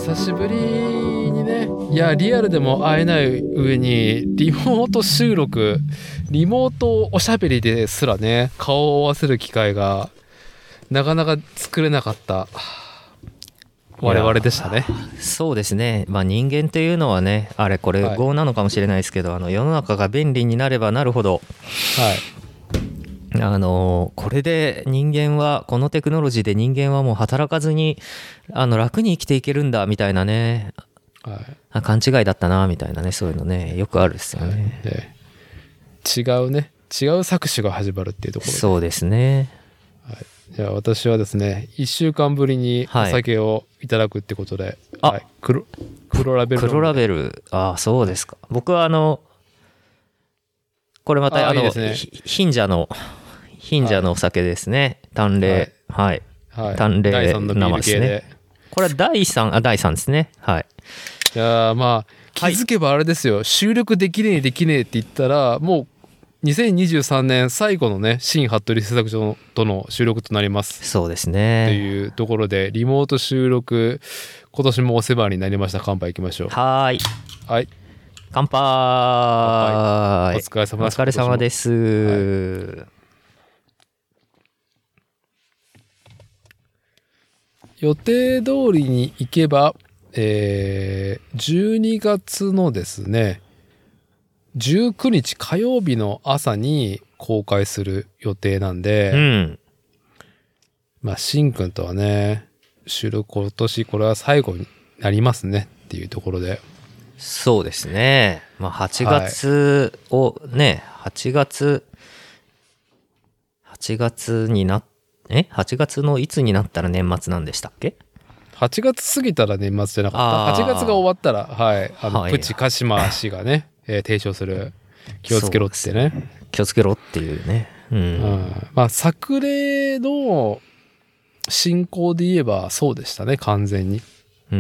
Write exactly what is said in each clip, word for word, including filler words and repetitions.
久しぶりにね、いやリアルでも会えない上にリモート収録、リモートおしゃべりですらね顔を合わせる機会がなかなか作れなかった我々でしたね。 そうですね、まあ、人間というのはね、あれこれ業なのかもしれないですけど、はい、あの世の中が便利になればなるほど、はい、あのこれで人間はこのテクノロジーで人間はもう働かずにあの楽に生きていけるんだみたいなね、はい、勘違いだったなみたいなね、そういうのねよくあるですよね、 はい、で違うね違う搾取が始まるっていうところで、 そうですね、 はい、じゃあ私はですねいっしゅうかんぶりにお酒をいただくってことで、はい、はい、黒, 黒ラベル黒ラベル、ああそうですか。僕はあのこれまたあのいいです、ね、貧者の貧者のお酒ですね、淡麗、はい、はい、淡麗生ですね。これはだいさん、あだいさんですね。はい。 いやまあ気づけばあれですよ、はい、収録できねえできねえって言ったらもうにせんにじゅうさんねん最後のね新服部製作所との収録となります。 そうですね。 というところでリモート収録今年もお世話になりました。乾杯いきましょう。 はい。 はい。 乾杯。 乾杯。お疲れ様です。 お疲れ様です。はい、 予定通りに行けば、えー、じゅうにがつのですねじゅうくにち火曜日の朝に公開する予定なんで、 うん、 まあしんくんとはね収録今年これは最後になりますねっていうところで、 そうですね、まあ、はちがつをね、はい、はちがつはちがつになえはちがつのいつになったら年末なんでしたっけ？ はちがつ過ぎたら年末じゃなかった。はちがつが終わったら、はい、あの、はい、プチ鹿島氏がね、えー、提唱する気をつけろってね、 気をつけろっていうね、うん、うん、 まあ作例の進行で言えばそうでしたね、完全に。 うん、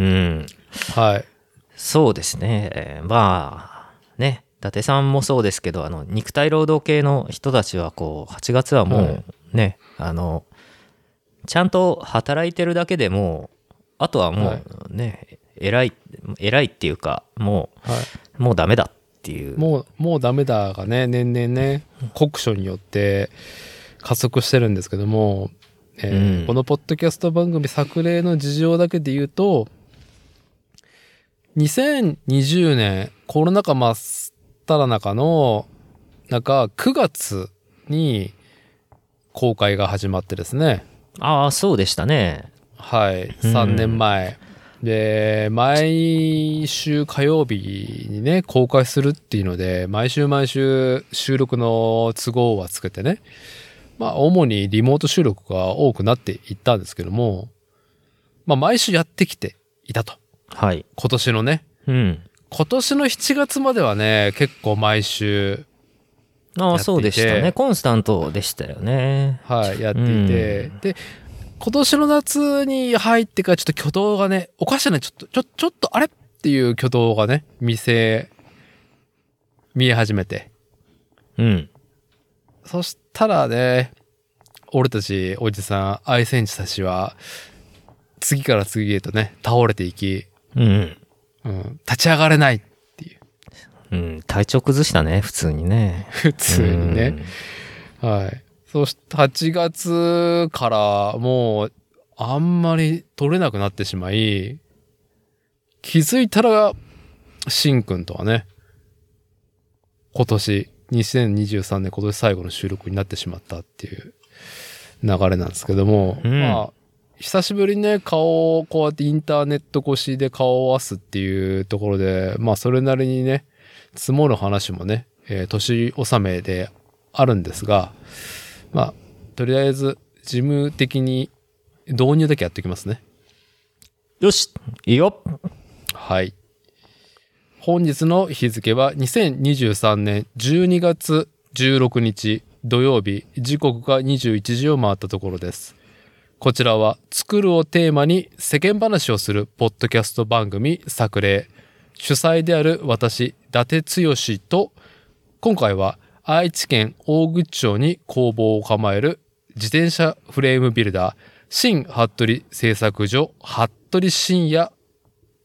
はい、 そうですね、えー、まあね、伊達さんもそうですけど、あの肉体労働系の人たちはこうはちがつはもうね、はい、あのちゃんと働いてるだけでもあとはもうね、はい、偉い偉いっていうかもう、はい、もうダメだっていうもうもうダメだがね年々ね酷暑によって加速してるんですけども、えーうん、このポッドキャスト番組作例の事情だけで言うとにせんにじゅうねんコロナ禍真っ只中の中くがつに公開が始まってですね。 ああそうでしたね。 はいさんねんまえ、うん、で毎週火曜日にね公開するっていうので毎週毎週収録の都合はつけてね、まあ主にリモート収録が多くなっていったんですけども、まあ毎週やってきていたと。 はい。 今年のね、 うん、 今年のしちがつまではね結構毎週ああそうでしたね、コンスタントでしたよね。 はいやっていて、うん、で今年の夏に入ってからちょっと挙動がねおかしいな、ちょっとちょちょっとあれっていう挙動がね見せ見え始めて、 うん、 そしたらね俺たちおじさん愛戦士たちは次から次へとね倒れていき、 うんうん、立ち上がれないっていう、 うん、体調崩したね普通にね普通にね、うん、はい。そしてはちがつからもうあんまり取れなくなってしまい、気づいたらしんくんとはね今年にせんにじゅうさんねん今年最後の収録になってしまったっていう流れなんですけども、うん、まあ久しぶりにね顔をこうやってインターネット越しで顔を合わすっていうところで、まあそれなりにね積もる話もね、えー、年納めであるんですが、まあとりあえず事務的に導入だけやっておきますね。 よしいいよ。 はい、本日の日付はにせんにじゅうさんねんじゅうにがつじゅうろくにち土曜日、時刻がにじゅういちじを回ったところです。こちらは作るをテーマに世間話をするポッドキャスト番組作例、主催である私伊達剛と、今回は愛知県大口町に工房を構える自転車フレームビルダー新服部製作所服部深也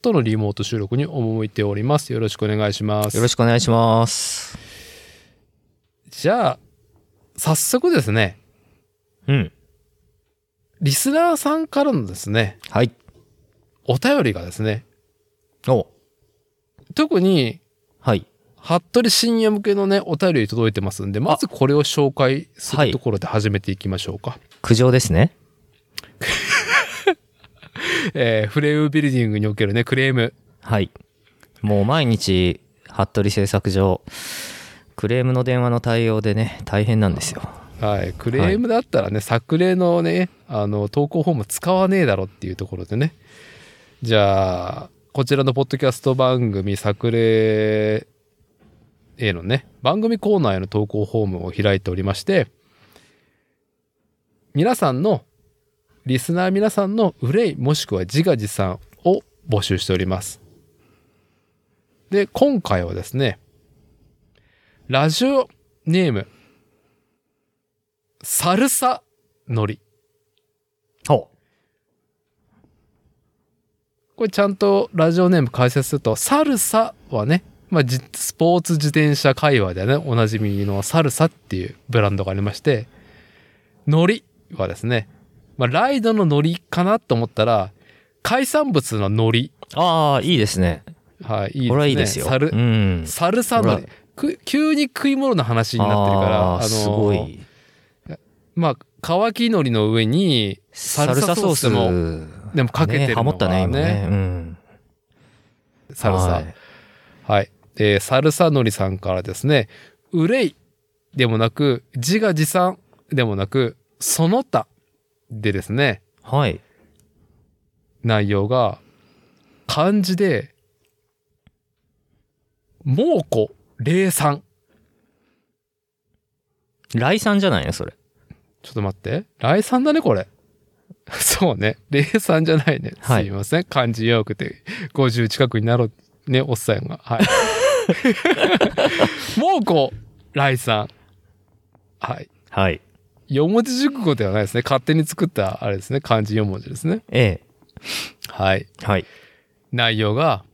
とのリモート収録に赴いております。よろしくお願いします。 よろしくお願いします。 じゃあ早速ですね、 うんリスナーさんからのですね、 はい、 お便りがですね、 お特にはい服部深夜向けのねお便り届いてますんで、まずこれを紹介するところで始めていきましょうか。 苦情ですね。 えー、フレウビルディングにおけるねクレーム、 はい、もう毎日服部製作所クレームの電話の対応でね大変なんですよ。 はい、クレームだったらね、はい、作例のねあの投稿フォーム使わねえだろっていうところでね、じゃあこちらのポッドキャスト番組作例へのね番組コーナーへの投稿フォームを開いておりまして、皆さんのリスナー皆さんの憂いもしくは自画自賛を募集しております。で今回はですね、ラジオネームサルサのり。 ほう。 これちゃんとラジオネーム解説すると、サルサはね、まあ、スポーツ自転車界隈でねおなじみのサルサっていうブランドがありまして、のりはですね、まあ、ライドののりかなと思ったら海産物ののり。 ああいいですね。 はい、いいですね。 これはいいですよ。 サル、うん、サルサのり。急に食い物の話になってるから、あのすごい。 まあ乾き海苔の上にサルサソースもでもかけてるのがね、 ハモったね今ね、うん、 サルサ、はい、はい、えー、サルサのりさんからですね、憂いでもなく自画自賛でもなくその他でですね、 はい、 内容が漢字で猛虎霊山。 来さんじゃないのそれ。 ちょっと待って。来さんだね、これ。そうね。霊さんじゃないね。すいません。はい、漢字弱くてごじゅう近くになろうね、おっさんが。はい。猛虎来さん。はい。 はい。 よん文字熟語ではないですね。勝手に作ったあれですね。漢字よん文字ですね。 ええ。 はい。 はい。 内容が、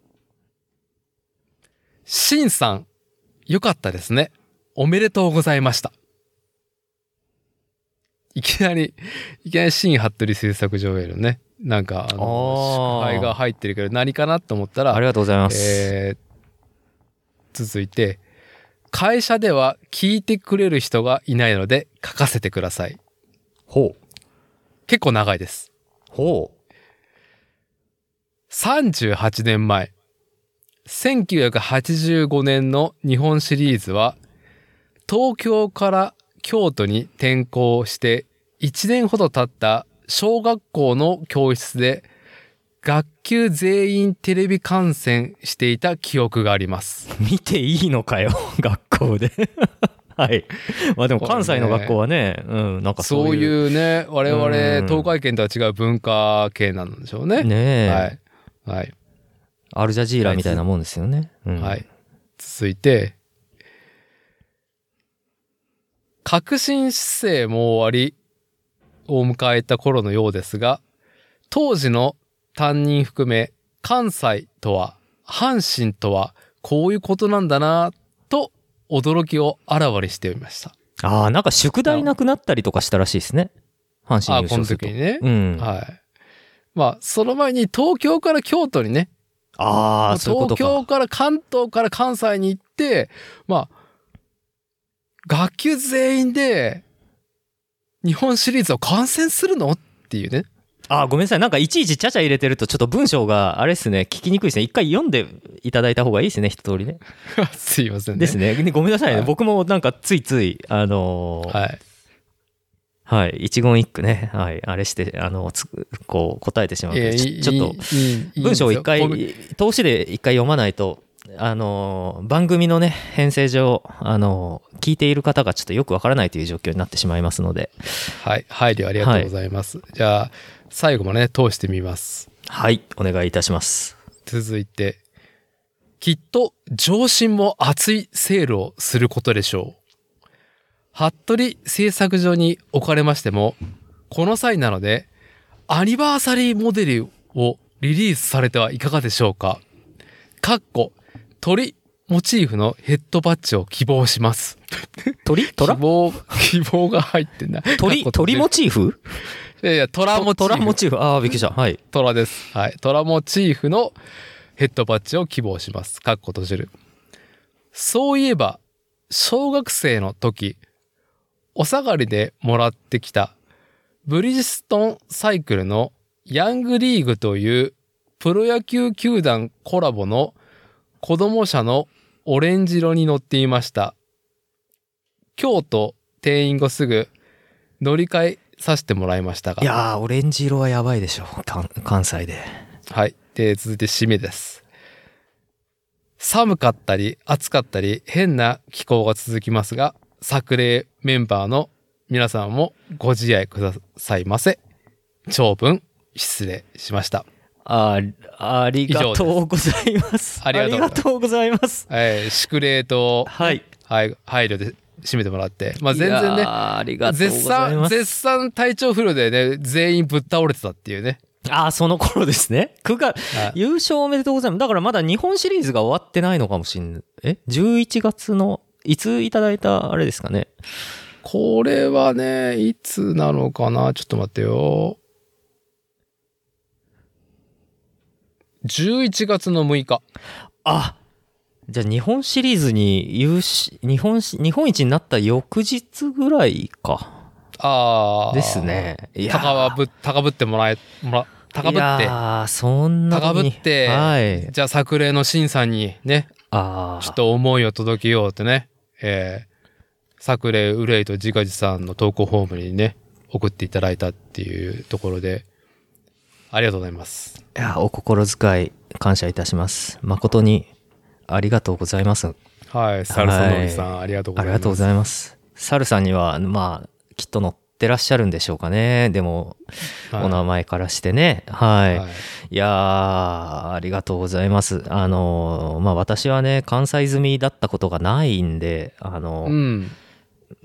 シンさん、よかったですね。おめでとうございました。いきなり、いきなり新服部製作所へのね、なんか、あの、祝杯が入ってるけど何かなと思ったら、 ありがとうございます。 えー、続いて、会社では聞いてくれる人がいないので書かせてください。 ほう。 結構長いです。 ほう。 さんじゅうはちねんまえ、せんきゅうひゃくはちじゅうごねんの日本シリーズは、東京から京都に転校していちねんほど経った小学校の教室で学級全員テレビ観戦していた記憶があります。 見ていいのかよ学校で。はい。まあでも関西の学校はね、うん、なんかそういう。 そういうね、我々東海圏とは違う文化系なんでしょうね。 ねえ。 はい。はい。 アルジャジーラみたいなもんですよね。 はい。うん、はい、続いて、革新姿勢も終わりを迎えた頃のようですが、当時の担任含め関西とは阪神とはこういうことなんだなと驚きをあらわにしておりました。 ああ、なんか宿題なくなったりとかしたらしいですね。阪神優勝すると。 あ、この時にね。 うん。 はい。まあその前に東京から京都にね。 ああ、そういうことか。 東京から関東から関西に行って、まあ学級全員で日本シリーズを観戦するのっていうね。 あ、ごめんなさい。なんかいちいちちゃちゃ入れてるとちょっと文章があれですね、聞きにくいですね。一回読んでいただいた方がいいですね、一通りね。 すいませんね。 ですね。ごめんなさいね。はい、僕もなんかついつい、あのー、 はい。 はい。一言一句ね、はい。あれして、あの、つこう答えてしまうと、ち, ちょっと、文章を一回、通しで一回読まないと、あの番組のね編成上あの聞いている方がちょっとよくわからないという状況になってしまいますので、 はい配慮ありがとうございます、はい、じゃあ最後もね通してみます。 はいお願いいたします。 続いて、きっと上心も熱いセールをすることでしょう。服部製作所におかれましてもこの際なのでアニバーサリーモデルをリリースされてはいかがでしょうか。かっこ鳥モチーフのヘッドバッジを希望します。 鳥虎希望希望が入ってんな。 鳥鳥モチーフ？ いやいや虎モチーフ。 虎モチーフ。ああびっくりした。はい。 虎です。はい。虎モチーフのヘッドバッジを希望します。かっこ閉じる。そういえば小学生の時お下がりでもらってきたブリヂストンサイクルのヤングリーグというプロ野球球団コラボの子供車のオレンジ色に乗っていました。京都転院後すぐ乗り換えさせてもらいましたが。 いやーオレンジ色はやばいでしょ関西で。 はい。で続いて締めです。寒かったり暑かったり変な気候が続きますが、作例メンバーの皆さんもご自愛くださいませ。長文失礼しました。 あ, ありがとうございます。ありがとうございます。 えー、祝礼と、 はい、 はい、配慮で締めてもらって、まあ全然ね、 ありがとうございます。 絶賛絶賛体調不良でね全員ぶっ倒れてたっていうね。 ああその頃ですね。くがつ優勝おめでとうございます。だからまだ日本シリーズが終わってないのかもしれない。えじゅういちがつのいついただいたあれですかね。 これはねいつなのかな、ちょっと待ってよ。じゅういちがつのむいか。 あ、じゃあ日本シリーズに優勝、日本日本一になった翌日ぐらいか。 ああですね。 いや高ぶ高ぶってもらえもら高ぶっていやそんな高ぶって、 はい、 じゃあ作例の審査にねあちょっと思いを届けようってね、えー、作例憂いと自画自賛の投稿フォームにね送っていただいたっていうところでありがとうございます。 いやお心遣い感謝いたします。誠にありがとうございます。 はい、サルソノビさん、はい、ありがとうございます。 ありがとうございます。サルさんにはまあきっと乗ってらっしゃるんでしょうかね。でも、はい、お名前からしてね、はい、はい、いやーありがとうございます。あのまあ私はね関西済みだったことがないんで、あの、うんうん、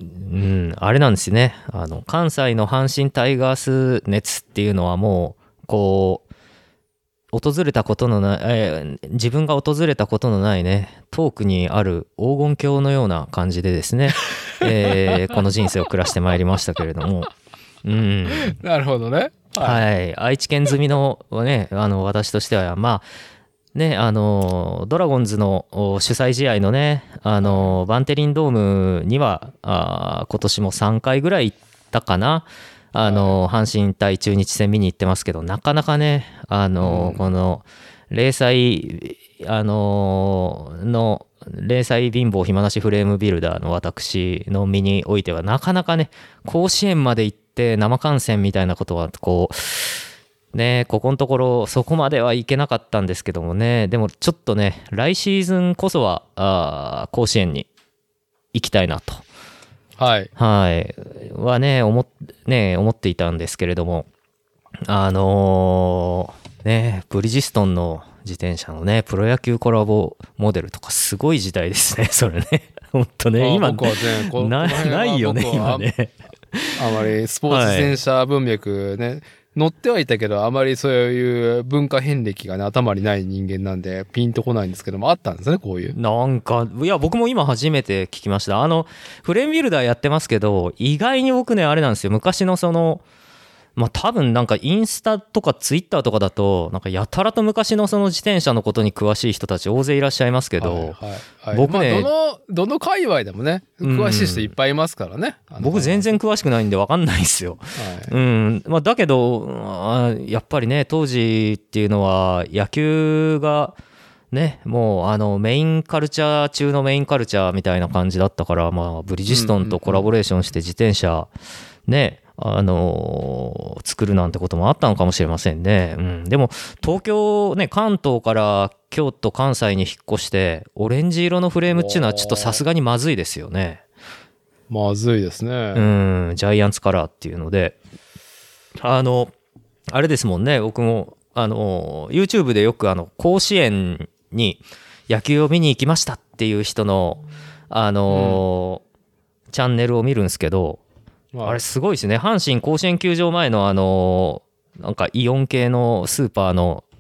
あれなんですよね。あの関西の阪神タイガース熱っていうのはもうこう訪れたことのない、えー、自分が訪れたことのないね遠くにある黄金鏡のような感じでですね、えー、この人生を暮らしてまいりましたけれども、うん、 なるほどね、 はい、はい、愛知県済みのねあの私としてはまあねあのドラゴンズの主催試合のねあのバンテリンドームにはあ今年もさんかいぐらい行ったかな。あの阪神対中日戦見に行ってますけど、なかなかねあの、うん、この零細あのの零細貧乏暇なしフレームビルダーの私の身においてはなかなかね甲子園まで行って生観戦みたいなことはこうねここのところそこまではいけなかったんですけどもね、でもちょっとね来シーズンこそはあ甲子園に行きたいなと。 はい、 はい、はね思っ、ね思っていたんですけれども、あのー、ねブリヂストンの自転車のねプロ野球コラボモデルとかすごい時代ですねそれね本当ね今僕はねこなないよね今ねあまりスポーツ自転車文脈ね、はい、乗ってはいたけどあまりそういう文化遍歴がね頭にない人間なんでピンとこないんですけども、あったんですねこういう。 なんかいや僕も今初めて聞きました。あのフレームビルダーやってますけど意外に僕ねあれなんですよ、昔のそのまあ多分なんかインスタとかツイッターとかだとなんかやたらと昔のその自転車のことに詳しい人たち大勢いらっしゃいますけど、はいはいはい、僕ね、まあ、どのどの界隈でもね詳しい人いっぱいいますからね、 うん、僕全然詳しくないんで分かんないですよ、はいうんまあ、だけどやっぱりね当時っていうのは野球がねもうあのメインカルチャー中のメインカルチャーみたいな感じだったから、まあ、ブリヂストンとコラボレーションして自転車ねあのー、作るなんてこともあったのかもしれませんね、うん、でも東京ね関東から京都関西に引っ越してオレンジ色のフレームっていうのはちょっとさすがにまずいですよね。 まずいですね。 うんジャイアンツカラーっていうのであのあれですもんね、僕もあの YouTube でよくあの甲子園に野球を見に行きましたっていう人のあの、うん、チャンネルを見るんですけど、あれすごいですね。阪神甲子園球場前のあのなんかイオン系のスーパーの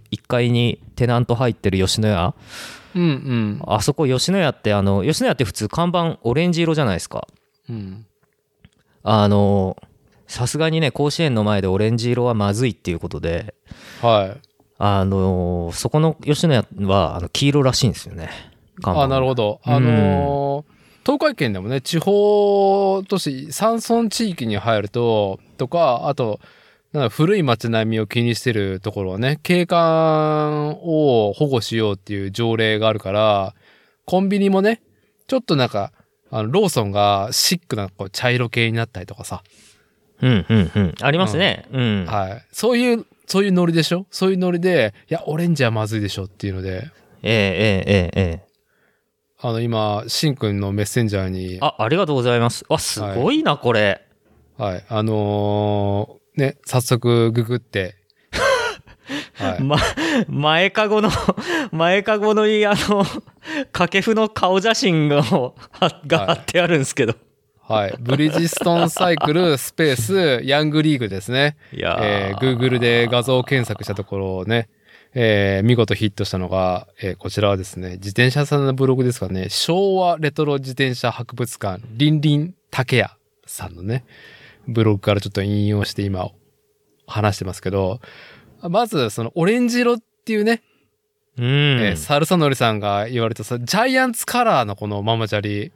いっかいにテナント入ってる吉野家、 うんうん、 あそこ吉野家ってあの吉野家って普通看板オレンジ色じゃないですか、 うん、 あのさすがにね甲子園の前でオレンジ色はまずいっていうことで、 はい、 あのそこの吉野家はあの黄色らしいんですよね。 あ、なるほど。あのー、東海圏でもね、地方都市山村地域に入るととか、あとなんか古い街並みを気にしてるところはね、景観を保護しようっていう条例があるから、コンビニもね、ちょっとなんかあのローソンがシックなこう茶色系になったりとかさ、 うんうんうん、ありますね、うん、 はい、そういうそういうノリでしょ。そういうノリで、いやオレンジはまずいでしょっていうので、 ええええええあの今しんくんのメッセンジャーに、 あありがとうございます。わすごいな、はい、これ。 はい、あのー、ね早速ググって。はい、 ま、前かごの前かごのいあの掛布の顔写真がが貼ってあるんですけど、 はい、はい、ブリヂストンサイクルスペースヤングリーグですね。 いやー、 えー、Google で画像検索したところね、えー、見事ヒットしたのが、えー、こちらはですね、自転車さんのブログですかね、昭和レトロ自転車博物館りんりん竹屋さんのねブログからちょっと引用して今話してますけど、まずそのオレンジ色っていうね、 うん、 えー、サルサノリさんが言われたさ、ジャイアンツカラーのこのママチャリ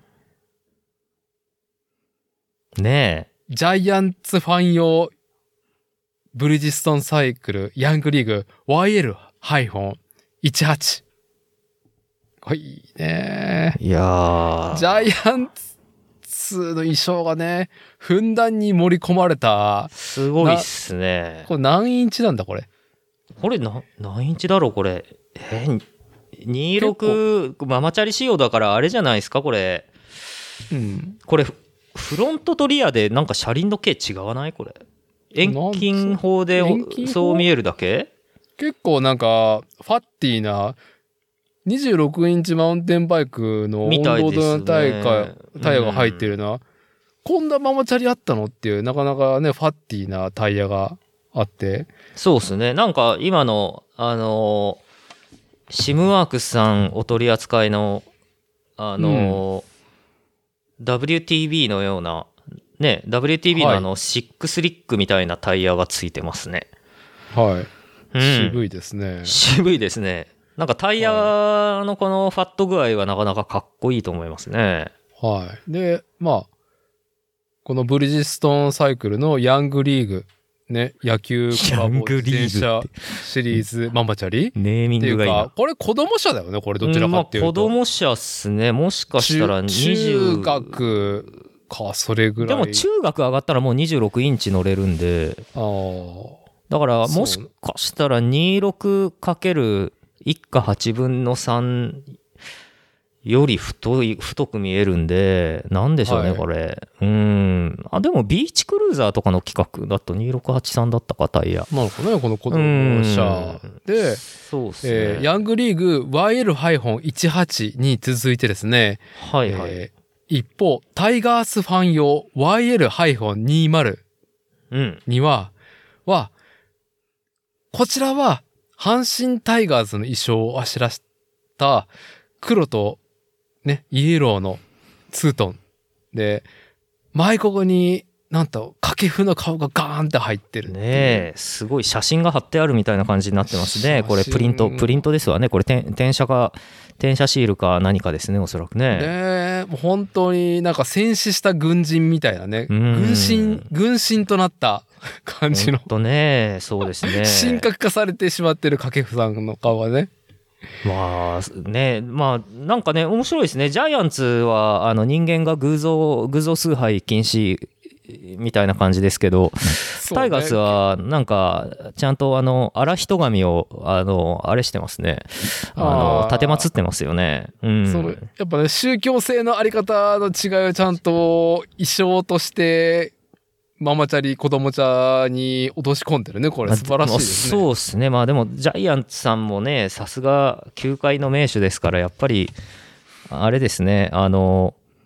ねえ、ジャイアンツファン用ブリヂストンサイクルヤングリーグ ワイエルじゅうはち。 これいいね。 いやー、 ジャイアンツの衣装がねふんだんに盛り込まれた。 すごいっすね。 これ何インチなんだこれ。 これな何インチだろうこれ。えー、にじゅうろくママチャリ仕様だからあれじゃないですかこれ。 うん。 これフロントとリアでなんか車輪の径違わないこれ。遠近法でそう見えるだけ？ 結構なんかファッティーなにじゅうろくインチマウンテンバイクのオンロードのタイヤ、タイヤが入ってるな、うん、こんなママチャリあったのっていうなかなかねファッティーなタイヤがあって、 そうですね。なんか今のあのシムワークスさんお取り扱いのあの、うん、ダブリューティービー のようなね ダブリューティービー のあのシックスリックみたいなタイヤがついてますね。 はい。 うん、 渋いですね。 渋いですね。なんかタイヤのこのファット具合はなかなかかっこいいと思いますね。 はい。で、まあ、このブリヂストンサイクルのヤングリーグ、ね、野球コラボ自転車シリーズママチャリネーミングがいいな。 っていうか、これ子供車だよね、これどちらかっていうと。 まあ、子供車っすね。もしかしたらにじゅう。 中学か、それぐらい。 でも中学上がったらもうにじゅうろくインチ乗れるんで。 ああ。 だからもしかしたら にじゅうろくかけるいち かはちぶんのさんより太い太く見えるんで、なんでしょうね、はい、これ。うーん。あ、でもビーチクルーザーとかの企画だとにじゅうろくはちさんだったか、タイヤ。 なのかね、この子供車で、 そうですね、 えー、ヤングリーグ ワイエルじゅうはち に続いてですね、 はいはい。 えー、一方、タイガースファン用 ワイエルにじゅう には、うん、は、こちらは、阪神タイガースの衣装をあしらした黒とね、イエローのツートンで、前ここになんと掛布の顔がガーンって入ってるっていう。 ねえ、すごい写真が貼ってあるみたいな感じになってますね。これプリント、プリントですわね。これ転写か、転写シールか何かですね、おそらくね。 ねえ、もう本当になんか戦死した軍人みたいなね、軍神、軍神となった感じの。 ほんとね、そうですね。 神格化されてしまってる掛布さんの顔はね。 まあね、まあなんかね面白いですね。ジャイアンツはあの人間が偶像偶像崇拝禁止みたいな感じですけど、ね、タイガースはなんかちゃんとあの荒人神をあのあれしてますね。あの立てまつってますよね。うん、 そのやっぱね宗教性のあり方の違いをちゃんと衣装としてママチャリ子供茶に落とし込んでるね。これ素晴らしいですね。 そうですね。まあでもジャイアンツさんもねさすが球界の名手ですからやっぱりあれですね、あの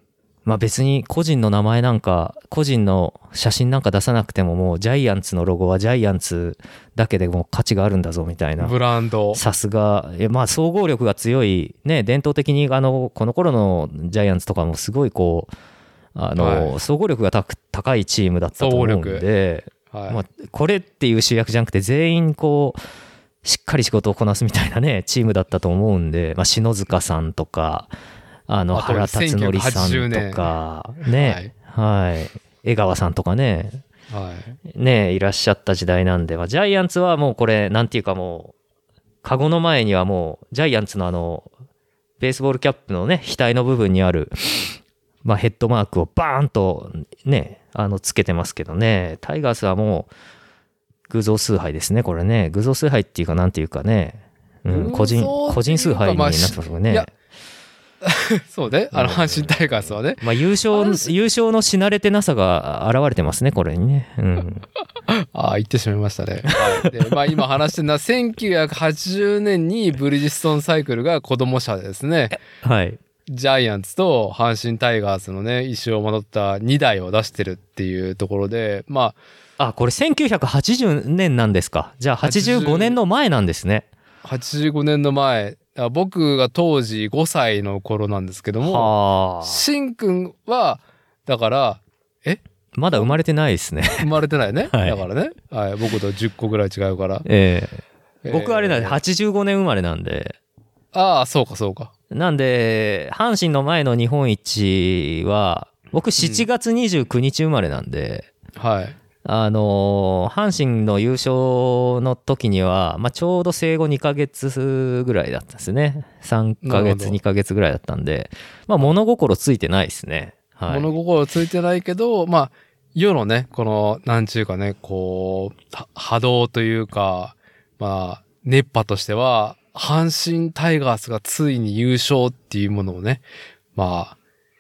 まあ別に個人の名前なんか個人の写真なんか出さなくてももうジャイアンツのロゴはジャイアンツだけでも価値があるんだぞみたいなブランド、 さすがまあ総合力が強いね、伝統的にあのこの頃のジャイアンツとかもすごいこうあの、はい、総合力が高いチームだったと思うんで、はいまあ、これっていう主役じゃなくて全員こうしっかり仕事をこなすみたいなねチームだったと思うんで、まあ、篠塚さんとかあの原辰徳さんとかね、はい、はい、江川さんとかね、はい、ねいらっしゃった時代なんで、まあ、ジャイアンツはもうこれなんていうかもうカゴの前にはもうジャイアンツのあのベースボールキャップのね額の部分にあるまあヘッドマークをバーンとねあのつけてますけどね、タイガースはもう偶像崇拝ですねこれね、偶像崇拝っていうかなんていうかね、うん、個人個人崇拝になってますよね。 そうね、あの阪神タイガースはね、 まあ、優勝優勝のし慣れてなさが現れてますねこれにね、うん、 ああ言ってしまいましたね、はい、で、まあ、今話してるのはせんきゅうひゃくはちじゅうねんにブリヂストンサイクルが子供社でですね、はい、ジャイアンツと阪神タイガースのね衣装をまとったにだいを出してるっていうところで、まああこれせんきゅうひゃくはちじゅうねんなんですか。じゃあはちじゅうごねんの前なんですね。 はちじゅうごねんの前、僕が当時ごさいの頃なんですけども、しんくんはだからえまだ生まれてないですね。 生まれてないね、はい、だからね、はい、僕とじゅっこぐらい違うから、 えー、僕あれなんではちじゅうごねん生まれなんで、 ああそうかそうか、 なんで阪神の前の日本一は僕しちがつにじゅうくにち生まれなんで、うん、はいあのー、阪神の優勝の時には、まあ、ちょうど生後にかげつぐらいだったんですね。さんかげつにかげつぐらいだったんで、まあ、物心ついてないですね、はい、 物心ついてないけど、まあ世のねこのなんちゅうかねこう波動というか、まあ熱波としては阪神タイガースがついに優勝っていうものをね、まあ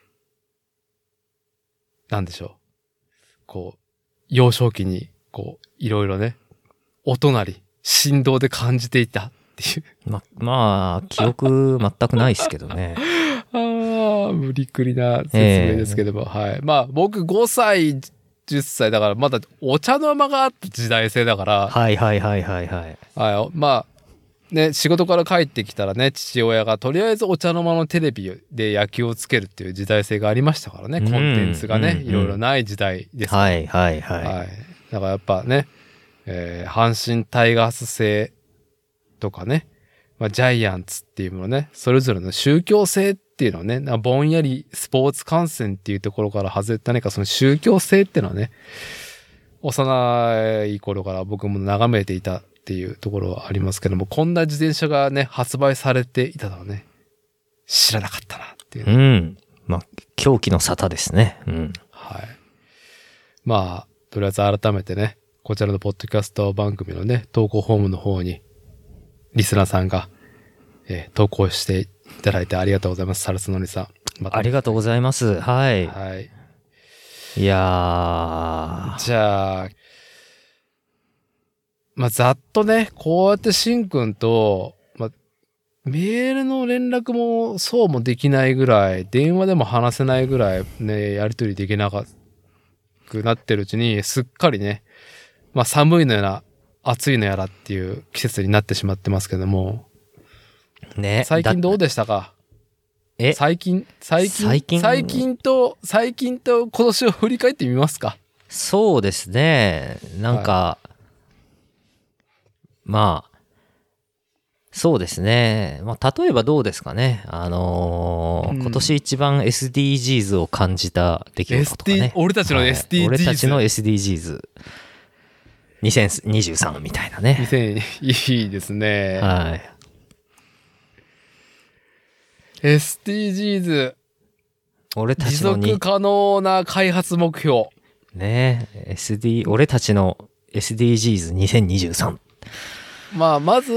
なんでしょう、こう幼少期にこういろいろね音なり振動で感じていたっていう。 ままあ記憶全くないですけどね。 ああ無理くりな説明ですけども、えー、はい。まあ僕ごさいじゅっさいだからまだお茶の間があった時代性だから。 はいはいはいはいはい。 はい、まあね仕事から帰ってきたらね父親がとりあえずお茶の間のテレビで野球をつけるっていう時代性がありましたからね、コンテンツがね、うん、いろいろない時代ですから、 はいはいはい、はい、 だからやっぱね、えー、阪神タイガース性とかね、まあ、ジャイアンツっていうものねそれぞれの宗教性っていうのはねぼんやりスポーツ観戦っていうところから外れた何かその宗教性っていうのはね幼い頃から僕も眺めていたっていうところはありますけども、こんな自転車がね発売されていたのはね知らなかったなっていう、ね、 うんまあ狂気の沙汰ですね、うん、 はい。まあとりあえず改めてねこちらのポッドキャスト番組のね投稿フォームの方にリスナーさんが、えー、投稿していただいてありがとうございます。サルスノリさん、ま、 ありがとうございます。はい、 はい、 いやじゃあまあ、ざっとね、こうやってしんくんと、まあ、メールの連絡もそうもできないぐらい、電話でも話せないぐらいね、やりとりできなくなってるうちに、すっかりね、まあ寒いのやら、暑いのやらっていう季節になってしまってますけども。ね。最近どうでしたか？え最近、最近、最近、最近と、最近と今年を振り返ってみますか？ そうですね。なんか、はいまあ、そうですね。まあ、例えばどうですかね。あのーうん、今年一番 エスディージーズ を感じた出来事とかね。 エスディー 俺たちの エスディージーズ、はい。 俺たちの エスディージーズ。にせんにじゅうさんみたいなね。 にせんいいですね。 はい。 エスディージーズ。 俺たちの持続可能な開発目標。 ねえ、エスディー、俺たちのエスディージーズにせんにじゅうさん。 まあ、まず、うん、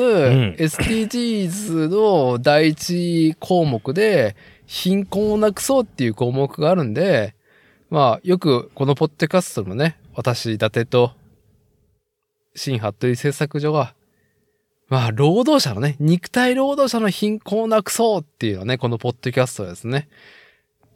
エスディージーズ の第一項目で、貧困をなくそうっていう項目があるんで、まあ、よくこのポッドキャストもね、私、伊達と、新服部製作所が、まあ、労働者のね、肉体労働者の貧困をなくそうっていうのはね、このポッドキャストですね。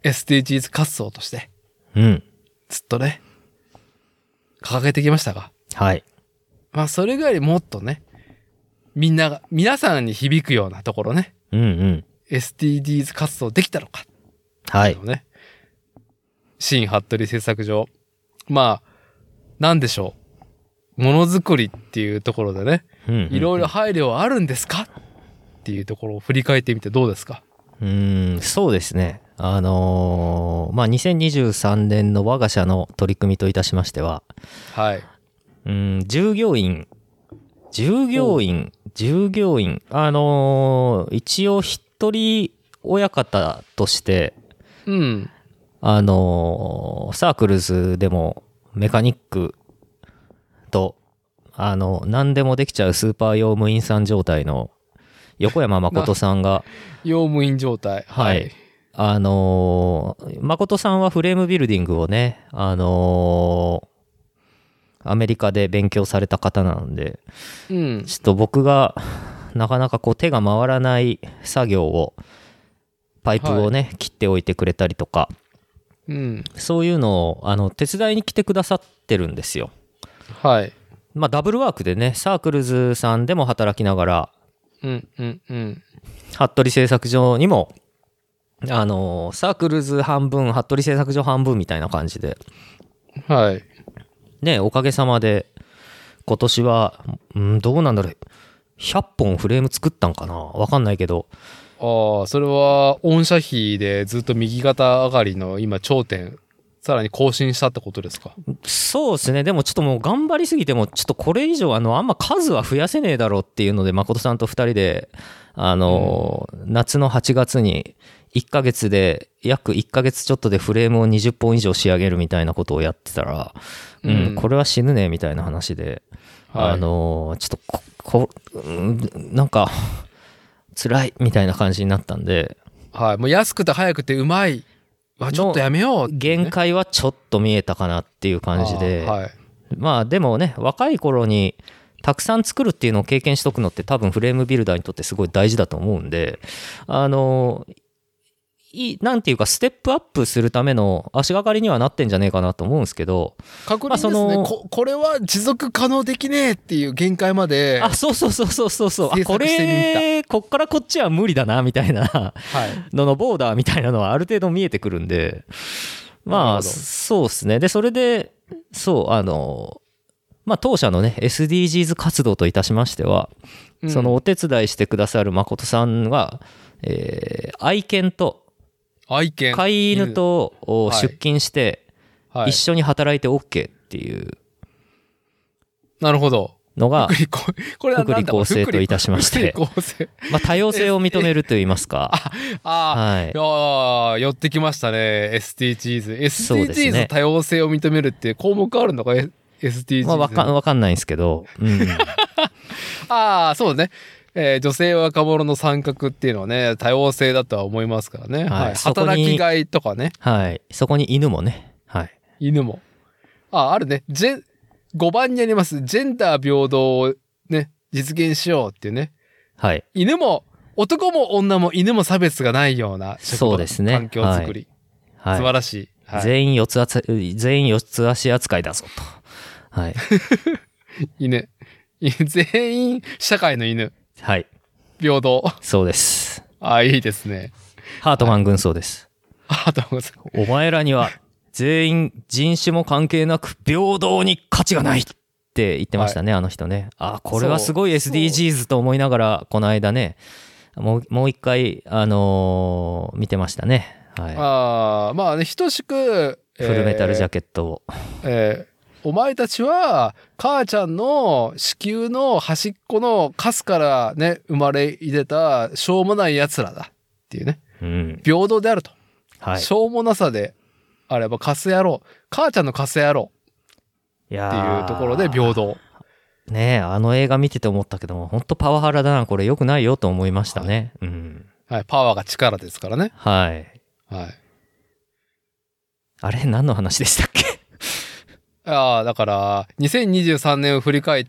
エスディージーズ 活動として、 うん。 ずっとね、掲げてきましたが。 はい。 まあ、それよりもっとね、みんなが、皆さんに響くようなところね。 うんうん。 エスディージーズ 活動できたのか。 はい。 ね。新服部製作所。まあ、なんでしょう。ものづくりっていうところでね、いろいろ配慮はあるんですかっていうところを振り返ってみてどうですか？ うーん、そうですね。あのー、まあ、にせんにじゅうさんねんの我が社の取り組みといたしましては、 はい。 うん、従業員、従業員、従業員、あのー、一応一人親方として、 うん。 あのー、サークルズでもメカニックと、あの、何でもできちゃうスーパー用務員さん状態の横山誠さんが、 用務員状態。 はい。はい、あのー、誠さんはフレームビルディングをね、あのー、アメリカで勉強された方なので、うん、ちょっと僕がなかなかこう手が回らない作業を、パイプをね、はい、切っておいてくれたりとか、うん、そういうのをあの手伝いに来てくださってるんですよ。 はい。 まあダブルワークでね、サークルズさんでも働きながら、 うんうんうん、 服部製作所にもあのサークルズ半分、服部製作所半分みたいな感じで、 はい。 ね、おかげさまで今年は、うん、どうなんだろう、ひゃっぽんフレーム作ったんかな、わかんないけど。 ああ、それは御社比でずっと右肩上がりの今頂点、さらに更新したってことですか？ そうですね。でもちょっともう頑張りすぎても、ちょっとこれ以上あのあんま数は増やせねえだろうっていうので、誠さんとふたりであの、うん、夏のはちがつにいっかげつで約いっかげつちょっとでフレームをにじゅっぽん以上仕上げるみたいなことをやってたら、うん、うん、これは死ぬねみたいな話で、はい、あのちょっとここなんか辛いみたいな感じになったんで、 はい、もう安くて早くてうまい、ちょっとやめよう、ね、 限界はちょっと見えたかなっていう感じで、はい、まあでもね、若い頃にたくさん作るっていうのを経験しとくのって多分フレームビルダーにとってすごい大事だと思うんで、あのいなんていうかステップアップするための足がかりにはなってんじゃねえかなと思うんですけど、 確認ですね、まあ、こ, これは持続可能できねえっていう限界まで、 あ、そうそうそうそうそうそう、あ、これこっからこっちは無理だなみたいなののボーダーみたいなのはある程度見えてくるんで、まあそうですね。でそれでそうあのまあ当社のね エスディージーズ 活動といたしましては、うん、そのお手伝いしてくださる誠さんは、えー、愛犬と愛犬飼い犬と出勤して一緒に働いて OK っていうなるほどのが福利厚生といたしまして、まあ多様性を認めるといいますか、 ああ、はい、いや寄ってきましたね エスディージーズ エスディージーズ の多様性を認めるって項目あるのか エスディージーズ、 まあ、わかわかんないんですけど、うん、 ああそうね、えー、女性若者の参画っていうのはね多様性だとは思いますからね、はいはい、働きがいとかね、 はい、そこに犬もね、はい、 犬もああるね、ジェごばんにありますジェンダー平等をね実現しようっていうね、 はい、 犬も男も女も犬も差別がないような職場、そうですね、環境づくり、はい、素晴らしい、 はい、全員四つあつ全員四つ足扱いだぞと、はい、 犬全員社会の犬、 はい、 平等、 そうです。 ああいいですね。 ハートマン軍曹です。 ハートマン軍曹。 お前らには全員人種も関係なく平等に価値がないって言ってましたね、はい、あの人ね。あ、これはすごい エスディージーズ と思いながらこの間ね、もうもう一回あのー、見てましたね。はい、 ああまあね等しく、 えー、フルメタルジャケットを。 えーお前たちは母ちゃんの子宮の端っこのカスからね生まれ出たしょうもない奴らだっていうね、うん、平等であると、はい、しょうもなさであればカス野郎、母ちゃんのカス野郎っていうところで平等ねえ、あの映画見てて思ったけども本当パワハラだな、これ良くないよと思いましたね、はい、うん、 はい、パワーが力ですからね、 はいはい、 あれ何の話でしたっけああ、だから、にせんにじゅうさんねんを振り返って、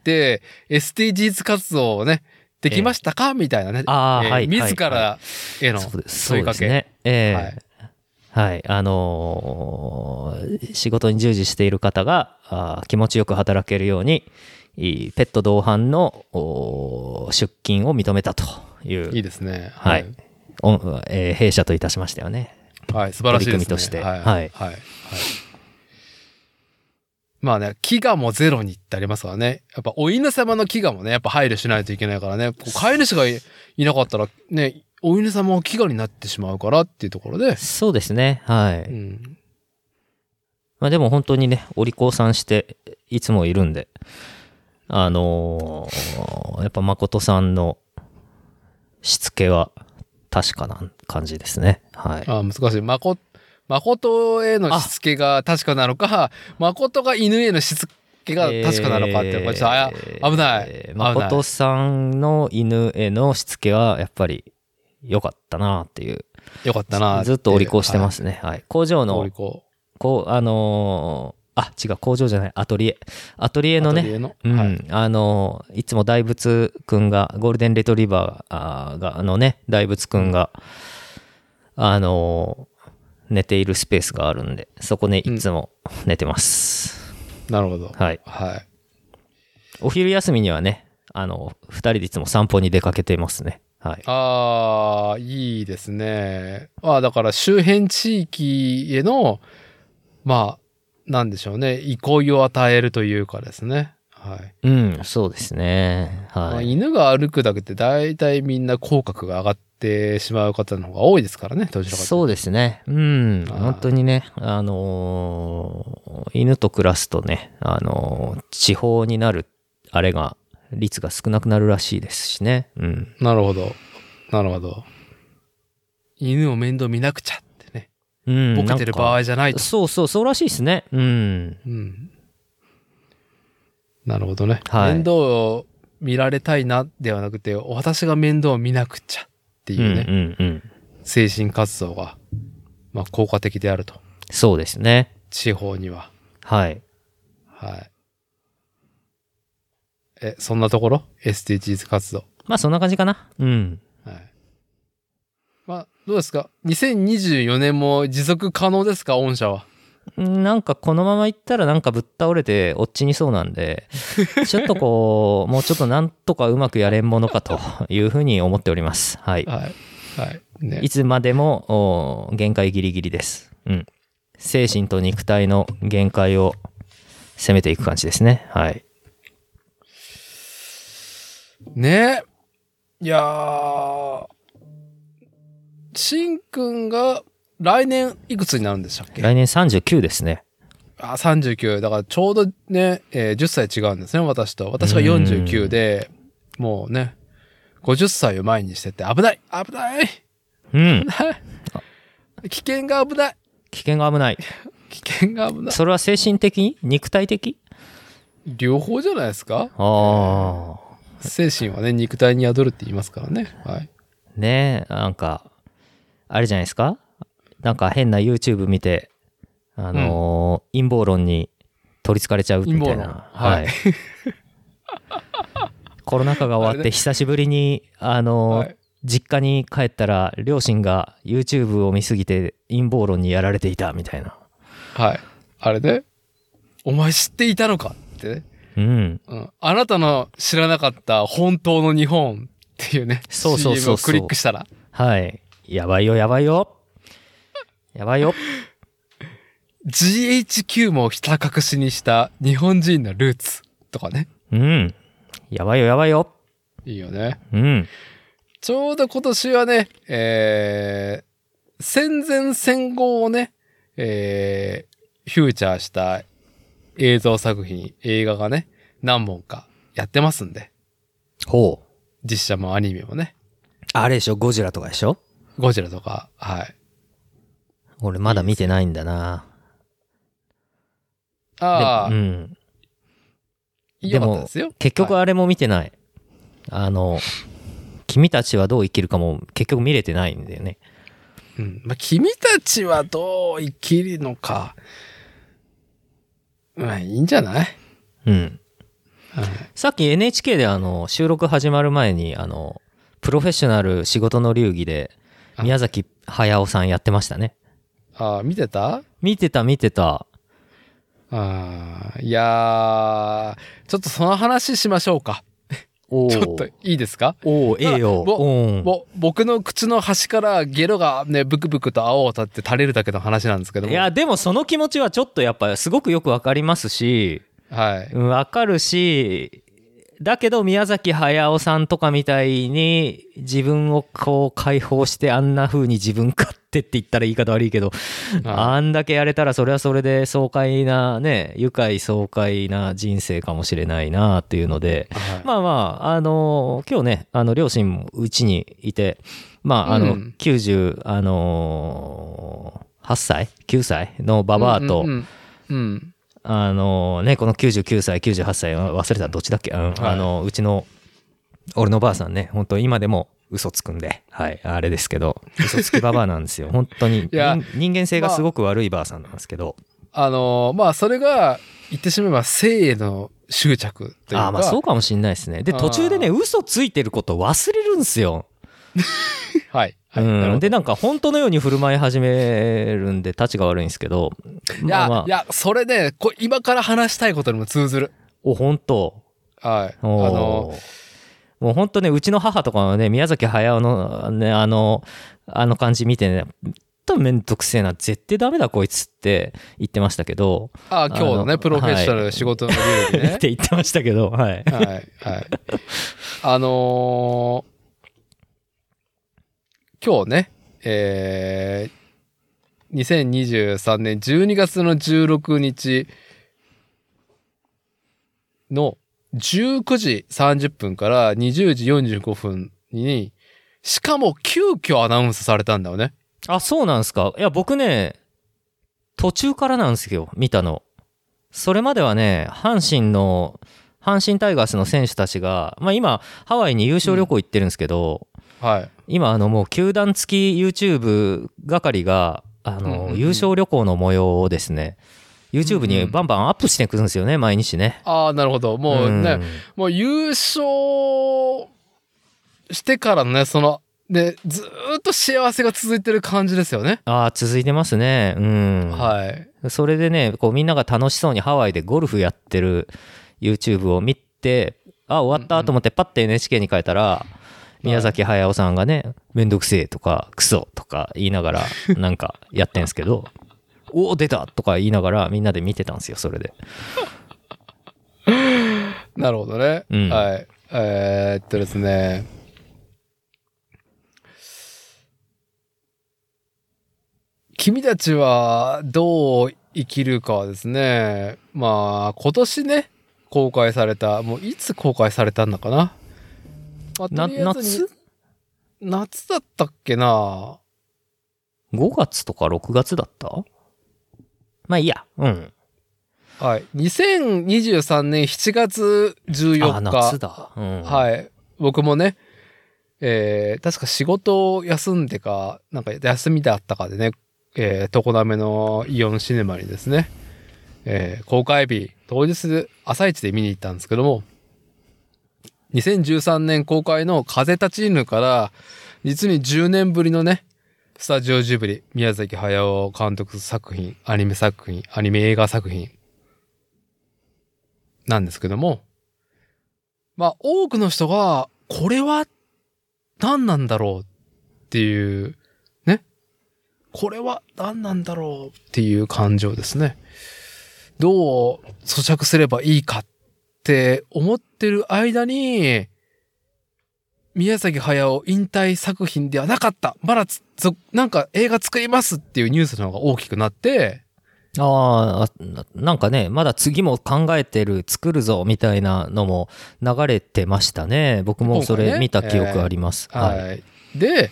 エスディージーズ 活動をね、できましたか、えー、みたいなね。 ああ、えー、はい。 自らへの問いかけ。 そうですね。えーはい、 はい、あのー仕事に従事している方があ気持ちよく働けるようにペット同伴の出勤を認めたといういいですね。 はい、はい、えー、弊社といたしましたよね。 はい、素晴らしいですね。 取り組みとして。 はい。 はい。 はい。はい、まあね、飢餓もゼロにってありますからね。やっぱお犬様の飢餓もね、やっぱ配慮しないといけないからね。こう飼い主が い, いなかったらね、お犬様も飢餓になってしまうからっていうところで。 そうですね。はい。うん、まあでも本当にね、お利口さんしていつもいるんで、あのー、やっぱ誠さんのしつけは確かな感じですね。はい。 ああ、難しい。誠、誠へのしつけが確かなのか、誠が犬へのしつけが確かなのかっていうのがちょっと、えー、危ない。 誠さんの犬へのしつけはやっぱり良かったなっていう。 良かったな。 ずっとお利口してますね。はい。はい、工場の、こう、あのー、あ、違う、工場じゃない、アトリエ。アトリエのね、のうん、はい、あのー、いつも大仏くんが、ゴールデンレトリバーが、あのね、大仏くんが、あのー、寝ているスペースがあるんで、そこね、いつも寝てます。 うん、なるほど。 はい。 はい。 お昼休みにはね、あの、二人でいつも散歩に出かけていますね。はい。 ああ、いいですね。ああ、だから周辺地域への、まあ、なんでしょうね。憩いを与えるというかですね。はい。 うん、そうですね。はい。 まあ、犬が歩くだけで大体みんな口角が上がってしまう方の方が多いですからね。どちらかというと。 そうですね。うん。本当にね、あのー、犬と暮らすとね、あのー、地方になる、あれが、率が少なくなるらしいですしね。うん。 なるほど。なるほど。犬を面倒見なくちゃ。 うん、 ボケてる場合じゃないと。 そうそう、そうらしいですね。うん。 うん。なるほどね。 はい、 面倒を見られたいなではなくて、私が面倒を見なくちゃっていうね。 うんうんうん、 精神活動が、まあ、効果的であると。 そうですね。 地方には。 はい。 はい。え、そんなところ エスディージーズ 活動。 まあ、そんな感じかな。うん。 はい。まあ、どうですか ?にせんにじゅうよねんも持続可能ですか御社は。 なんかこのままいったらなんかぶっ倒れて落ちにそうなんで、ちょっとこう、もうちょっとなんとかうまくやれんものかというふうに思っております。はい。 はい。はい。ね、 いつまでも限界ギリギリです。うん。精神と肉体の限界を攻めていく感じですね。はい。 ねいやー、しんくんが来年いくつになるんでしたっけ？ 来年さんじゅうきゅうですね。 あ、さんじゅうきゅう。だからちょうどね、えー、じゅっさい違うんですね、私と。私がよんじゅうきゅうで、もうね、ごじゅっさいを前にしてて、危ない危ないうん。 危ない。危険が危ない。 危険が危ない。 危険が危ない。 それは精神的？肉体的？ 両方じゃないですか？ ああ、 えー。精神はね、肉体に宿るって言いますからね。はい。 ねえ、なんか、あれじゃないですか？なんか変な YouTube 見て、あのーうん、陰謀論に取り憑かれちゃうみたいな。はい。はい、コロナ禍が終わって久しぶりに、あのーはい、実家に帰ったら両親が YouTube を見すぎて陰謀論にやられていたみたいな。 はい。あれで、お前知っていたのかってね。 うん。 うん。あなたの知らなかった本当の日本っていうね。 そうそうそうそう。 シーエム をクリックしたら。 はい。やばいよ、やばいよ。やばいよ。 ジーエイチキュー もひた隠しにした日本人のルーツとかね。 うん。やばいよ、やばいよ。 いいよね。 うん。 ちょうど今年はね、えー、戦前戦後をね、えー、フューチャーした映像作品、映画がね、何本かやってますんで。 ほう。 実写もアニメもね。 あれでしょ、ゴジラとかでしょ？ ゴジラとか、はい。 俺まだ見てないんだな。 ああ。 うん。 でも、 結局あれも見てない。はい、あの、君たちはどう生きるかも結局見れてないんだよね。 うん。まあ、君たちはどう生きるのか。まあ、いいんじゃない？ うん。はい、さっき エヌエイチケー であの、収録始まる前に、あの、プロフェッショナル仕事の流儀で、宮崎駿さんやってましたね。 ああ、見てた見てた見てた。 ああ、いやー、ちょっとその話しましょうか。 おちょっといいですか？ おお、ええよ。 ぼぼ僕の口の端からゲロがね、ブクブクと泡を立って垂れるだけの話なんですけども。 いや、でもその気持ちはちょっとやっぱすごくよくわかりますし、 はい。 わかるし、だけど宮崎駿さんとかみたいに自分をこう解放してあんな風に自分勝手って言ったら言い方悪いけど、はい、あんだけやれたらそれはそれで爽快なね、愉快爽快な人生かもしれないなっていうので、はい、まあまああの今日ね、あの両親もうちにいて、まああの、うん、きゅうじゅうあのはっさいきゅうさいのババアと、うんうんうんうんあのね、このきゅうじゅうきゅうさいきゅうじゅうはっさい忘れたどっちだっけ、うんはい、あのうちの俺のばあさんね、本当今でも嘘つくんで、はいあれですけど嘘つきばばあなんですよ本当に人間性がすごく悪いばあさんなんですけど、 まあ、あのまあそれが言ってしまえば性への執着というか、 あまあそうかもしれないですね。で途中でね嘘ついてること忘れるんですよはい、はい、 うん、でなんか本当のように振る舞い始めるんで立ちが悪いんですけど、 いや、まあまあ、いやそれねこ今から話したいことにも通ずる。 お本当はいあのもう本当ねうちの母とかはね宮崎駿のねあのあの感じ見てねとめんどくせえな絶対ダメだこいつって言ってましたけど、 ああ今日のねプロフェッショナル仕事の流儀ねって言ってましたけどはいはいはいあのー今日ね、えー、にせんにじゅうさんねんじゅうにがつのじゅうろくにちのじゅうくじさんじゅっぷんからにじゅうじよんじゅうごふんに、しかも急遽アナウンスされたんだよね。 あ、そうなんですか。いや、僕ね、途中からなんですよ、見たの。それまではね、阪神の、阪神タイガースの選手たちが、まあ今、ハワイに優勝旅行行ってるんですけど、 うん、はい。 今あのもう球団付き YouTube 係があの、うんうんうん、優勝旅行の模様をですね YouTube にバンバンアップしてくるんですよね、毎日ね。 ああなるほど。もうね、うん、もう優勝してからねそのでずっと幸せが続いてる感じですよね。 ああ続いてますね。うん。 はい。 それでねこうみんなが楽しそうにハワイでゴルフやってる YouTube を見て、あ終わったと思ってパッて エヌエイチケー に変えたら。宮崎駿さんがねめんどくせえとかクソとか言いながらなんかやってんすけどおお出たとか言いながらみんなで見てたんですよそれでなるほどね、うん、はいえー、っとですね君たちはどう生きるかはですねまあ今年ね公開されたもういつ公開されたんだかなまあ、な夏夏だったっけなごがつとかろくがつだったまあいいやうんはいにせんにじゅうさんねんしちがつじゅうよっかあ夏だ、うん、 はい僕もねえー、確か仕事を休んでかなんか休みだったかでねえー、常滑のイオンシネマにですね、えー、公開日当日朝一で見に行ったんですけどもにせんじゅうさんねん公開の風立ちぬから実にじゅうねんぶりのねスタジオジブリ宮崎駿監督作品アニメ作品アニメ映画作品なんですけどもまあ多くの人がこれは何なんだろうっていうねこれは何なんだろうっていう感情ですねどう咀嚼すればいいかって思ってる間に宮崎駿引退作品ではなかったまだつなんか映画作りますっていうニュースの方が大きくなってああなんかねまだ次も考えてる作るぞみたいなのも流れてましたね。僕もそれ見た記憶あります、 ねえーはいはい、で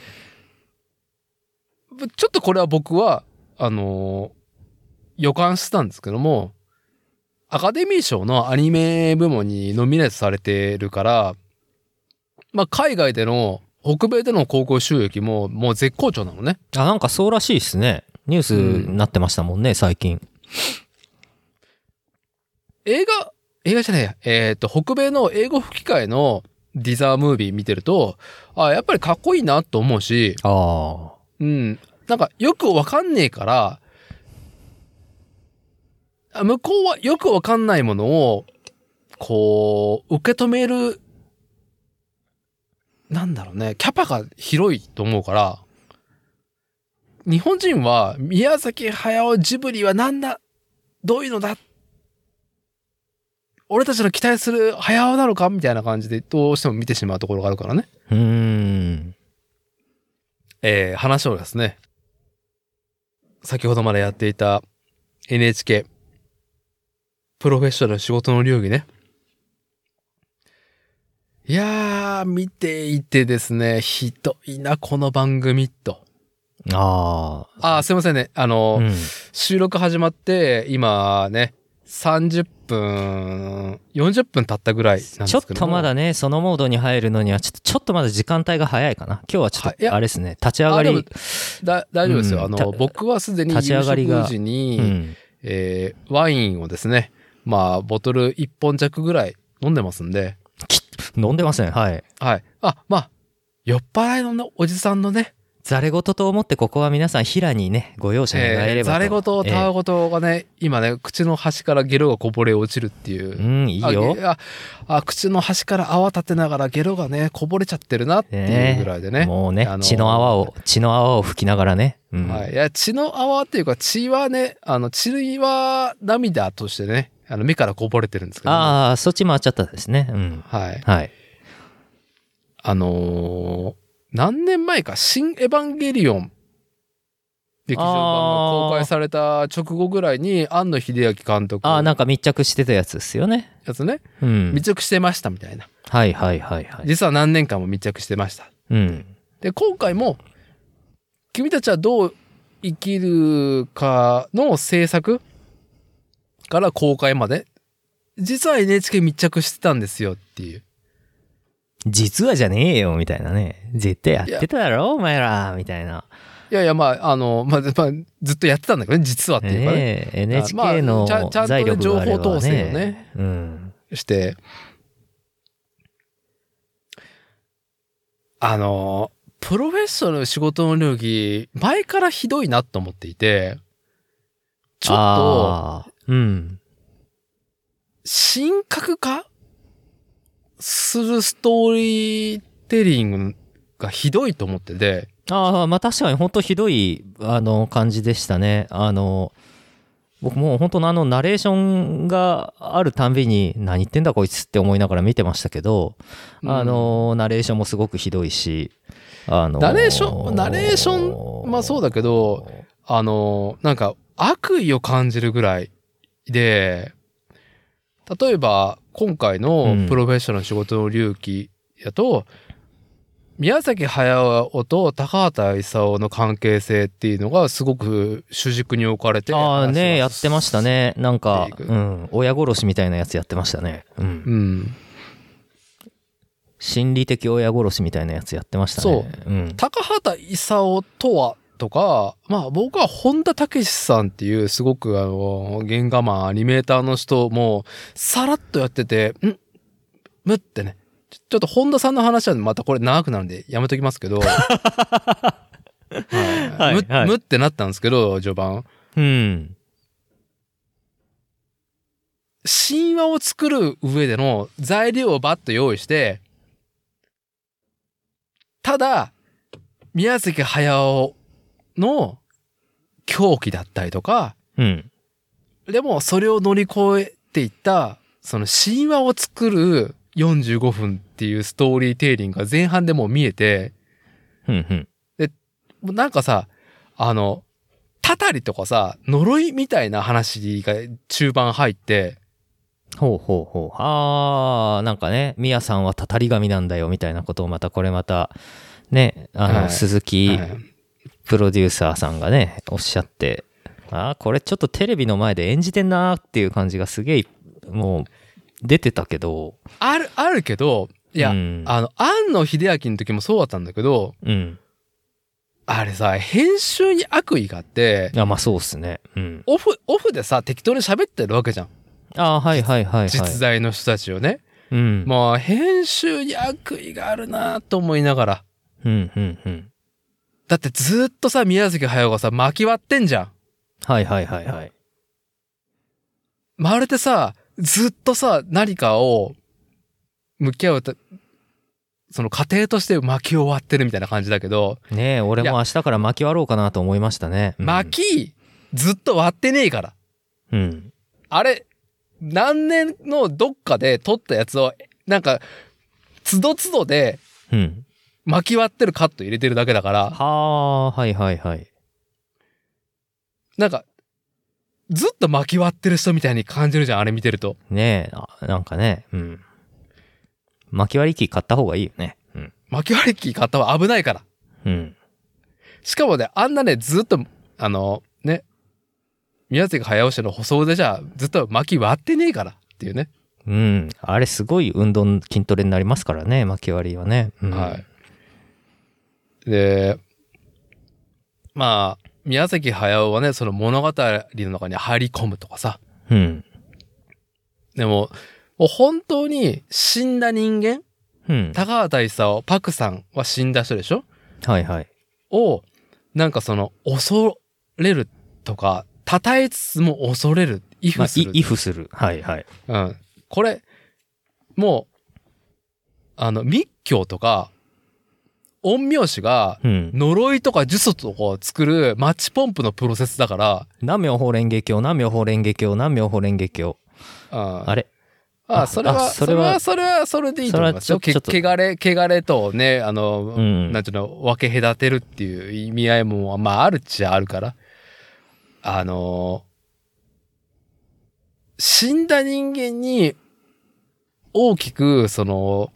ちょっとこれは僕はあのー、予感してたんですけどもアカデミー賞のアニメ部門にノミネートされてるから、まあ、海外での北米での興行収益ももう絶好調なのね。 あ、なんかそうらしいですね。ニュースになってましたもんね、うん、最近。 映画、映画じゃないや、えっと、北米の英語吹き替えのディザームービー見てると、あ、やっぱりかっこいいなと思うし、 あうん。 なんかよくわかんねえから、向こうはよくわかんないものを、こう、受け止める、なんだろうね、キャパが広いと思うから、日本人は宮崎駿ジブリはなんだ、どういうのだ、俺たちの期待する駿なのかみたいな感じでどうしても見てしまうところがあるからね。 うーん。 えー、話をですね、先ほどまでやっていた エヌエイチケー プロフェッショナル仕事の流儀ね。いやー、見ていてですね、ひどいな、この番組と。 ああ。あー、すいませんね。あの、 うん、 収録始まって、今ね、さんじゅっぷん、よんじゅっぷん経ったぐらいなんですけども。 ちょっとまだね、そのモードに入るのには、ちょっと、ちょっとまだ時間帯が早いかな。今日はちょっと、あれですね、立ち上がり。 だ大丈夫ですよ。うん、あの、僕はすでに夕食時に、うん、えー、ワインをですね、まあ、ボトルいっぽん弱ぐらい飲んでますんで。 飲んでません。はい。 はい。あ、まあ、酔っ払いの、ね、おじさんのね、 ざれ言と思ってここは皆さん平にねご容赦願えればと、 えー、ざれ言たわ言がね、えー、今ね口の端からゲロがこぼれ落ちるっていう、 うんいいよああ口の端から泡立てながらゲロがねこぼれちゃってるなっていうぐらいでね、 えー、もうね、あのー、血の泡を血の泡を吹きながらね、 うん、はい、いや血の泡っていうか血はねあの血は涙としてねあの目からこぼれてるんですけど、ね、 ああそっち回っちゃったですね、うん、 はいはいあのー何年前か、新エヴァンゲリオン劇場版が公開された直後ぐらいに、庵野秀明監督。 ああ、なんか密着してたやつですよね。 やつね。 うん。 密着してましたみたいな。 はいはいはいはい。 実は何年間も密着してました。 うん。 で、今回も、君たちはどう生きるかの制作から公開まで、実は エヌエイチケー 密着してたんですよっていう。 実はじゃねえよみたいなね。絶対やってただろお前らみたいな。 いやいやまああの、まあ、まあ、ずっとやってたんだけどね実はっていうかね。 ね エヌエイチケー の財力があればね、 ちゃんと情報統制をね、 うん、 してあのプロフェッショナル仕事の領域前からひどいなと思っていてちょっと、 うん、 神格化するストーリーテリングがひどいと思ってて。 ああ、まあ確かに本当ひどいあの感じでしたね。あの僕もう本当のあのナレーションがあるたんびに何言ってんだこいつって思いながら見てましたけど、うん、あのナレーションもすごくひどいし、あのナレーションナレーションまあそうだけど、あのなんか悪意を感じるぐらいで、例えば今回のプロフェッショナル仕事の隆起やと、うん、宮崎駿と高畑勲の関係性っていうのがすごく主軸に置かれて、 ああねやってましたね。なんか、うん、親殺しみたいなやつやってましたね。うん。うん、心理的親殺しみたいなやつやってましたね。 そう。うん、高畑勲とはとか、まあ僕は本田武史さんっていうすごくあの、原画マンアニメーターの人もさらっとやってて、んむってね。ちょっと本田さんの話はまたこれ長くなるんでやめときますけど、はいはい、む, むってなったんですけど、序盤。 うん。 神話を作る上での材料をバッと用意して、ただ、宮崎駿の狂気だったりとか、 うん、 でもそれを乗り越えていったその神話を作るよんじゅうごふんっていうストーリーテイリングが前半でもう見えて、 うんうん、 でなんかさあのたたりとかさ呪いみたいな話が中盤入って、 ほうほうほう、あーなんかね宮さんはたたり神なんだよみたいなことをまたこれまたねあの、はい、鈴木、はいプロデューサーさんがねおっしゃって、あこれちょっとテレビの前で演じてんなっていう感じがすげえもう出てたけど、 あるあるけどいや、うん、あの庵野秀明の時もそうだったんだけど、 うん、 あれさ編集に悪意があって、 いやまあそうっすね、うん、 オフオフでさ適当に喋ってるわけじゃん。 あはいはいはい、はい、 実在の人たちをね、 うん、 もう編集に悪意があるなと思いながら、 うんうんうんだってずっとさ、宮崎駿がさ、巻き割ってんじゃん。 はいはいはいはい。 まるでさ、ずっとさ、何かを向き合う、その過程として巻き終わってるみたいな感じだけど。 ねえ、俺も明日から巻き割ろうかなと思いましたね。 うん、巻き、ずっと割ってねえから。 うん。あれ、何年のどっかで撮ったやつを、なんか、つどつどで、 うん。 巻き割ってるカット入れてるだけだから。 はあ、はいはいはい。 なんか、ずっと巻き割ってる人みたいに感じるじゃん、あれ見てると。 ねえ、なんかね、うん。巻き割り機買った方がいいよね。うん。 巻き割り機買った方が危ないから。 うん。 しかもね、あんなね、ずっと、あの、ね、宮崎駿氏の細腕じゃ、ずっと巻き割ってねえからっていうね。 うん。あれすごい運動、筋トレになりますからね、巻き割りはね。うん、 はい。で、まあ、宮崎駿はね、その物語の中に入り込むとかさ。 うん。 でも、もう本当に死んだ人間、 うん、 高畑勲、パクさんは死んだ人でしょ？ はいはい。 を、なんかその、恐れるとか、称えつつも恐れる、畏怖する。 まあ、畏怖する。はいはい。 うん。これ、もう、あの、密教とか、陰陽師が呪いとか呪詛とかを作るマッチポンプのプロセスだから。 南無法蓮華経、南無法蓮華経、南無法蓮華経。 あ, あれああ、それは、それは、それは、それでいいと思いますよ。け、汚れ、汚れとね、あの、うん、なんていうの、分け隔てるっていう意味合いも、まあ、あるっちゃあるから。あの、死んだ人間に、大きく、その、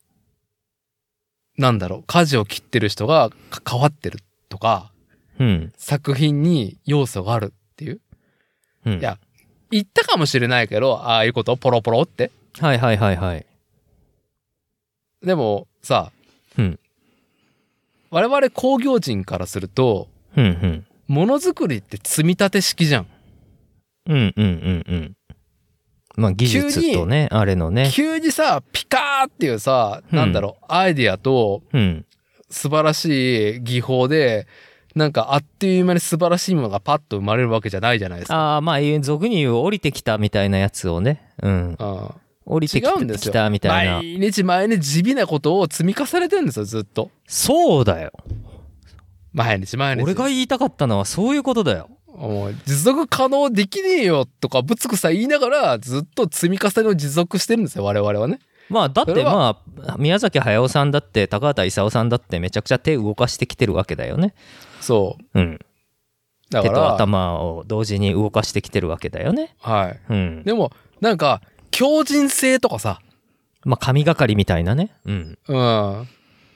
なんだろう、舵を切ってる人が関わってるとか、 うん、 作品に要素があるっていう。 うん、 いや、言ったかもしれないけど、ああいうことポロポロって。 はいはいはいはい。 でもさ、 うん、 我々工業人からすると、 うんうん、 ものづくりって積み立て式じゃん。 うんうんうんうん。まあ技術とね、あれのね。 急にさ、ピカーっていうさ、うん、なんだろう、アイディアと、 うん、 素晴らしい技法で、なんかあっという間に素晴らしいものがパッと生まれるわけじゃないじゃないですか。 ああ、まあ、俗に言う降りてきたみたいなやつをね。うん。 あ降りてきたみたいな。 毎日毎日地味なことを積み重ねてるんですよ、ずっと。 そうだよ。 毎日毎日。 俺が言いたかったのはそういうことだよ。 もう持続可能できねえよとかぶつくさ言いながらずっと積み重ねを持続してるんですよ、我々はね。 まあだってまあ宮崎駿さんだって高畑勲さんだってめちゃくちゃ手動かしてきてるわけだよね。 そう。 うん。だから手と頭を同時に動かしてきてるわけだよね。 はい。 うん。 でもなんか強靭性とかさ。 まあ神がかりみたいなね。うん。 うん。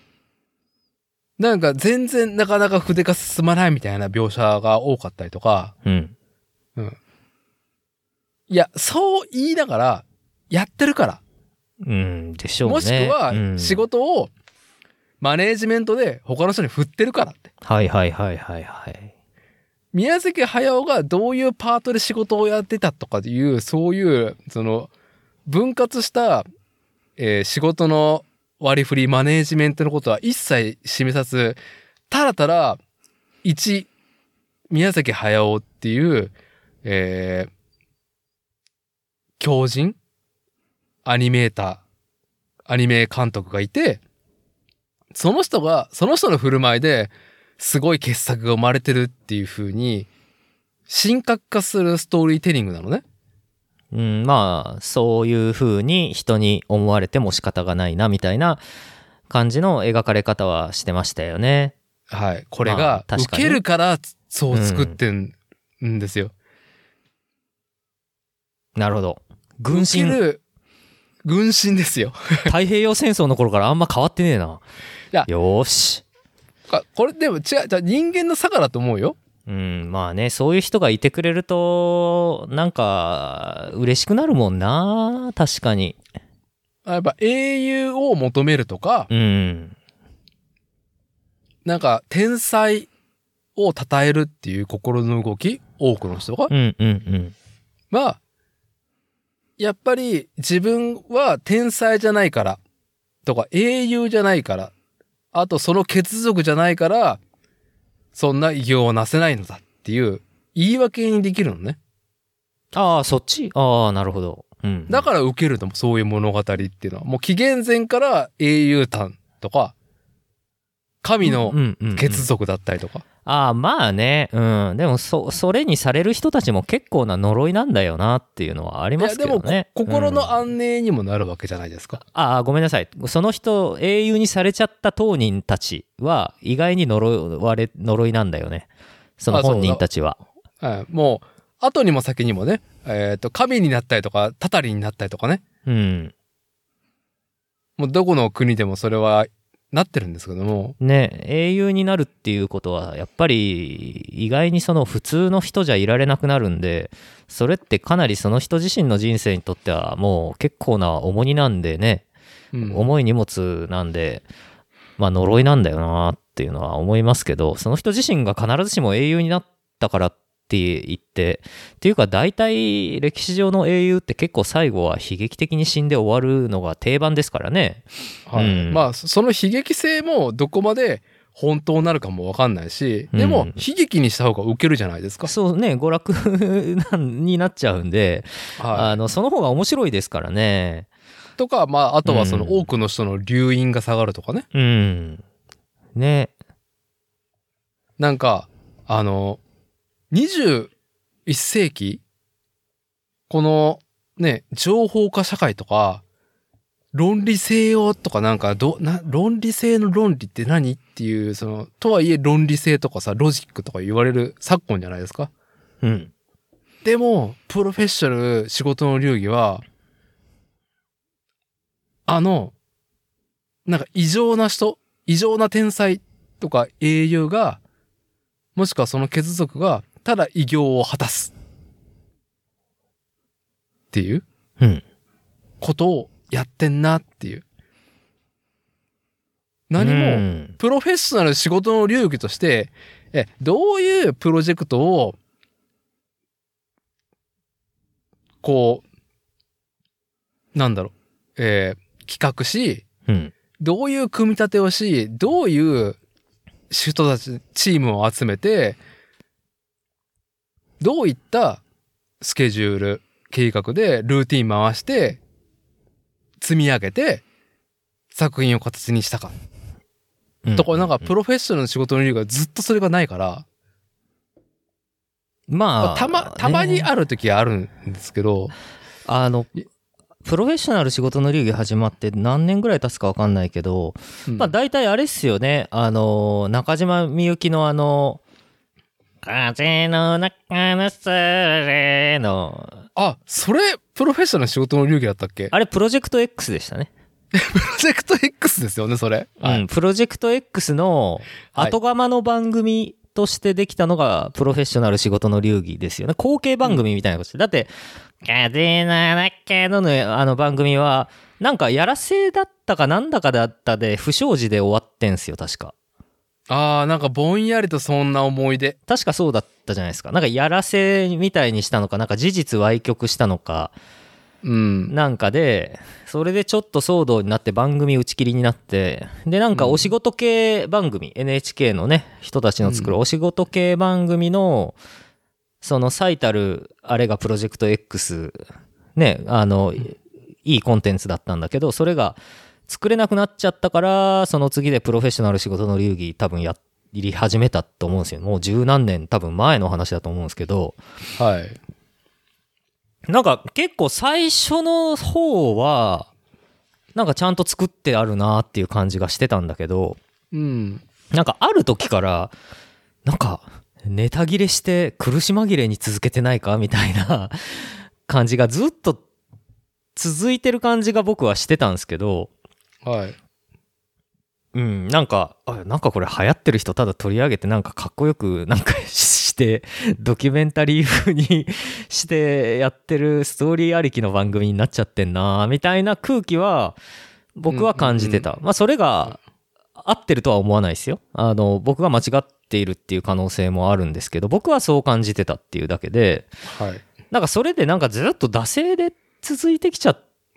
なんか全然なかなか筆が進まないみたいな描写が多かったりとか。 うん。 うん。いや、そう言いながらやってるから。 うんでしょうね。 もしくは仕事をマネージメントで他の人に振ってるからって。 はいはいはいはいはい。 宮崎駿がどういうパートで仕事をやってたとかいう、そういうその分割した、えー、仕事の割り振りマネージメントのことは一切示さず、ただただ一宮崎駿っていう、えー、強靭アニメーター、アニメ監督がいて、その人が、その人の振る舞いですごい傑作が生まれてるっていう風に、神格化するストーリーテリングなのね。 うん、まあ、そういう風に人に思われても仕方がないな、みたいな感じの描かれ方はしてましたよね。 はい。これが、受けるからそう作ってんですよ。 うん、なるほど。軍神。 受ける軍神ですよ。 太平洋戦争の頃からあんま変わってねえな。 いやよーし。 これでも違う、じゃあ人間の差がだと思うよ。 うん、まあね、そういう人がいてくれると、なんか、嬉しくなるもんな。確かに。 やっぱ英雄を求めるとか、 うん。 なんか、天才を称えるっていう心の動き、多くの人が。 うんうんうん。 まあ、やっぱり自分は天才じゃないからとか英雄じゃないから、あとその血族じゃないからそんな偉業をなせないのだっていう言い訳にできるのね。 ああ、そっちああ、なるほど。うん。 だから受けるのもそういう物語っていうのは、もう紀元前から英雄譚とか、神の血族だったりとか。 うんうんうんうん、ああ、まあね。うん。でも、そ、それにされる人たちも結構な呪いなんだよなっていうのはありますけどね。 いや、でも、心の安寧にもなるわけじゃないですか。うん、 ああ、ごめんなさい。その人、英雄にされちゃった当人たちは、意外に呪われ、呪いなんだよね。その本人たちは。 はい。もう、後にも先にもね、えっと、神になったりとか、タタリになったりとかね。 うん。 もうどこの国でもそれはなってるんですけども。 ね、英雄になるっていうことは、やっぱり意外にその普通の人じゃいられなくなるんで、それってかなりその人自身の人生にとってはもう結構な重荷なんでね、うん、重い荷物なんで、まあ呪いなんだよなっていうのは思いますけど、その人自身が必ずしも英雄になったからって言ってっていうか大体歴史上の英雄って結構最後は悲劇的に死んで終わるのが定番ですからね、 はい、うん、まあその悲劇性もどこまで本当なるかも分かんないし、でも悲劇にした方がウケるじゃないですか、うん、 そうね、娯楽になっちゃうんで、はい、あのその方が面白いですからねとか、まああとはその多くの人の留飲が下がるとかね、 うん、うん、ね、 なんかあのにじゅういっせいき、このね、情報化社会とか、論理性をとかなんかど、な、論理性の論理って何っていう、その、とはいえ論理性とかさ、ロジックとか言われる昨今じゃないですか。 うん。 でも、プロフェッショナル仕事の流儀は、あの、なんか異常な人、異常な天才とか英雄が、もしくはその血族が、ただ偉業を果たすっていうことをやってんなっていう。何もプロフェッショナル仕事の流儀としてえどういうプロジェクトをこうなんだろう、えー、企画し、 うん、 どういう組み立てをし、どういう人たちチームを集めてどういったスケジュール、計画でルーティン回して積み上げて作品を形にしたか。うん、とかなんかプロフェッショナルの仕事の理由がずっとそれがないから、 まあたまたまにある時はあるんですけど、 あのプロフェッショナル仕事の流儀始まって何年ぐらい経つか分かんないけど、うん、まあ大体あれっすよね。あの中島みゆきのあの風の中のそれの。 あ、それ、プロフェッショナル仕事の流儀だったっけ？ あれ、プロジェクト X でしたね。 プロジェクト X ですよね、それ。 うん、はい、プロジェクト X の後釜の番組としてできたのが、プロフェッショナル仕事の流儀ですよね。後継番組みたいなことで。うん、だって、風の中ののあの番組は、なんかやらせだったかなんだかだったで、不祥事で終わってんすよ、確か。 あー、なんかぼんやりとそんな思い出。 確かそうだったじゃないですか。なんかやらせみたいにしたのか、なんか事実歪曲したのか、 うん、 なんかで、それでちょっと騒動になって番組打ち切りになって、で、なんかお仕事系番組、うん、エヌエイチケー のね、人たちの作るお仕事系番組の、その最たる、あれがプロジェクト X、ね、あの、いいコンテンツだったんだけど、それが、作れなくなっちゃったから、その次でプロフェッショナル仕事の流儀多分やり始めたと思うんですよ。もう十何年多分前の話だと思うんですけど、 はい。 なんか結構最初の方はなんかちゃんと作ってあるなっていう感じがしてたんだけど、 うん、 なんかある時からなんかネタ切れして苦し紛れに続けてないかみたいな感じがずっと続いてる感じが僕はしてたんですけど。 はい。 うん、なんか、あ、なんかこれ流行ってる人ただ取り上げてなんかかっこよくなんかしてドキュメンタリー風にしてやってるストーリーありきの番組になっちゃってんなみたいな空気は僕は感じてた。うんうんうん、まあそれが合ってるとは思わないですよ。あの僕が間違っているっていう可能性もあるんですけど、僕はそう感じてたっていうだけで、 はい。 なんかそれでなんかずっと惰性で続いてきちゃっ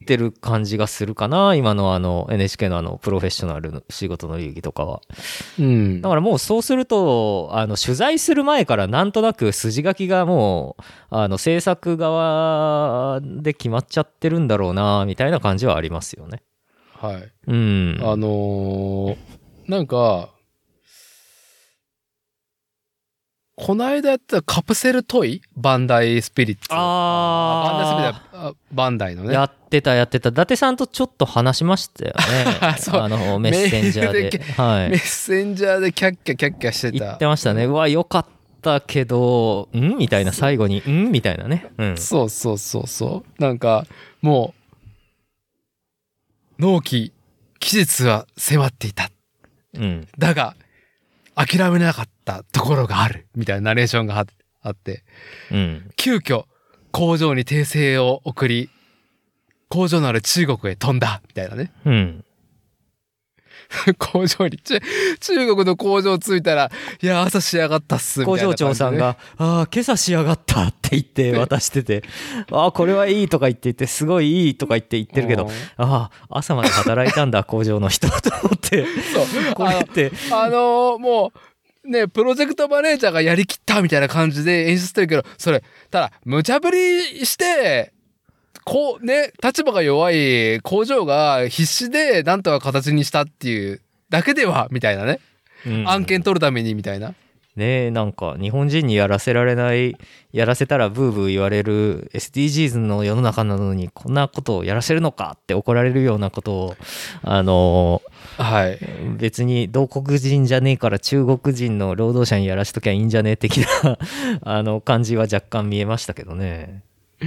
てる感じがするかな、今のあの エヌエイチケー のあのプロフェッショナルの仕事の流儀とかは。 うん、 だからもうそうするとあの取材する前からなんとなく筋書きがもうあの制作側で決まっちゃってるんだろうなみたいな感じはありますよね。 はい。 うん。 あのー、なんかこの間やったカプセルトイバンダイスピリッツ。 ああバンダイスピリッツバンダイのね。 やってたやってた。伊達さんとちょっと話しましたよね。そうあのメッセンジャーで。はい、 メッセンジャーでキャッキャキャッキャしてた。 言ってましたね。うわよかったけどんみたいな最後にんみたいなね、うん。 そうそうそうそう。なんかもう納期期日は迫っていた。 うん、 だが諦めなかったところがあるみたいなナレーションがあって、 うん、 急遽工場に訂正を送り工場のある中国へ飛んだみたいなね、 うん、 工場に中国の工場着いたらいや朝仕上がったっすみたいな感じで、 工場長さんがああ今朝仕上がったって言って渡しててああこれはいいとか言って言ってすごいいいとか言って言ってるけどああ朝まで働いたんだ工場の人と思ってそうこれってあの、あのー、もうねプロジェクトマネージャーがやりきったみたいな感じで演出してるけどそれただ無茶ぶりしてこうね立場が弱い工場が必死でなんとか形にしたっていうだけではみたいなね、うん、案件取るためにみたいなねえなんか日本人にやらせられないやらせたらブーブー言われる エスディージーズ の世の中なのにこんなことをやらせるのかって怒られるようなことをあのー、 はい、 別に同国人じゃねえから中国人の労働者にやらしときゃいいんじゃねえ的なあの感じは若干見えましたけどね。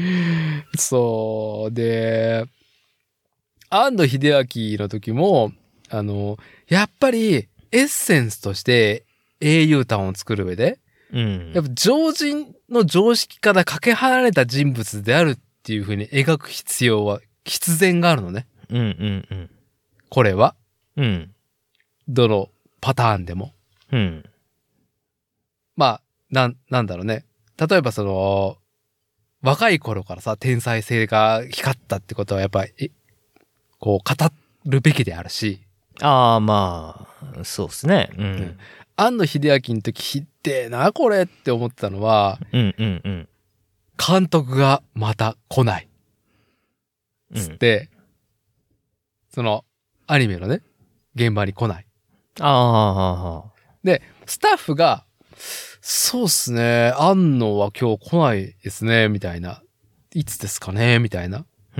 そうで庵野秀明の時もあのやっぱりエッセンスとして英雄譚を作る上で、うん、やっぱ常人の常識からかけ離れた人物であるっていう風に描く必要は必然があるのね。 うんうんうん。 これは、 うん、 どのパターンでも、 うん、 まあなんなんだろうね。例えばその若い頃からさ天才性が光ったってことはやっぱりこう語るべきであるし。 ああまあそうですね。うん。うん庵野秀明の時ひってえなこれって思ってたのは、 うんうんうん、 監督がまた来ないつって、うん、そのアニメのね現場に来ない。 ああでスタッフがそうっすね庵野は今日来ないですねみたいな、いつですかねみたいな、 うん、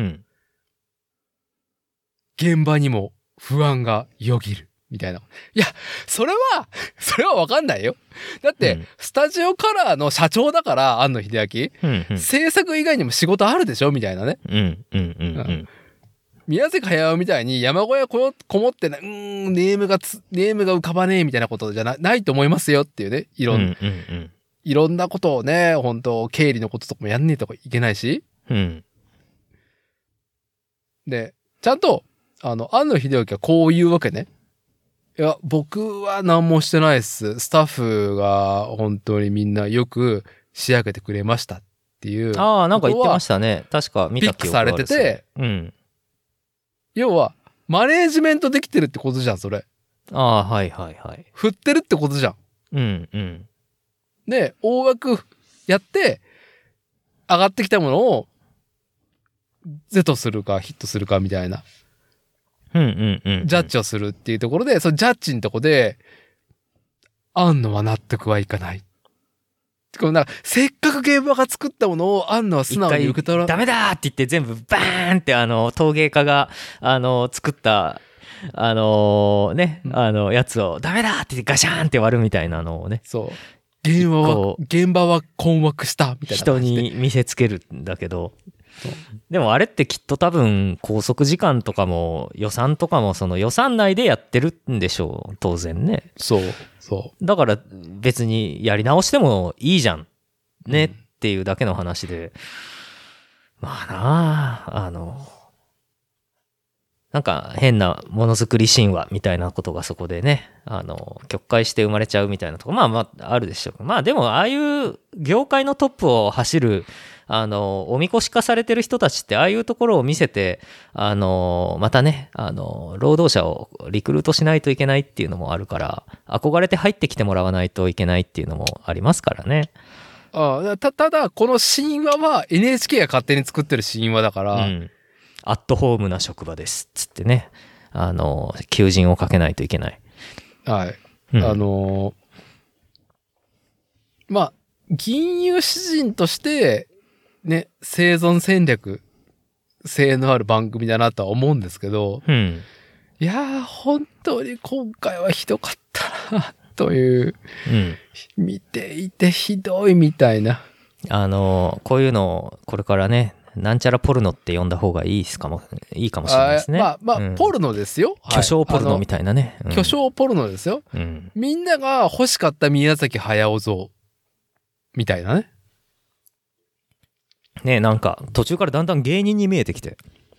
現場にも不安がよぎるみたいな。いや、それは、それは分かんないよ。だって、うん、スタジオカラーの社長だから、庵野秀明、うんうん、制作以外にも仕事あるでしょみたいなね。 うんうんうんうん、 宮崎駿みたいに山小屋こもってな、うーん、ネームがつ、ネームが浮かばねえみたいなことじゃ な, ないと思いますよっていうね。いろん、うんうんうん、いろんなことをね、本当経理のこととかもやんねえとかいけないし。 うん、 で、ちゃんと、あの、庵野秀明はこういうわけね。いや、僕は何もしてないっす。スタッフが本当にみんなよく仕上げてくれましたっていう。 ああ、なんか言ってましたね。確か見た記憶ある。 ピックされてて、 うん。 要は、マネージメントできてるってことじゃん、それ。 ああ、はいはいはい。 振ってるってことじゃん。 うんうん。 で、大枠やって、上がってきたものを、ゼトするかヒットするかみたいな。 うんうんうん、うん、 ジャッジをするっていうところで、そのジャッジのとこで、庵野は納得はいかない。こうなんかせっかく現場が作ったものを庵野は素直に受け取らダメだって言って全部バーンってあの陶芸家があの作ったあのね、うん、あのやつをダメだって言ってガシャーンって割るみたいなのをね。 そう。現場は現場は困惑したみたいな人に見せつけるんだけど。でもあれってきっと多分拘束時間とかも予算とかもその予算内でやってるんでしょう当然ね。 そうそうだから別にやり直してもいいじゃんね、うん、っていうだけの話で、まあなああのなんか変なものづくり神話みたいなことがそこでねあの曲解して生まれちゃうみたいなとこまあまああるでしょう。まあでもああいう業界のトップを走るあのおみこし化されてる人たちってああいうところを見せて、あのまたね、あの労働者をリクルートしないといけないっていうのもあるから、憧れて入ってきてもらわないといけないっていうのもありますからね。 あたただこの神話は エヌエイチケー が勝手に作ってる神話だから、うん、 アットホームな職場ですっつってね、あの求人をかけないといけない。 はい、うん、あのまあ銀融詩人としてね、生存戦略性のある番組だなとは思うんですけど、 うん、 いやー本当に今回はひどかったなという、うん、見ていてひどいみたいな、 あのこういうのをこれからね、なんちゃらポルノって呼んだ方がいいですかもいいかもしれないですね。 まあまあ、うん、ポルノですよ。 巨匠ポルノみたいなね。 うん、巨匠ポルノですよ、 うん。 みんなが欲しかった宮崎駿像みたいなね。 ね、なんか途中からだんだん芸人に見えてきて。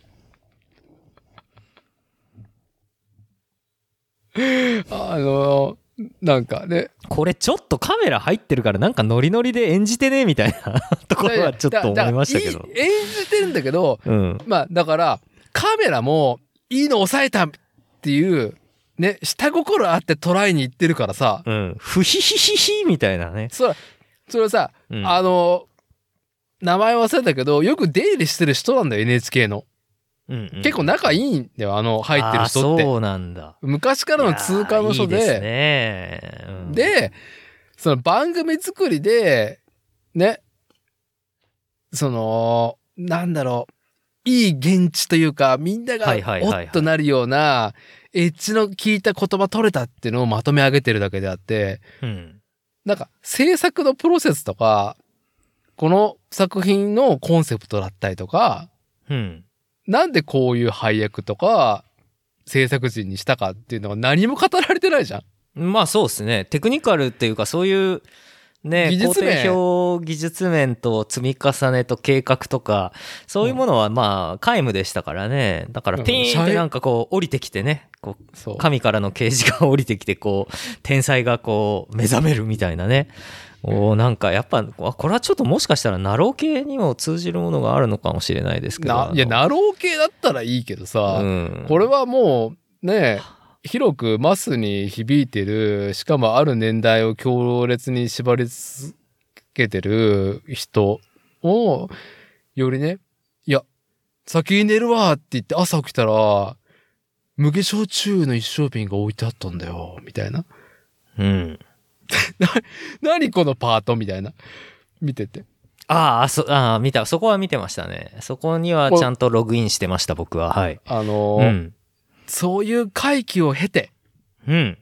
あのなんかね、 これちょっとカメラ入ってるからなんかノリノリで演じてねみたいなところはちょっと思いましたけど。 演じてるんだけど、うん、まあだからカメラもいいの抑えたっていうね、下心あってトライに行ってるからさ、 うん、フヒヒヒヒみたいなね。 それそれさ、うん、あの名前忘れたけどよく出入りしてる人なんだよ エヌエイチケー の。うんうん、結構仲いいんだよ、あの入ってる人って。 そうなんだ。 昔からの通過の人で、 いいですね、 うん、でその番組作りでね、そのなんだろう、いい現地というかみんながおっとなるようなエッジの効いた言葉取れたっていうのをまとめ上げてるだけであって、 うん、 なんか制作のプロセスとかこの作品のコンセプトだったりとか、 うん、 なんでこういう配役とか制作陣にしたかっていうのは何も語られてないじゃん。 まあそうですね。テクニカルっていうかそういうね、工程表技術面と積み重ねと計画とかそういうものはまあ皆無でしたからね。だからピーンってなんかこう降りてきてね、こう神からの啓示が降りてきてこう天才がこう目覚めるみたいなね。おなんかやっぱこれはちょっともしかしたらナロー系にも通じるものがあるのかもしれないですけど、 いやナロー系だったらいいけどさ、うん、これはもうね広くマスに響いてる、しかもある年代を強烈に縛り続けてる人をよりね、いや先に寝るわって言って朝起きたら無下焼酎の一升瓶が置いてあったんだよみたいな。 うんな何このパートみたいな見てて、 ああ、そあ見た、そこは見てましたね。そこにはちゃんとログインしてました僕は。はい。 あのーうん、そういう回帰を経て、 うん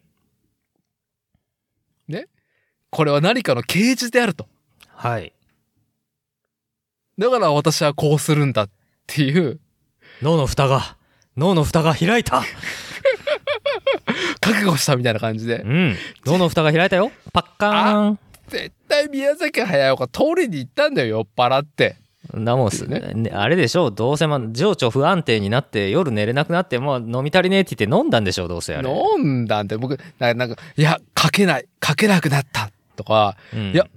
ね、これは何かの啓示であると。 はい。 だから私はこうするんだっていう脳の蓋が脳の蓋が開いた。 覚悟したみたいな感じで、 うん、脳の蓋が開いたよ。パッカーン。 絶対宮崎駿が通りに行ったんだよ、酔っ払ってなもんすね。あれでしょう、どうせま情緒不安定になって夜寝れなくなってもう飲み足りねえって言って飲んだんでしょう、どうせあれ。 飲んだんで僕なんかいや書けない書けなくなったとか、うん、いや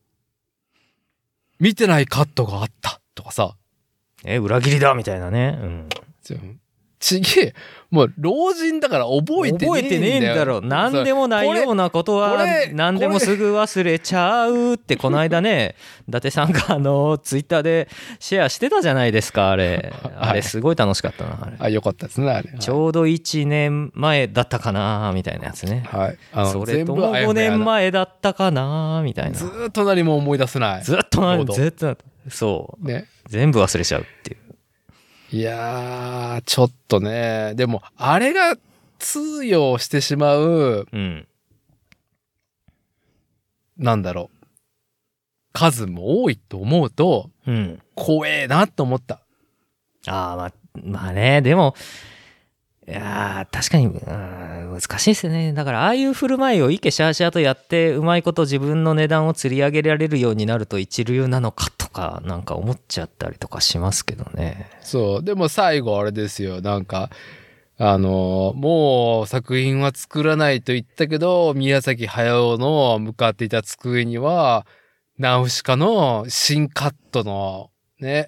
見てないカットがあったとかさ、 え裏切りだみたいなね。うん。 ちげえ、もう老人だから覚えてねえんだよ。 覚えてねえんだろう。何でもないようなことは何でもすぐ忘れちゃうってこの間ね伊達さんがあのツイッターでシェアしてたじゃないですか。あれあれすごい楽しかったな。あれあよかったですね。あれちょうどいちねんまえだったかなみたいなやつね。 はい。 あのそれともごねんまえだったかなみたいな。 ずーっと何も思い出せない。 ずっと何ずっとそうね全部忘れちゃうっていう。 いやーちょっとね、でもあれが通用してしまう、 うん、 なんだろう数も多いと思うと、 うん、 怖えなと思った。 ああまあまあね、でもいや確かに、うん、難しいですよね。だからああいう振る舞いをイケシャーシャーとやってうまいこと自分の値段を釣り上げられるようになると一流なのかとかなんか思っちゃったりとかしますけどね。 そうでも最後あれですよ、なんかあのもう作品は作らないと言ったけど宮崎駿の向かっていた机にはナウシカの新カットのね、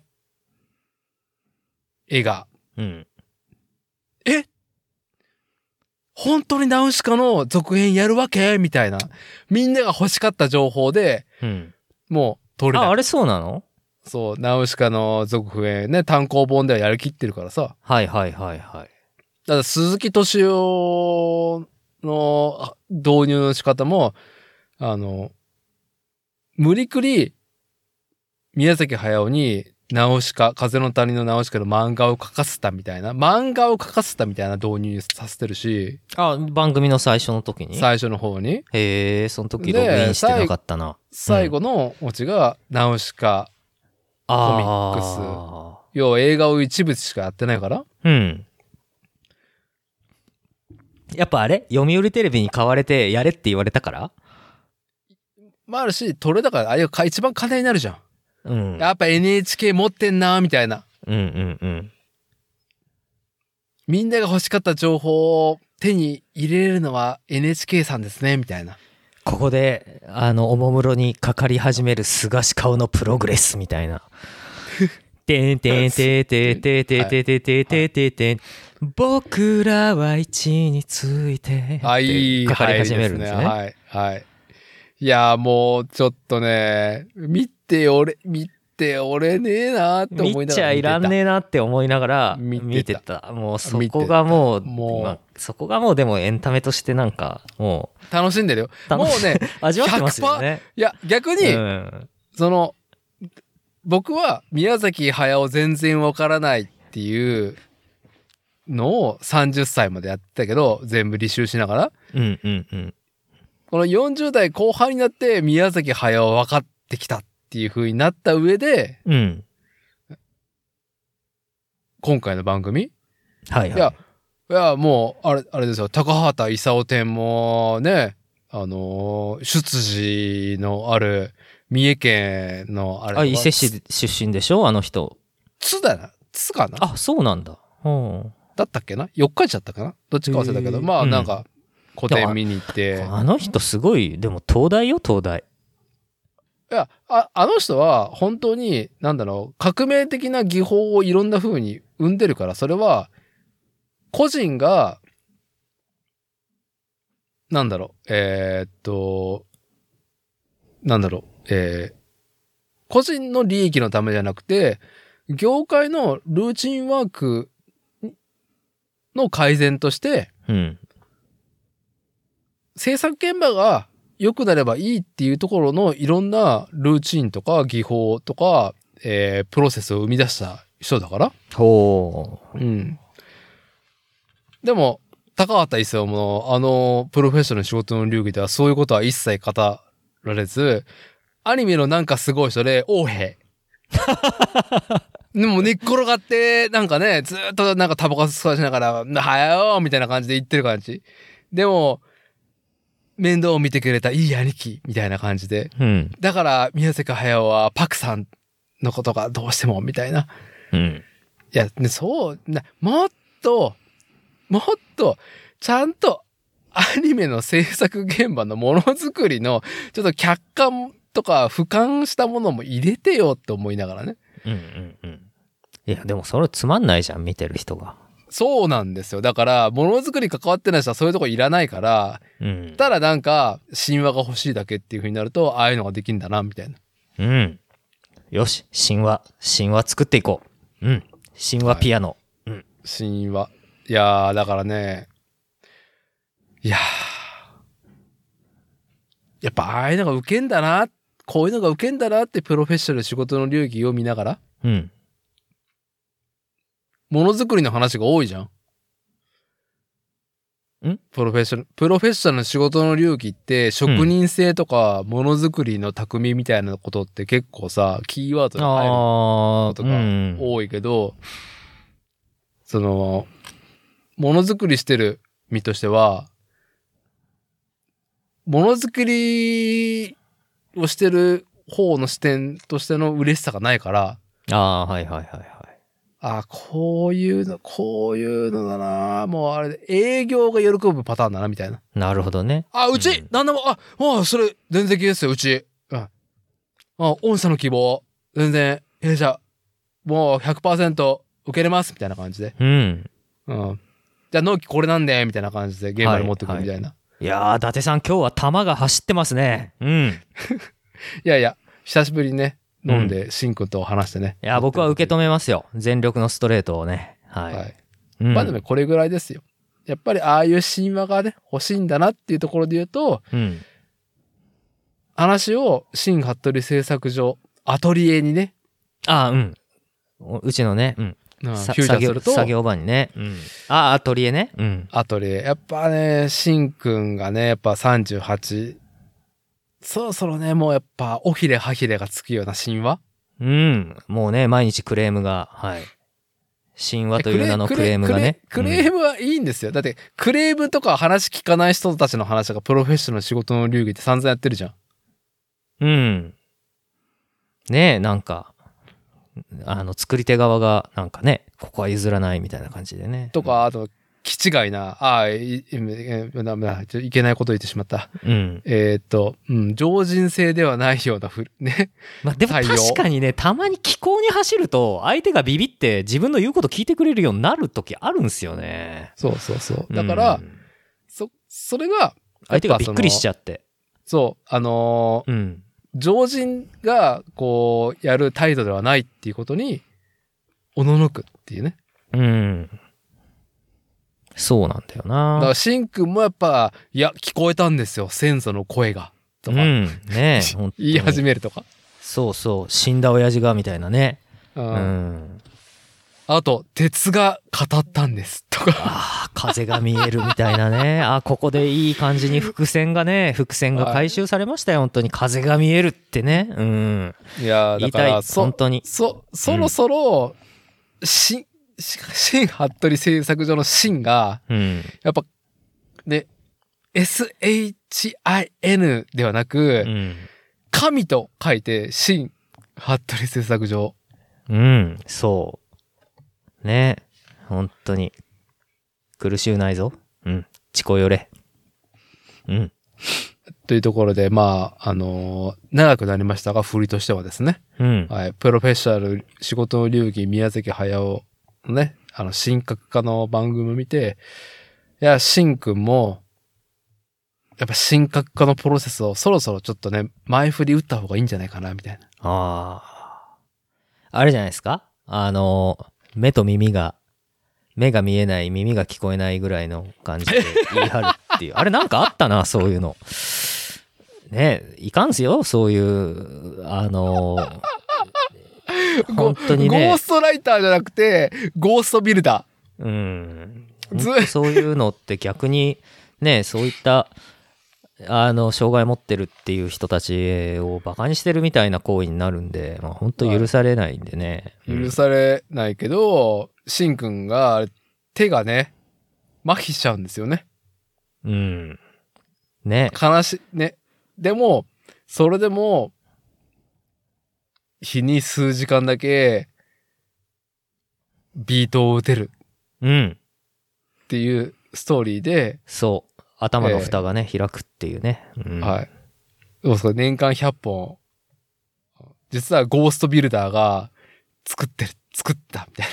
絵が。 うん。 え本当にナウシカの続編やるわけみたいな。みんなが欲しかった情報で、 うん、 もう取れない。 あ、あれそうなの？ そう、ナウシカの続編ね、単行本ではやりきってるからさ。 はいはいはいはい。 だから鈴木敏夫の導入の仕方も、あの、無理くり宮崎駿にナウシカ、風の谷のナウシカの漫画を描かせたみたいな、漫画を描かせたみたいな導入させてるし。 あ、番組の最初の時に？ 最初の方に。 へえ、その時ログインしてなかったな。 最後のオチがナウシカコミックス。 あ要は映画を一部しかやってないから。 うん。やっぱあれ読売テレビに買われてやれって言われたから？ まああるし、それだからあれが一番金になるじゃん。 うん。 やっぱ エヌエイチケー 持ってんなみたいな。 うんうんうん。 みんなが欲しかった情報を手に入れるのは エヌエイチケー さんですねみたいな。 ここであのおもむろにかかり始める菅氏顔のプログレスみたいな。てんてんてんてんてんてんてんてんてんてんてんてん僕らは一についてあ、いいかかり始めるんですね。 はいはい。いやもうちょっとね、見て俺見て俺ねえなって思いながら見てた。 見ちゃいらんねえなって思いながら見てた。見てた。もうそこがもう、もう、まあ、そこがもうでもエンタメとしてなんかもう楽しんでるよ。もうね味わってますよね。 いや逆に、うん、その僕は宮崎駿全然わからないっていうのをさんじゅっさいまでやってたけど、全部履修しながら。 うんうんうん。 このよんじゅう代後半になって宮崎駿分かってきたっていう風になった上で、 うん、 今回の番組、 はいはい。 いや、いやもうあれあれですよ。高畑勲展もね、あのー、出自のある三重県のあれ。 あ、伊勢市出身でしょあの人。 津だな。津かな。 あ、そうなんだ。うん。 だったっけな。四日市だったかな。どっちか忘れたけど、まあなんか。うん、個展見に行ってあの人すごいでも東大よ東大。 いや あ, あの人は本当になんだろう革命的な技法をいろんな風に生んでるから、それは個人がなんだろうえー、っとなんだろうえー、個人の利益のためじゃなくて業界のルーチンワークの改善として、 うん制作現場が良くなればいいっていうところのいろんなルーチンとか技法とか、えー、プロセスを生み出した人だから。 ほう。うん。でも、高畑勲もあのプロフェッショナルの仕事の流儀ではそういうことは一切語られず、アニメのなんかすごい人で、王兵。でも寝っ転がって、なんかね、ずっとなんかタバコ吸わしながら、はやよーみたいな感じで言ってる感じ。でも、面倒を見てくれたいい兄貴みたいな感じで、 うん、 だから宮崎駿はパクさんのことがどうしてもみたいな、 うん、 いやそうなもっともっとちゃんとアニメの制作現場のものづくりのちょっと客観とか俯瞰したものも入れてよって思いながらね。 うんうんうん。いやでもそれつまんないじゃん見てる人が。 そうなんですよ。だから、ものづくり関わってない人はそういうとこいらないから、 うん、 ただなんか、神話が欲しいだけっていう風になると、ああいうのができるんだな、みたいな。 うん。よし、神話、神話作っていこう。うん。神話ピアノ。 はい、うん。神話。いやー、だからね、いやー、やっぱああいうのがウケんだな、こういうのがウケんだなってプロフェッショナル仕事の流儀を見ながら、 うん。 ものづくりの話が多いじゃん。 ん？ プロフェッショナル、プロフェッショナルの仕事の領域って職人性とかものづくりの匠みたいなことって結構さ、キーワードに入ることが多いけど、うん、その、ものづくりしてる身としては、ものづくりをしてる方の視点としての嬉しさがないから、 ああ、はいはいはいはい。 あ、こういうの、こういうのだな。もうあれ、営業が喜ぶパターンだな、みたいな。 なるほどね。 あ、うち、うん、なんでも、あ、もうそれ、全然ですよ、うち。うん。 あ、御社の希望、全然、弊社、もう ひゃくパーセント 受け入れます、みたいな感じで。 うん。 うん。じゃあ納期これなんで、みたいな感じで現場に持ってくるみたいな。 はいはい、いやー、伊達さん今日は玉が走ってますね。うん。 いやいや、久しぶりにね、飲んで、シンくんと話してね。 いや、僕は受け止めますよ。全力のストレートをね。はい。はい、 うん、まあでもこれぐらいですよ。やっぱりああいう神話がね、欲しいんだなっていうところで言うと、うん、話を新服部製作所、アトリエにね。 ああ、うん。うちのね、うん。 フューチャーすると作業場にね、うん、ああアトリエね、うん、 アトリエやっぱねシンくんがねやっぱさんじゅうはちそろそろねもうやっぱおひれはひれがつくような神話、 うんもうね毎日クレームがはい神話という名のクレームがねクレ、クレ、クレームはいいんですよ、うん、だってクレームとか話聞かない人たちの話がプロフェッショナル仕事の流儀って散々やってるじゃん。 うんねえなんかあの作り手側がなんかねここは譲らないみたいな感じでねとかあと気違いなああ い, い, いけないことを言ってしまった、うん、えー、っと、うん、常人性ではないようなふねまあでも確かにねたまに気候に走ると相手がビビって自分の言うこと聞いてくれるようになる時あるんですよね。 そうそうそうだから、うん、そそれが相手がびっくりしちゃってそうあのーうん常人がこうやる態度ではないっていうことにおののくっていうね。 うん。そうなんだよな。 だからしんくんもやっぱいや聞こえたんですよ先祖の声がとか、うん、 ね言い始めるとか。 そうそう死んだ親父がみたいなね。うん。うんあと鉄が語ったんですとかあ風が見えるみたいなねあここでいい感じに伏線がね伏線が回収されましたよ、はい、本当に風が見えるってねうんいやだから本当にそそろそろ、うん、新新服部製作所の新が、うん、やっぱね エスエイチアイエヌ ではなく、うん、神と書いて新服部製作所うんそうね本当に苦しゅうないぞうんちこよれうんというところでまああのー、長くなりましたが振りとしてはですね、うんはい、プロフェッショナル仕事の流儀宮崎駿のねあの神格化の番組を見ていやしんくんもやっぱ神格化のプロセスをそろそろちょっとね前振り打った方がいいんじゃないかなみたいな。 あああれじゃないですかあのー目と耳が目が見えない耳が聞こえないぐらいの感じで言い張るっていうあれなんかあったなそういうのねえいかんすよそういうあのー、本当にねゴーストライターじゃなくてゴーストビルダーうんずそういうのって逆にねそういったあの障害持ってるっていう人たちをバカにしてるみたいな行為になるんで、まあ、本当許されないんでね、 はいうん、許されないけどしんくんが手がね麻痺しちゃうんですよねうんね悲しいねでもそれでも日に数時間だけビートを打てるっていうストーリーでそう頭の蓋がね、えー、開くっていうね、 うん、はいそうそう年間ひゃっぽん実はゴーストビルダーが作ってる作ったみたい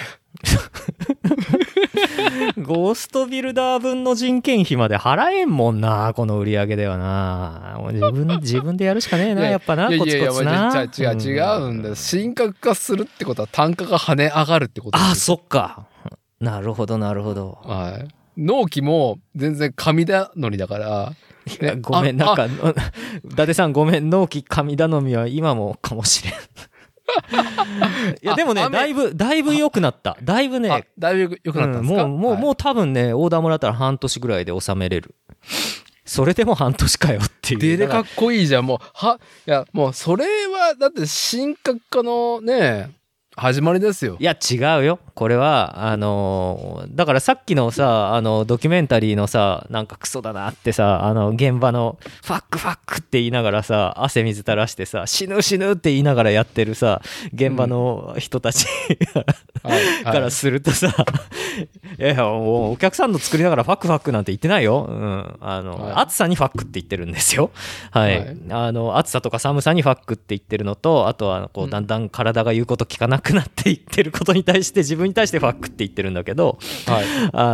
なゴーストビルダー分の人件費まで払えんもんなこの売り上げではなもう自分自分でやるしかねえなやっぱなコツコツな違う違う違うんだよ、うん、神格化するってことは単価が跳ね上がるってことです。 あそっかなるほどなるほどはい納期も全然紙頼みだから、 ね、ごめんなんか伊達さんごめん納期紙頼みは今もかもしれんいやでもねだいぶだいぶ良くなっただいぶねだいぶ良くなったんですか、 うん、もうもう、はい、もう多分ねオーダーもらったら半年ぐらいで収めれるそれでも半年かよっていうででかっこいいじゃんもうはいやもうそれはだって神格化のね始まりですよ。 いや違うよこれはあのー、だからさっきのさあのドキュメンタリーのさなんかクソだなってさあの現場のファックファックって言いながらさ汗水垂らしてさ死ぬ死ぬって言いながらやってるさ現場の人たち、うん、からするとさ、はい、いやいやお客さんの作りながらファックファックなんて言ってないよ、うん、あの、はい、暑さにファックって言ってるんですよ、はい、はい、あの暑さとか寒さにファックって言ってるのとあとはこうだんだん体が言うこと聞かなくなっていってることに対して自分に対してファックって言ってるんだけど、はい、あ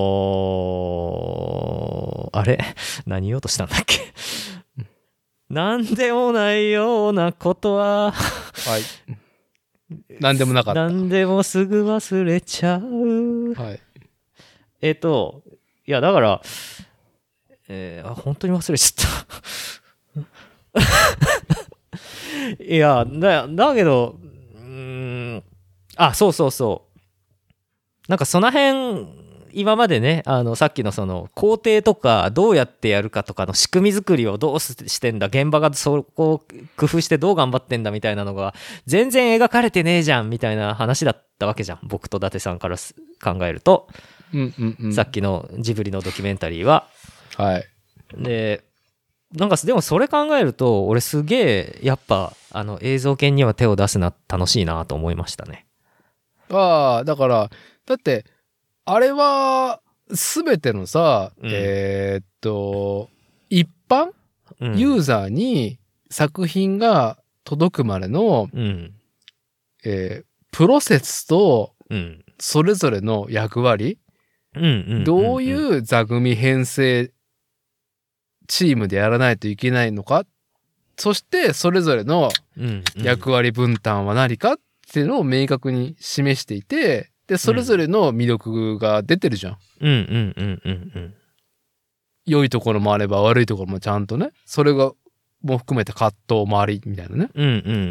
のー、あれ何言おうとしたんだっけなんでもないようなことは、はい、 なんでもなかった。 なんでもすぐ忘れちゃう。はい、えっといやだから、えー、あ本当に忘れちゃったいやだだけどうーんあそうそうそうなんかその辺今までねあのさっきのその工程とかどうやってやるかとかの仕組み作りをどうしてんだ現場がそこを工夫してどう頑張ってんだみたいなのが全然描かれてねえじゃんみたいな話だったわけじゃん僕と伊達さんから考えると、うんうんうん、さっきのジブリのドキュメンタリーははいでなんかでもそれ考えると俺すげえやっぱあの映像系には手を出すな楽しいなと思いましたね。 ああだからだってあれは全てのさ、うん、えー、っと一般、うん、ユーザーに作品が届くまでの、うんえー、プロセスとそれぞれの役割、うん、どういう座組編成チームでやらないといけないのか、そしてそれぞれの役割分担は何かっていうのを明確に示していてでそれぞれの魅力が出てるじゃん。うんうんうんうんうん。良いところもあれば悪いところもちゃんとね、それがも含めて葛藤もありみたいなね。うんうんうんうん。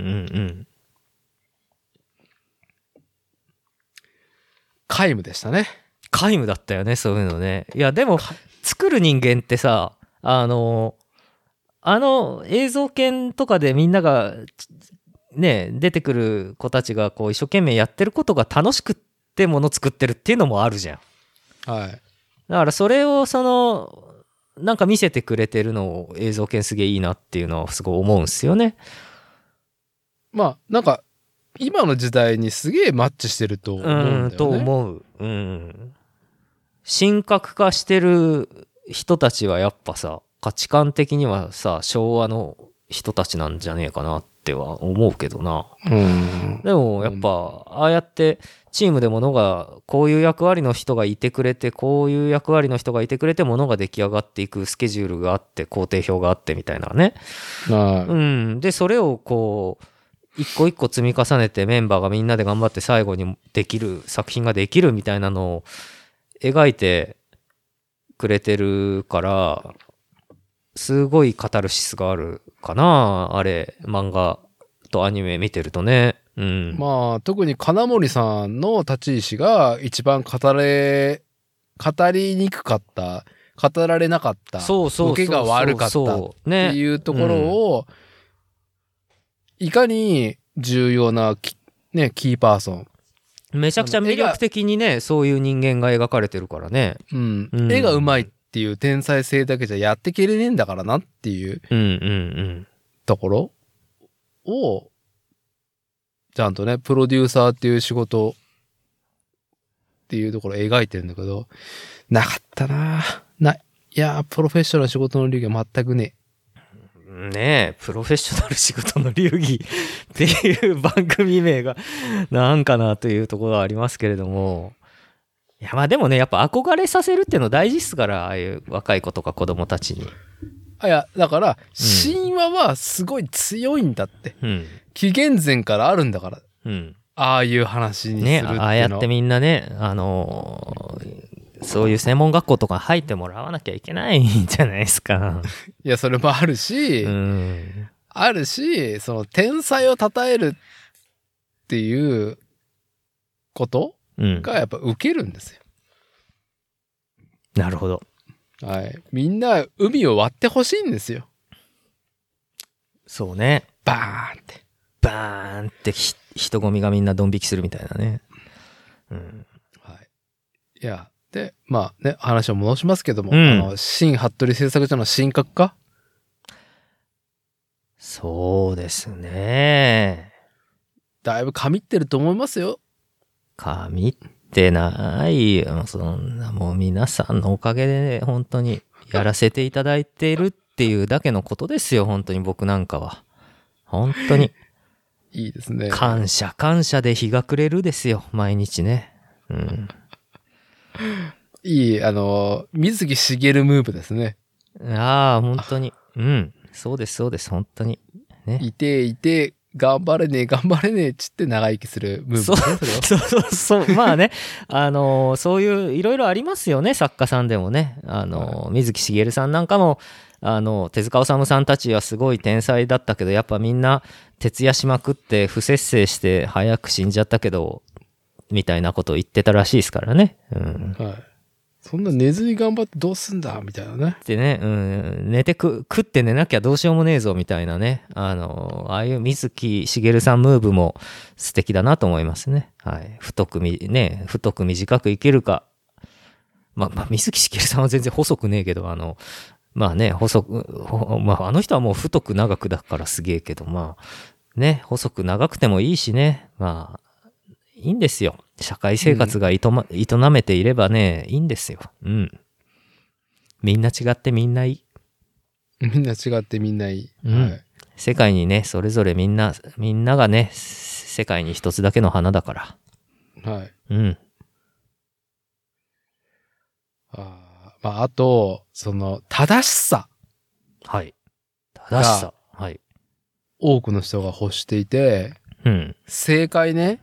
皆無でしたね。 皆無だったよねそういうのね。いやでも作る人間ってさあのあの映像研とかでみんながね出てくる子たちがこう一生懸命やってることが楽しくってで物作ってるっていうのもあるじゃん。はい。だからそれをそのなんか見せてくれてるのを映像系すげえいいなっていうのはすごい思うんすよね。 まあなんか今の時代にすげえマッチしてると思うんだよね。うんと思う。うん。神格化してる人たちはやっぱさ価値観的にはさ昭和の人たちなんじゃねえかなっては思うけどな。うん。でもやっぱああやってチームで物がこういう役割の人がいてくれてこういう役割の人がいてくれて物が出来上がっていくスケジュールがあって工程表があってみたいなね、うん、でそれをこう一個一個積み重ねてメンバーがみんなで頑張って最後にできる作品ができるみたいなのを描いてくれてるからすごいカタルシスがあるかなあれ漫画とアニメ見てるとね。うん、 まあ特に金森さんの立ち位置が一番語れ語りにくかった語られなかったボケが悪かったっていうところをいかに重要なねキーパーソンめちゃくちゃ魅力的にねそういう人間が描かれてるからね、 うんうん、絵がうまいっていう天才性だけじゃやってけれねえんだからなっていうところをちゃんとね、プロデューサーっていう仕事っていうところを描いてるんだけど、なかったなない。いやー、プロフェッショナル仕事の流儀は全くねえ。ねえ、プロフェッショナル仕事の流儀っていう番組名がなんかなというところはありますけれども。いや、まあでもね、やっぱ憧れさせるっていうの大事っすから、ああいう若い子とか子供たちに。 あいや、だから、神話はすごい強いんだって。うん、紀元前からあるんだから。うん、ああいう話にするっていうの。 ね、ああやってみんなね、あのー、そういう専門学校とか入ってもらわなきゃいけないんじゃないですか。 いや、それもあるし、うん、あるし、その天才を称えるっていうことがやっぱ受けるんですよ。 うん、なるほど。 はい。みんな海を割ってほしいんですよ。 そうね。 バーンって。 バーンってヒッ人混みがみんなドン引きするみたいなね。うん。 はい。いや、で、まあね、話を戻しますけども、 うん、 あの、新服部製作所の新格化？ そうですね。 だいぶ神ってると思いますよ。 神ってないよ。そんな、もう皆さんのおかげでね、本当にやらせていただいているっていうだけのことですよ、本当に僕なんかは。本当に。 いいですね。 感謝感謝で日が暮れるですよ、毎日ね。うん。 いい、あの、水木しげるムーブですね。 ああ、本当に。うん。そうです、そうです、本当に。ね。 いて、いて、頑張れねえ、頑張れねえっつって長生きするムーブですね、 それは。そうそうそう。まあね、あのー、そういういろいろありますよね、作家さんでもね。あのー、はい、水木しげるさんなんかも、あの、手塚治虫さんたちはすごい天才だったけど、やっぱみんな徹夜しまくって不摂生して早く死んじゃったけど、みたいなことを言ってたらしいですからね。うん。 はい。そんな寝ずに頑張ってどうすんだみたいなね。 でね、うん、寝てく、食って寝なきゃどうしようもねえぞみたいなね。あの、ああいう水木しげるさんムーブも素敵だなと思いますね。はい。太くみ、ね、太く短く生きるか。まあ、まあ、水木しげるさんは全然細くねえけど、あの、まあね、細く、まあ、あの人はもう太く長くだからすげえけど、まあ、ね、細く長くてもいいしね、まあ、いいんですよ。社会生活が営、ま、営めていればね、いいんですよ。うん。みんな違ってみんないい。 みんな違ってみんないい。 うん。はい、世界にね、それぞれみんな、みんながね、世界に一つだけの花だから。 はい。 うん。 あまあ、あと、その、正しさ。 はい。正しさ。はい。 多くの人が欲していて、 うん。 正解ね。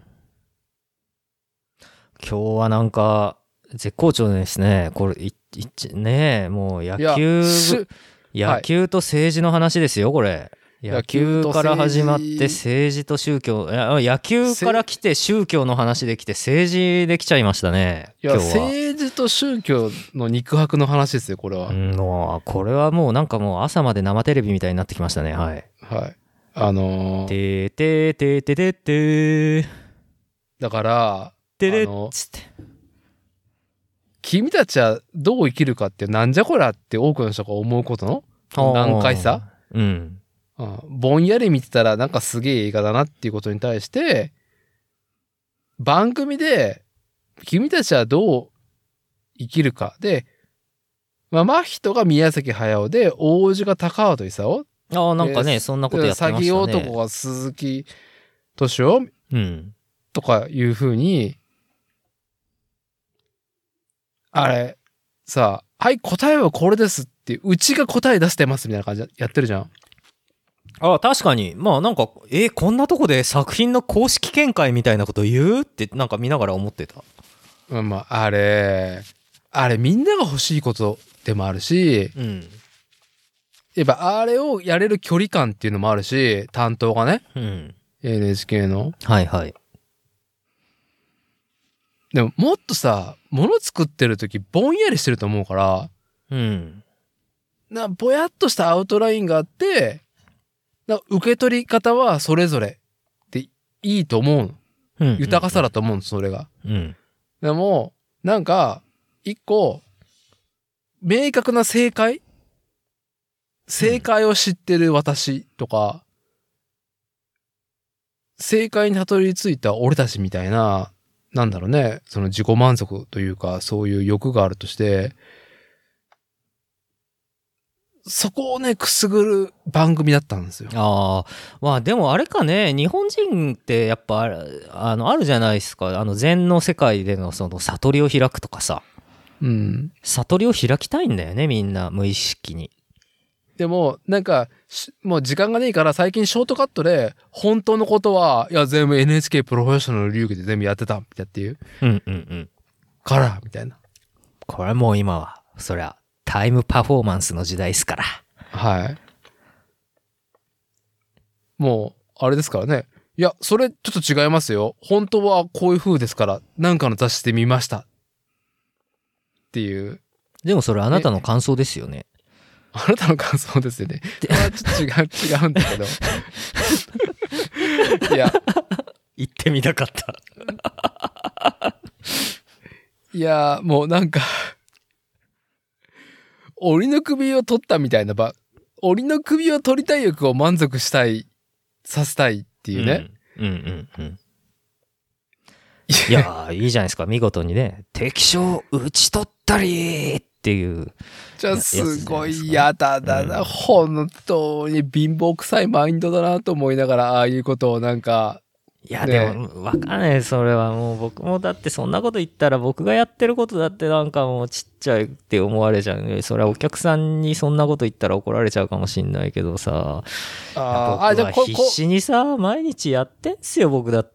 今日はなんか、絶好調ですね。これ、い、い、ねえ、もう野球、野球と政治の話ですよ、これ。野球から始まって政治と宗教、いや野球から来て宗教の話できて政治できちゃいましたね。 いや、政治と宗教の肉薄の話ですよ、これは。 うん、もうこれはもうなんかもう朝まで生テレビみたいになってきましたね。はい。 はい。あのー、 てーてーてーてーてーてー。 だから、 てれっつって。 君たちはどう生きるかってなんじゃこりゃって多くの人が思うことの難解さ。 うん。 うん、ぼんやり見てたらなんかすげえ映画だなっていうことに対して、番組で君たちはどう生きるかで、まあ、真人が宮崎駿で、王子が高畑勲。 ああ、なんかね、そんなことやってましたね。 詐欺男が鈴木敏夫、 うん、 とかいう風に、あれ、さあ、はい、答えはこれですって、うちが答え出してますみたいな感じでやってるじゃん。 ああ、確かに。まあなんか、えー、こんなとこで作品の公式見解みたいなこと言うってなんか見ながら思ってた。 うん、まあ、あれ、あれみんなが欲しいことでもあるし、 うん。 やっぱあれをやれる距離感っていうのもあるし、担当がね。 うん。 エヌエイチケー の。 はいはい。 でももっとさ、物作ってる時ぼんやりしてると思うから、 うん。 な、ぼやっとしたアウトラインがあって、な受け取り方はそれぞれでいいと思うの。うん、豊かさだと思うの、それが。 うん。 でも、なんか、一個、明確な正解正解を知ってる私とか、うん、正解にたどり着いた俺たちみたいな、なんだろうね、その自己満足というか、そういう欲があるとして、そこをね、くすぐる番組だったんですよ。 ああ、まあでもあれかね、日本人ってやっぱあのあるじゃないですか、あの禅の世界でのその悟りを開くとかさ、 うん、 悟りを開きたいんだよね、みんな無意識に。 でもなんかもう時間がねえから最近ショートカットで本当のことはいや全部 エヌエイチケー プロフェッショナル流儀で全部やってたみたいなっていう。 うんうんうん。 からみたいな。 これもう今はそりゃタイムパフォーマンスの時代ですから。 はい。もうあれですからね。いやそれちょっと違いますよ。本当はこういう風ですからなんかの雑誌で見ましたっていう。 でもそれあなたの感想ですよね。 あなたの感想ですよね。まあちょっと違う違うんだけど。いや行ってみたかった。 いやー、もうなんか、檻の首を取ったみたいな場、檻の首を取りたい欲を満足したい、させたいっていうね。 うん、うん、うんうん。いやー、いいじゃないですか。見事にね、敵将討ち取ったりっていう。 じゃあすごい嫌だだな、うん、本当に貧乏臭いマインドだなと思いながら、ああいうことをなんか、 いや、ね、でも分かんない。それはもう僕もだってそんなこと言ったら僕がやってることだってなんかもうちっちゃいって思われちゃう。それはお客さんにそんなこと言ったら怒られちゃうかもしんないけどさ、あ僕は必死にさ毎日やってんすよ僕だって。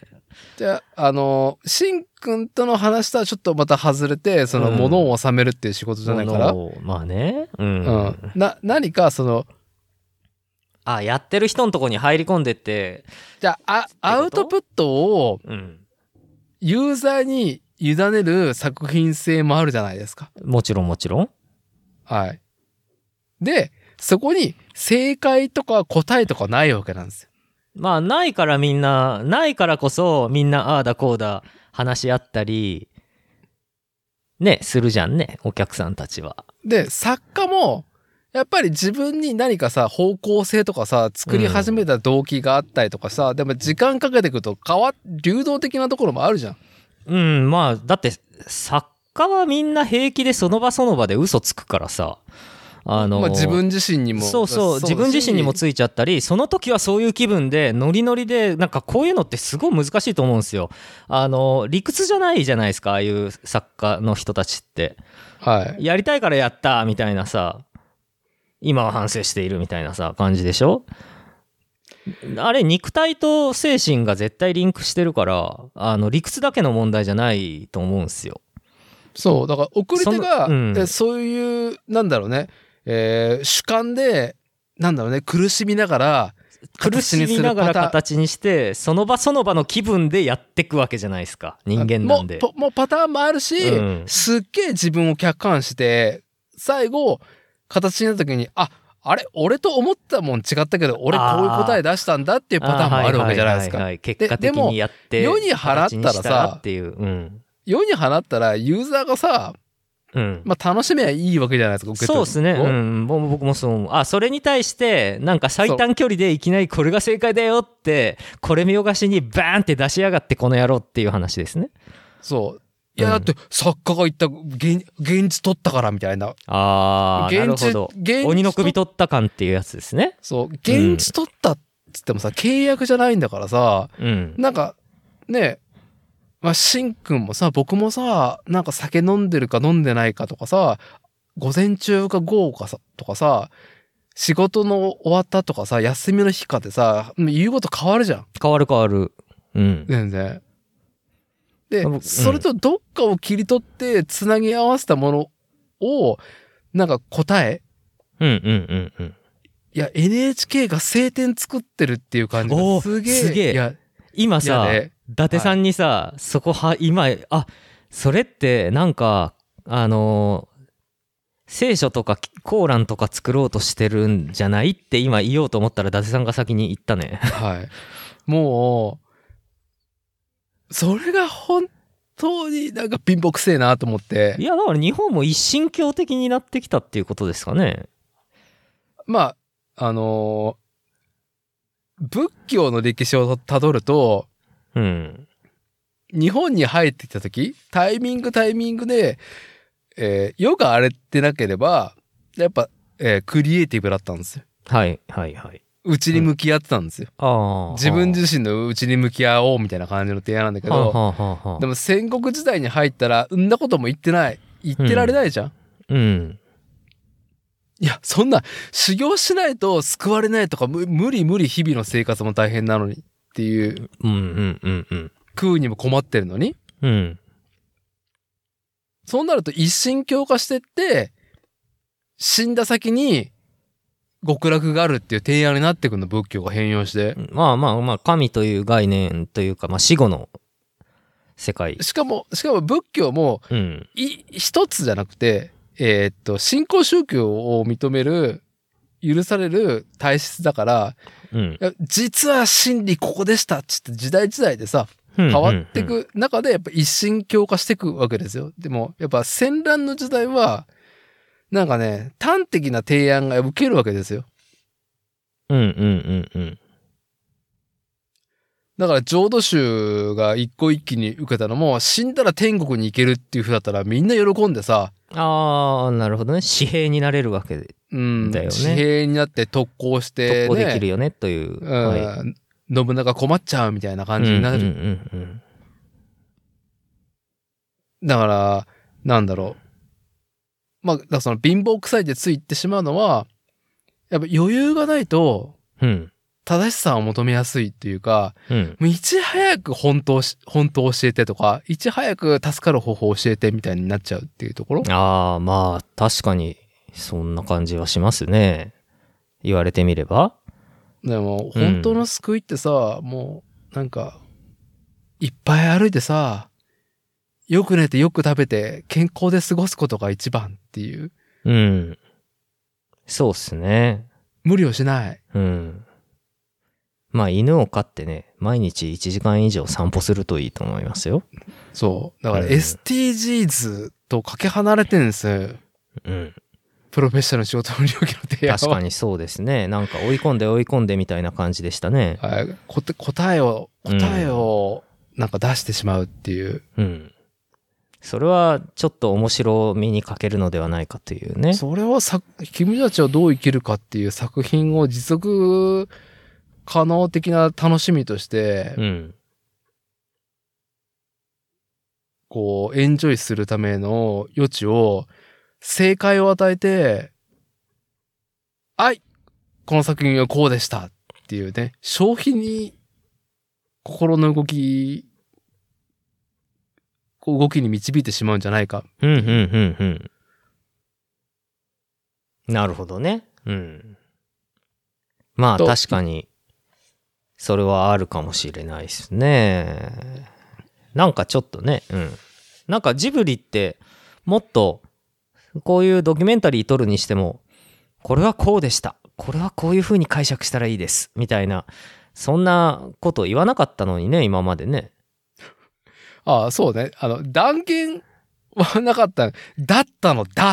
じゃあ、あの、しんくんとの話とはちょっとまた外れて、その、物を収めるっていう仕事じゃないから。 うん、まあね。うん。 うん、な、何か、その、 あ、やってる人のとこに入り込んでって。 じゃあ、あアウトプットを、ユーザーに委ねる作品性もあるじゃないですか。 もちろんもちろん。 はい。で、そこに正解とか答えとかないわけなんですよ。 まあないからみんなないからこそみんなああだこうだ話し合ったりねするじゃんねお客さんたちは。 で作家もやっぱり自分に何かさ方向性とかさ作り始めた動機があったりとかさ、うん、でも時間かけてくると変わ流動的なところもあるじゃん。 うんまあだって作家はみんな平気でその場その場で嘘つくからさ。あのーまあ、自分自身にもそうそう自分自身にもついちゃったりその時はそういう気分でノリノリでなんかこういうのってすごい難しいと思うんですよ。あのー、理屈じゃないじゃないですかああいう作家の人たちって、 はい、 やりたいからやったみたいなさ今は反省しているみたいなさ感じでしょ。あれ肉体と精神が絶対リンクしてるからあの理屈だけの問題じゃないと思うんですよ。 そうだから送り手がそ,、うん、そういうなんだろうねえー、主観でなんだろうね苦しみながら苦しみながら形にしてその場その場の気分でやっていくわけじゃないですか人間なんで。 もう、もうパターンもあるし、うん、すっげえ自分を客観して最後形になった時にああれ俺と思ったもん違ったけど俺こういう答え出したんだっていうパターンもあるわけじゃないですか。 結果的にやってでも世に放ったらさっていう、うん、 世に放ったらユーザーがさうんまあ、楽しめばいいわけじゃないですか。 そうですね、うん、僕もそう思う。あそれに対してなんか最短距離でいきなりこれが正解だよってこれ見よがしにバーンって出しやがってこの野郎っていう話ですね。 そういやだって作家が言った現実取ったからみたいな。 ああなるほど鬼の首取った感っていうやつですね。 そう現実取ったっつってもさ、うん、契約じゃないんだからさ、うん、なんかねまあ、しんくんもさ、僕もさ、なんか酒飲んでるか飲んでないかとかさ、午前中か午後かさ、とかさ、仕事の終わったとかさ、休みの日かでさ、言うこと変わるじゃん。 変わる変わる。うん。 全然。で、うん、それとどっかを切り取ってつなぎ合わせたものを、なんか答え。 うんうんうんうん。 いや、エヌエイチケー が晴天作ってるっていう感じがすげえ。 すげえ。いや、今さ、伊達さんにさ、はい、そこは今あそれってなんかあのー、聖書とかコーランとか作ろうとしてるんじゃないって今言おうと思ったら伊達さんが先に言ったね。 はい。もうそれが本当になんか貧乏くせえなと思って。 いやだから日本も一神教的になってきたっていうことですかね。 まああのー、仏教の歴史をたどると。 うん、 日本に入ってきた時タイミングタイミングで、えー、世が荒れてなければやっぱ、えー、クリエイティブだったんですよ。 はいはいはい。 うちに向き合ってたんですよ、 うん、 あ自分自身のうちに向き合おうみたいな感じの提案なんだけど、 はあはあはあ、 でも戦国時代に入ったらんなことも言ってない言ってられないじゃん。 うん、うん、 いやそんな修行しないと救われないとか無理無理日々の生活も大変なのにっていう、 うんうんうんうん、 食うにも困ってるのに、 うん、 そうなると一神教化してって死んだ先に極楽があるっていう提案になってくるの仏教が変容して、 まあまあまあ神という概念というか、まあ、死後の世界しかもしかも仏教も、うん、い一つじゃなくてえー、っと新興宗教を認める許される体質だからうん、 実は真理ここでしたっつって時代時代でさ、変わっていく中でやっぱ一神教化していくわけですよ。でもやっぱ戦乱の時代はなんかね、端的な提案が受けるわけですよ。 うんうんうんうん。 だから浄土宗が一個一気に受けたのも、死んだら天国に行けるっていう風だったらみんな喜んでさ。 ああ、なるほどね。紙幣になれるわけだよね。うん、 紙幣になって特攻して、 ね、特攻できるよねという。 うん、はい、信長困っちゃうみたいな感じになる。うんうんうんうん、だから、なんだろう。まあ、だからその貧乏臭いでついてしまうのは、やっぱ余裕がないと、 うん。 正しさを求めやすいっていうか、 うん、 もういち早く本当し、本当教えてとか、いち早く助かる方法を教えてみたいになっちゃうっていうところ。 ああ、まあ確かにそんな感じはしますね。言われてみれば。 でも本当の救いってさ、うん、もうなんかいっぱい歩いてさ、よく寝てよく食べて健康で過ごすことが一番っていう。 うん。そうっすね。 無理をしない。 うん。まあ犬を飼ってね、毎日いちじかん以上散歩するといいと思いますよ。 そう。だから エスティージーズ とかけ離れてるんですよ。 うん。 プロフェッショナル仕事の領域の提案は。 確かにそうですね。なんか追い込んで追い込んでみたいな感じでしたね。 はい。答えを、答えをなんか出してしまうっていう。 うん。うん、それはちょっと面白みに欠けるのではないかというね。 それはさ、君たちはどう生きるかっていう作品を持続可能的な楽しみとして、 うん、 こう、エンジョイするための余地を、正解を与えて、はい、この作品はこうでしたっていうね、消費に心の動き、動きに導いてしまうんじゃないか。 うん、うん、うん、うん。なるほどね。うん。まあ確かに、それはあるかもしれないですね。なんかちょっとね、うん。なんかジブリってもっとこういうドキュメンタリー撮るにしても、これはこうでした。これはこういう風に解釈したらいいです。みたいな、そんなこと言わなかったのにね、今までね。 ああ、そうね。あの、断言はなかった。だったのだ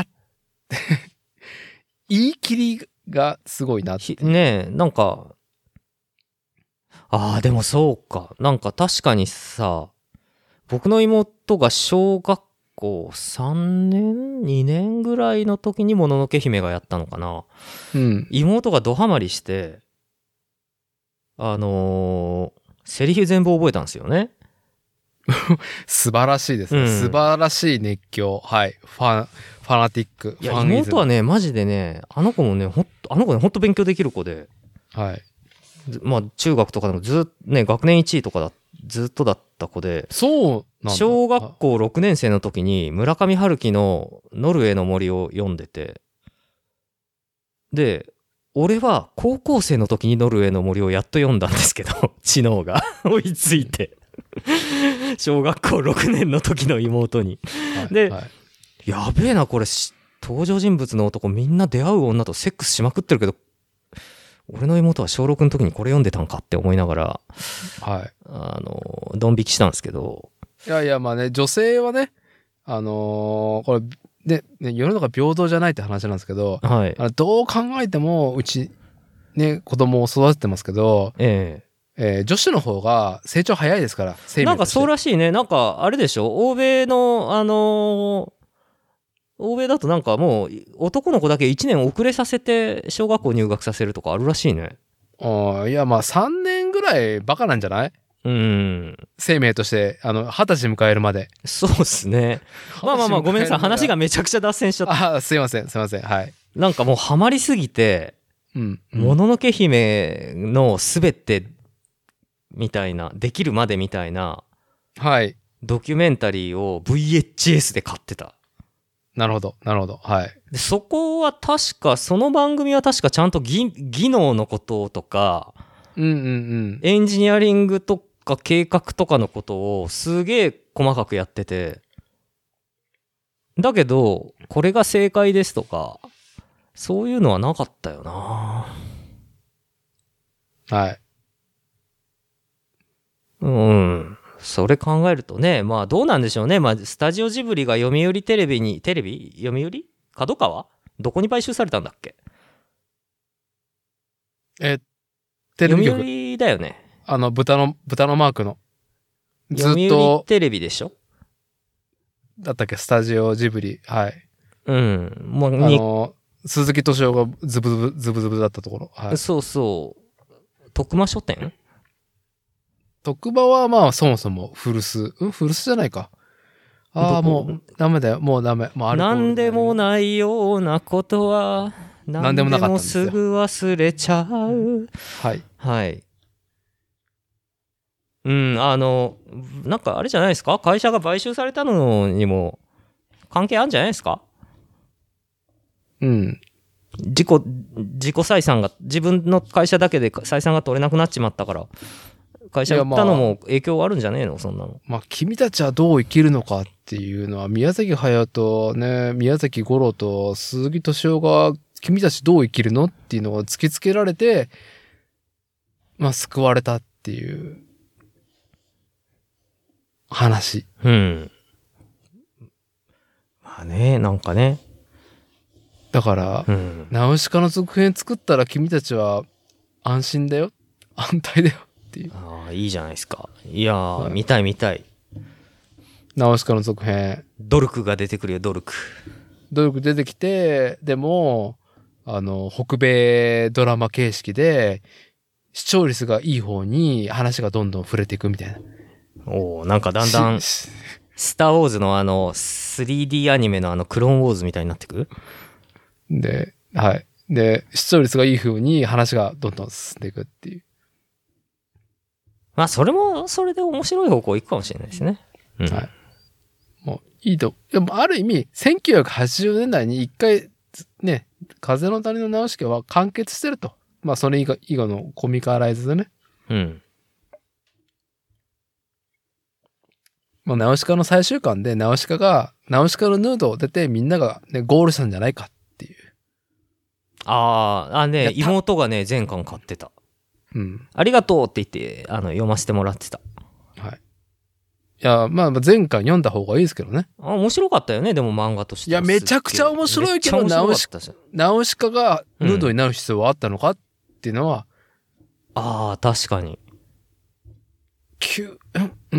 言い切りがすごいなって。 ねえ、なんか、ああ、でもそうか。なんか確かにさ、僕の妹が小学校さんねん ?に 年ぐらいの時にもののけ姫がやったのかな。 うん。 妹がドハマりして、あのー、セリフ全部覚えたんですよね。 素晴らしいですね、うん。素晴らしい熱狂。はい。ファン、ファナティック。 いや、妹はね、マジでね、あの子もね、ほっと、あの子ね、ほんと勉強できる子で。 はい。 まあ、中学とかでもずっとね、学年いちいとかだ、ずっとだった子で。 そうなんだ。 小学校ろくねん生の時に村上春樹のノルウェーの森を読んでて。で、俺は高校生の時にノルウェーの森をやっと読んだんですけど、知能が追いついて。小学校ろくねんの時の妹に。はい、で、はい、やべえな、これ、登場人物の男みんな出会う女とセックスしまくってるけど、俺の妹は小ろくの時にこれ読んでたんかって思いながら、 はい。 あの、ドン引きしたんですけど。 いやいや、まあね、女性はね、あのー、これ、で、ね、世の中平等じゃないって話なんですけど、 はい。 あのどう考えても、うち、ね、子供を育ててますけど、 ええ。 えー、女子の方が成長早いですから、生命として。 なんかそうらしいね。なんか、あれでしょ、欧米の、あのー、欧米だとなんかもう男の子だけいちねん遅れさせて小学校入学させるとかあるらしいね。 ああ、いやまあさんねんぐらいバカなんじゃない？ うん。 生命としてあのはたち迎えるまで。 そうっすね。まあまあまあごめんなさい、話がめちゃくちゃ脱線しちゃった。 ああ、すいませんすいません、はい。 なんかもうハマりすぎて、 うん、 もののけ姫のすべてみたいな、できるまでみたいな、 はい。 ドキュメンタリーを ブイエイチエス で買ってた。 なるほど、なるほど。はい。 でそこは確か、その番組は確かちゃんと技、技能のこととか、 うんうんうん、 エンジニアリングとか計画とかのことをすげえ細かくやってて、だけど、これが正解ですとか、そういうのはなかったよな。 はい。 うん。それ考えるとね、まあどうなんでしょうね。まあスタジオジブリが読売テレビに、テレビ読売角川どこに買収されたんだっけ？ え、テレビ局。 読売だよね。 あの、豚の、豚のマークの。ずっ読売と、 テレビでしょ？ だったっけ、スタジオジブリ。はい。 うん。もうあの、鈴木敏夫がズブズブ、ズブズブだったところ。はい。 そうそう。徳間書店？ 特場はまあそもそも古巣。うん古巣じゃないか。ああ、もうダメだよ。もうダメ。もうアルコール。 なんでもないようなことは、 なんでもなかったんですよ。 すぐ忘れちゃう。 はい。 はい。うん、あの、なんかあれじゃないですか？会社が買収されたのにも関係あるんじゃないですか？ うん。 自己、自己採算が、自分の会社だけで採算が取れなくなっちまったから、会社売ったのも影響あるんじゃねえの？そんなの。 まあ、君たちはどう生きるのかっていうのは、宮崎駿とね、宮崎五郎と鈴木敏夫が、君たちどう生きるのっていうのを突きつけられて、まあ、救われたっていう話。 うん。まあね、なんかね。 だから、 うん、 ナウシカの続編作ったら君たちは安心だよ。安泰だよっていう。 ああ、いいじゃないですか。いやー、 はい、 見たい見たい。 ナウシカの続編。 ドルクが出てくるよ、ドルク。 ドルク出てきて、でも、あの、北米ドラマ形式で、視聴率がいい方に話がどんどん触れていくみたいな。 おー、なんかだんだん、スターウォーズのあの、スリーディー アニメのあの、クローンウォーズみたいになってく？ で、はい。で、視聴率がいい風に話がどんどん進んでいくっていう。 まあ、それも、それで面白い方向行くかもしれないですね。うん、 はい。もう、いいと。でも、ある意味、せんきゅうひゃくはちじゅうねんだいに一回、ね、風の谷のナウシカは完結してると。まあ、それ以外以後のコミカライズでね。 うん。 まあ、ナウシカの最終巻で、ナウシカが、ナウシカのヌードを出て、みんなが、ね、ゴールしたんじゃないかっていう。 ああ、あね、妹がね、全巻買ってた。 うん。 ありがとうって言って、あの、読ませてもらってた。 はい。いや、まあ、前巻読んだ方がいいですけどね。 あ、面白かったよね、でも漫画として。 いや、めちゃくちゃ面白いけど、ナウシカ、ナウシカがヌードになる必要はあったのかっていうのは。 うん、ああ、確かに。 きゅう、うん、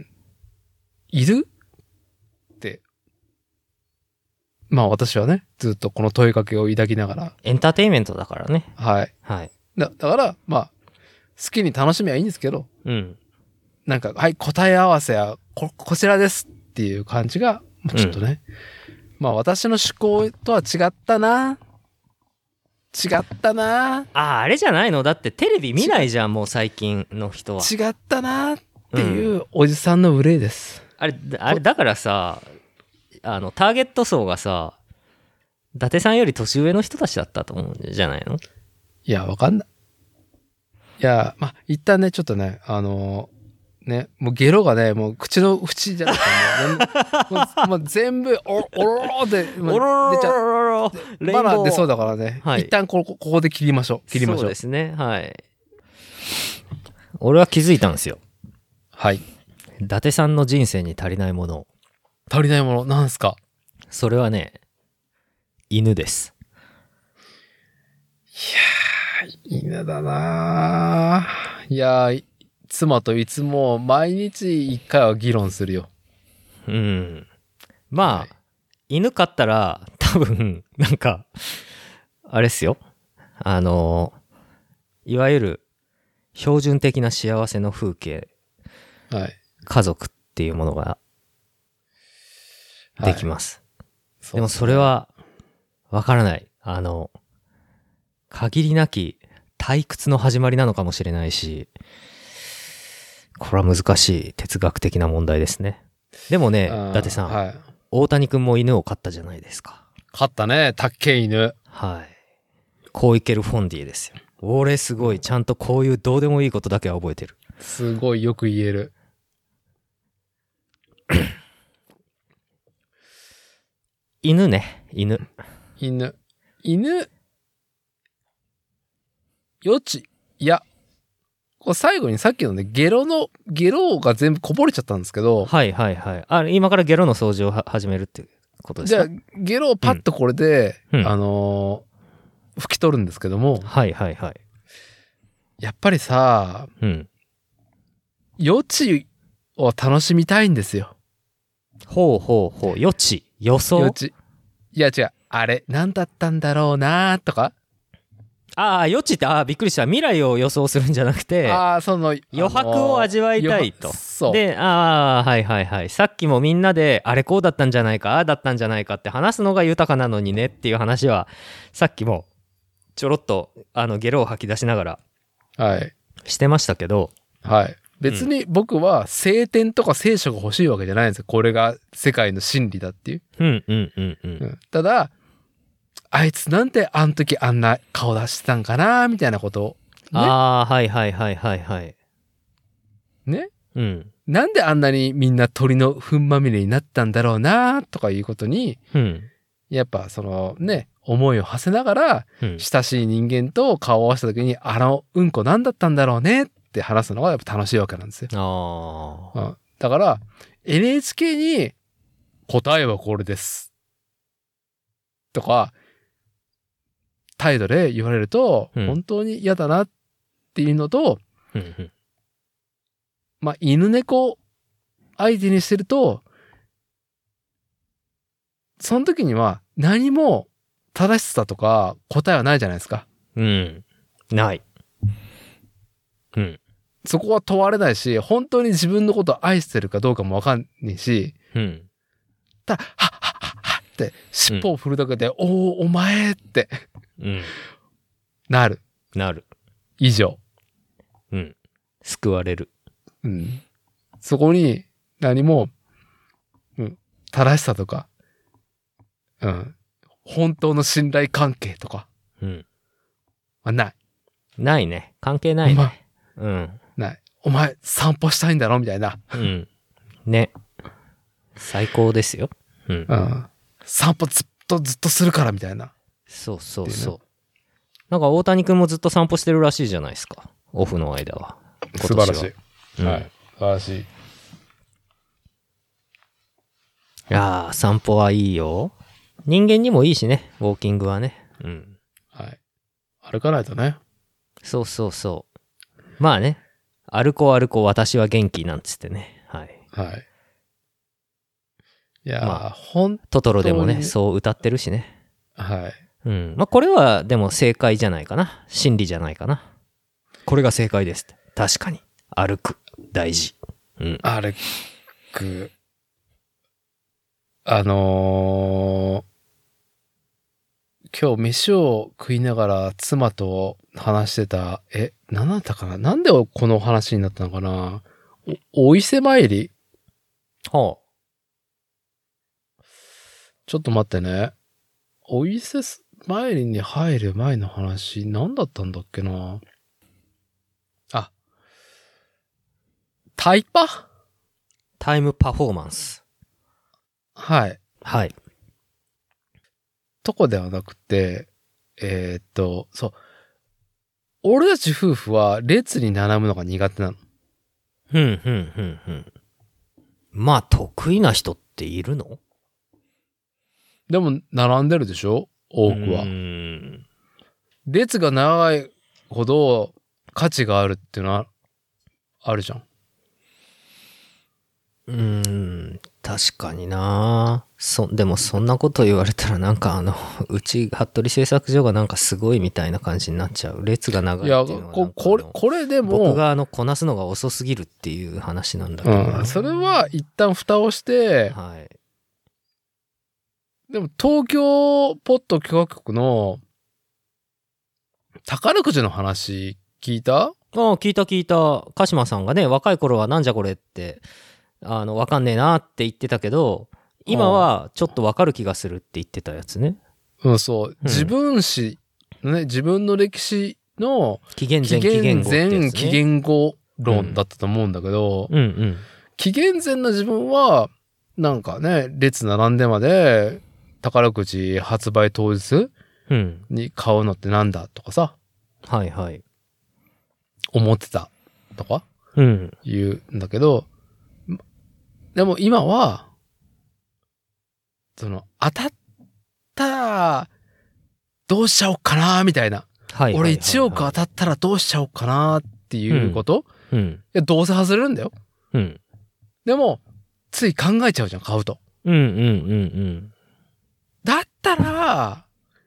いるって。まあ私はね、ずっとこの問いかけを抱きながら。 エンターテインメントだからね。 はい。 はい。 だだから、まあ、好きに楽しみはいいんですけど、 うん。 なんか、はい、答え合わせはこ、こちらですっていう感じが、ちょっとね、うん、まあ私の思考とは違ったな。違ったな。 ああ、あれじゃないの？だってテレビ見ないじゃん、もう最近の人は。 違ったなっていうおじさんの憂いです。 うん、あれ、あれだからさ、あの、ターゲット層がさ、伊達さんより年上の人たちだったと思うんじゃないの？ いや、わかんない。いや、まあ、一旦ね、ちょっとね、あのー、ね、もうゲロがね、もう口の縁じゃなくて、もう、もう全部、お、おろろで、もう出ちゃう。まだ出そうだからね、はい、一旦ここ、ここで切りましょう。切りましょう。 そうですね、はい。俺は気づいたんですよ。 はい。 伊達さんの人生に足りないもの。 足りないもの、なんすか？ それはね、犬です。 いやー、犬だなー。いやー、妻といつも毎日一回は議論するよ。 うん。まあ、はい、犬飼ったら多分、なんか、あれっすよ。あの、いわゆる標準的な幸せの風景。 はい。 家族っていうものができます。はい、でもそれはわからない。あの、限りなき退屈の始まりなのかもしれないし、これは難しい哲学的な問題ですね。でもね、伊達さん、はい、大谷くんも犬を飼ったじゃないですか。 飼ったね、たっけい犬。 はい。コーイケル・フォンディですよ。俺すごい、ちゃんとこういうどうでもいいことだけは覚えてる。 すごいよく言える。 犬ね、犬。 犬。犬。よち。 いや、これ最後にさっきのね、ゲロの、ゲロが全部こぼれちゃったんですけど。 はいはいはい。あ、今からゲロの掃除を始めるっていうことですか？ じゃあ、ゲロをパッとこれで、 うん、 あのー、拭き取るんですけども。 はいはいはい。 やっぱりさ、 うん。 余地を楽しみたいんですよ。 ほうほうほう。余地。予想。 余地。いや違う。あれ、何だったんだろうなとか。 ああ、余地って、ああ、びっくりした。未来を予想するんじゃなくて、 ああ、その、 余白を味わいたいと。 そう。 で、ああ、はいはいはい。さっきもみんなで、あれこうだったんじゃないか、ああだったんじゃないかって話すのが豊かなのにねっていう話は、さっきもちょろっと、あの、ゲロを吐き出しながら、 はい。 してましたけど、 はい。別に僕は聖典とか聖書が欲しいわけじゃないんですよ。これが世界の真理だっていう。 うんうんうんうん。 うん、ただ、あいつなんてあの時あんな顔出してたんかなみたいなことを、 ね。ああ、はいはいはいはいはい。 ね。 うん。 なんであんなにみんな鳥の糞まみれになったんだろうなとかいうことに、 うん、 やっぱそのね、思いを馳せながら、うん、親しい人間と顔を合わせた時に、あのうんこなんだったんだろうねって話すのがやっぱ楽しいわけなんですよ。 ああ、 うん。だから、エヌエイチケー に答えはこれです。とか、態度で言われると、本当に嫌だなっていうのと、 うんうん、 まあ、犬猫相手にしてると、その時には何も正しさとか答えはないじゃないですか。 うん。ない。うん。 そこは問われないし、本当に自分のことを愛してるかどうかもわかんないし、 うん。 ただ、はっはっはっはって尻尾を振るだけで、うん、おお、お前って、 うん、 なる。 なる。 以上。 うん。救われる。 うん。そこに何も、うん、正しさとか、うん、本当の信頼関係とか、 うん。 はない。 ないね。関係ないね。うん。 ない。お前散歩したいんだろみたいな。 うん。ね。最高ですよ。うん。 うん。散歩ずっとずっとするからみたいな。 そうそうそう。なんか大谷くんもずっと散歩してるらしいじゃないですか。オフの間は。 素晴らしい。 うん、 はい。素晴らしい。いやー、散歩はいいよ。人間にもいいしね、ウォーキングはね。うん。 はい。歩かないとね。 そうそうそう。まあね、歩こう歩こう私は元気なんつってね。はい。 はい。いやー、 まあ、 ほんトトロでもね、そう歌ってるしね。 はい。 うん。まあこれはでも正解じゃないかな。真理じゃないかな。これが正解です。確かに。歩く。大事。うん。 歩く。あのー、今日飯を食いながら妻と話してた、え、何だったかな？なんでこの話になったのかな？お、お伊勢参り？ はあ。ちょっと待ってね。お伊勢参りに入る前の話、何だったんだっけな？あ。タイパ？ タイムパフォーマンス。 はい。 はい。 とこではなくて、えー、っと、そう。俺たち夫婦は列に並ぶのが苦手なの。 ふんふんふんふん。まあ、得意な人っているの？ でも、並んでるでしょ？多くは。列が長いほど価値があるっていうのはあるじゃん。 うーん、確かにな。そ、でもそんなこと言われたらなんかあの、うち、服部製作所がなんかすごいみたいな感じになっちゃう。列が長いっていうのは。いや、こ、 これ、これでも。 僕があの、こなすのが遅すぎるっていう話なんだけど。 うん、それは一旦蓋をして、 はい。 でも東京ポッド許可局の宝くじの話聞いた？ ああ、聞いた聞いた。鹿島さんがね、若い頃はなんじゃこれって、あの、わかんねえなって言ってたけど、今はちょっとわかる気がするって言ってたやつね。 うん、そう。うん、自分史、ね、自分の歴史の紀元前紀元後、 ね、紀元後論だったと思うんだけど、 うんうんうん、 紀元前の自分は、なんかね、列並んでまで、宝くじ発売当日に買うのってなんだとかさ。 はいはい。 思ってたとかうん。 言うんだけど、でも今は、その、当たったら、どうしちゃおうかな、みたいな。 はいはいはいはい。 俺いちおく当たったらどうしちゃおうかな、っていうこと、 うん。 いや、どうせ外れるんだよ。 うん。 でも、つい考えちゃうじゃん、買うと。 うんうんうんうん。 だったら、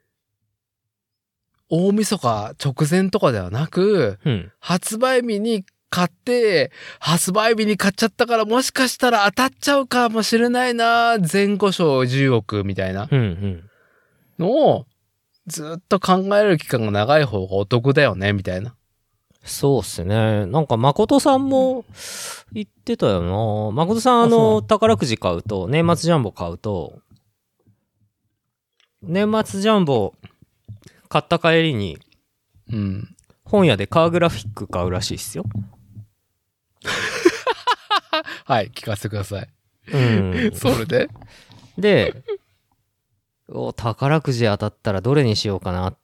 大晦日直前とかではなく、 うん。 発売日に買って、発売日に買っちゃったからもしかしたら当たっちゃうかもしれないな、前後賞じゅうおくみたいなうんうん。 のをずっと考える期間が長い方がお得だよね、みたいな。 そうっすね。なんか誠さんも言ってたよな。誠さんああその、 う宝くじ買うと、年末ジャンボ買うと、年末ジャンボ買った帰りに、 うん。 本屋でカーグラフィック買うらしいっすよ。 はい、聞かせてください。 うん。 それでで、お宝くじ当たったらどれにしようかなって、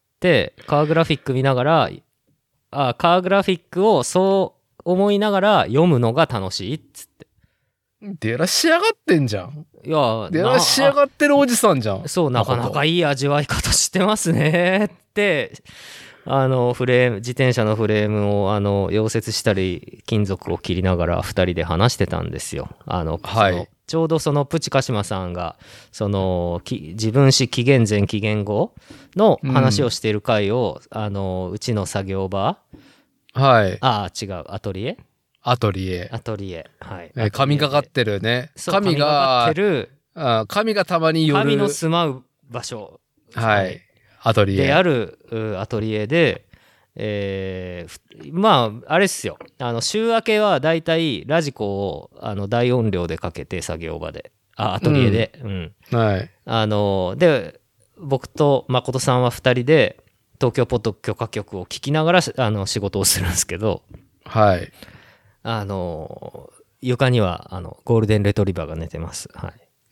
カーグラフィック見ながら、あ、カーグラフィックをそう思いながら読むのが楽しいっつって。 出らしやがってんじゃん。 いや、 出らしやがってるおじさんじゃん。 そう、なかなかいい味わい方してますねってあのフレーム自転車のフレームをあの溶接したり金属を切りながらふたりで話してたんですよ。あの、 はい、 そのちょうどそのプチカシマさんがそのき自分史紀元前紀元後の話をしている回を、うん、あのうちの作業場、 はい、 ああ違うアトリエアトリエアトリエはい、 え神がかってるね。 神がかってるあ神がたまに寄る神の住まう場所、 はい、はい、アトリエであるアトリエで、えー、まああれっすよ、あの週明けはだいたいラジコをあの大音量でかけて作業場であアトリエで、うんうん、 はい、 あので僕と誠さんはふたりで東京ポッド許可局を聞きながらあの仕事をするんですけど、 はい、 あの床にはあのゴールデンレトリバーが寝てます。はい、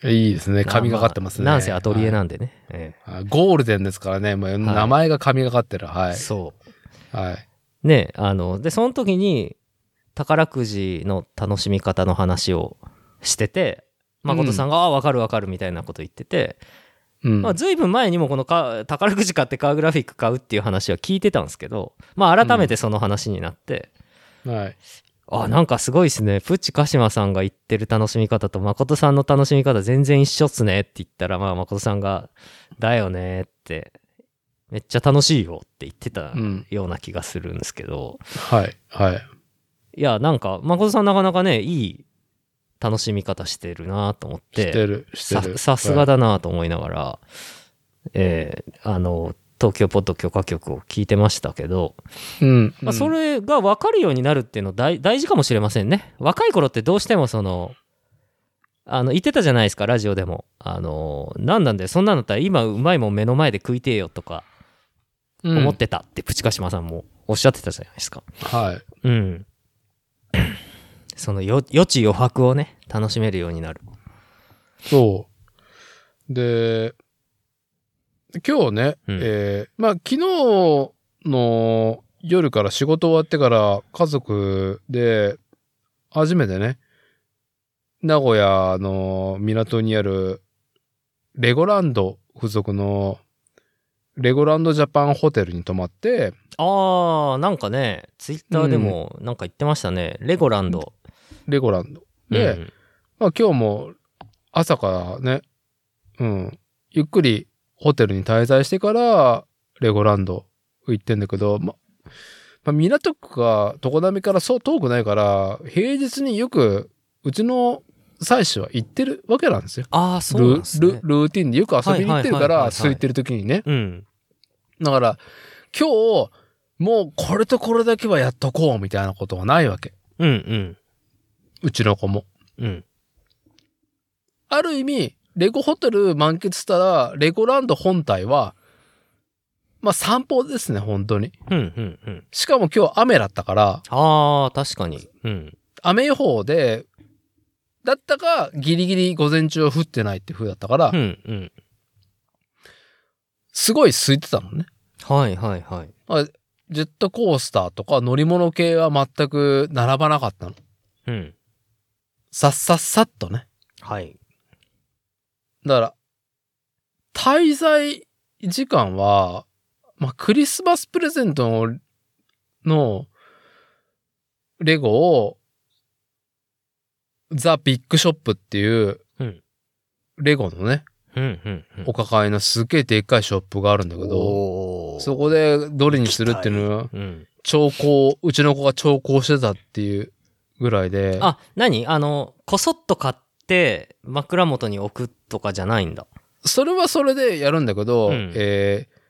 いいですね。神がかってますね。 まあ、なんせアトリエなんでね。はいええ、ゴールデンですからね。もう名前が神がかってる。はい。 そう。 はい。 ね、あの、で、その時に宝くじの楽しみ方の話をしてて、誠さんが、うん、ああ、わかるわかるみたいなこと言ってて、うん、まあ、ずいぶん前にもこのか宝くじ買ってカーグラフィック買うっていう話は聞いてたんですけど、まあ、改めてその話になって、 うん、はい。 あ、なんかすごいですね。プッチカシマさんが言ってる楽しみ方と誠さんの楽しみ方全然一緒っすねって言ったら、まあ誠さんがだよねってめっちゃ楽しいよって言ってたような気がするんですけど、 うん、はいはい。 いやなんか誠さんなかなかねいい楽しみ方してるなと思って、 してるしてる。 さすがだなと思いながら、はい、えー、あの。東京ポッド許可局を聞いてましたけど、 うんうん、 まあ、それが分かるようになるっていうの大大事かもしれませんね。若い頃ってどうしてもそのあの言ってたじゃないですかラジオでも、あのなんなんだよそんなのだったら今うまいもん目の前で食いてえよとか思ってたってプチカシマさんもおっしゃってたじゃないですか。 はい。 うん。そのよ余地余白をね楽しめるようになる。 そう。で。今日ね、うん、えー、まあ昨日の夜から仕事終わってから家族で初めてね、名古屋の港にあるレゴランド付属のレゴランドジャパンホテルに泊まって、 あーなんかねツイッターでもなんか言ってましたね、うん、レゴランドレゴランドで、うん、まあ今日も朝からね、うんゆっくりホテルに滞在してからレゴランド行ってんだけど、ま、まあ、港区が常滑からそう遠くないから平日によくうちの妻子は行ってるわけなんですよ。 ああそうなんですね。 ル, ルーティンでよく遊びに行ってるから空いてる時にね。だから今日もうこれとこれだけはやっとこうみたいなことはないわけ。 うんうん。 うちの子も。 うん。 ある意味レゴホテル満喫したら、レゴランド本体は、まあ散歩ですね、本当に。 うんうんうん。 しかも今日雨だったから。 ああ、確かに。うん。 雨予報で、だったか、ギリギリ午前中は降ってないって風だったから、 うんうん。 すごい空いてたのね。 はいはいはい。 あジェットコースターとか乗り物系は全く並ばなかったの。 うん。 さっさっさっとね。 はい。 だから、滞在時間は、まあ、クリスマスプレゼントの、のレゴを、ザ・ビッグショップっていう、レゴのね、 うんうんうん、 お抱えのすっげえでっかいショップがあるんだけど、そこでどれにするっていうのは、うん、調校、うちの子が調校してたっていうぐらいで。 あ、何あの、こそっと買って枕元に置くとかじゃないんだ。 それはそれでやるんだけど、うん、えー、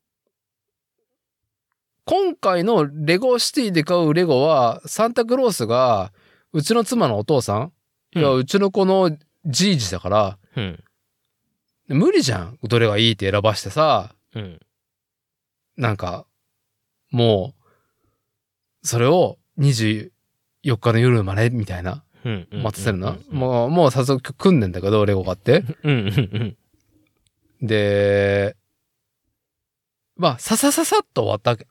今回のレゴシティで買うレゴは、サンタクロースが、うちの妻のお父さん、うん、いや、うちの子のじいじだから、うん、無理じゃん。どれがいいって選ばしてさ、うん、なんか、もう、それをにじゅうよっかの夜までみたいな、待たせるな。もう、もう早速組んでんだけど、レゴ買って。で、まあ、ささささっと終わったわけ。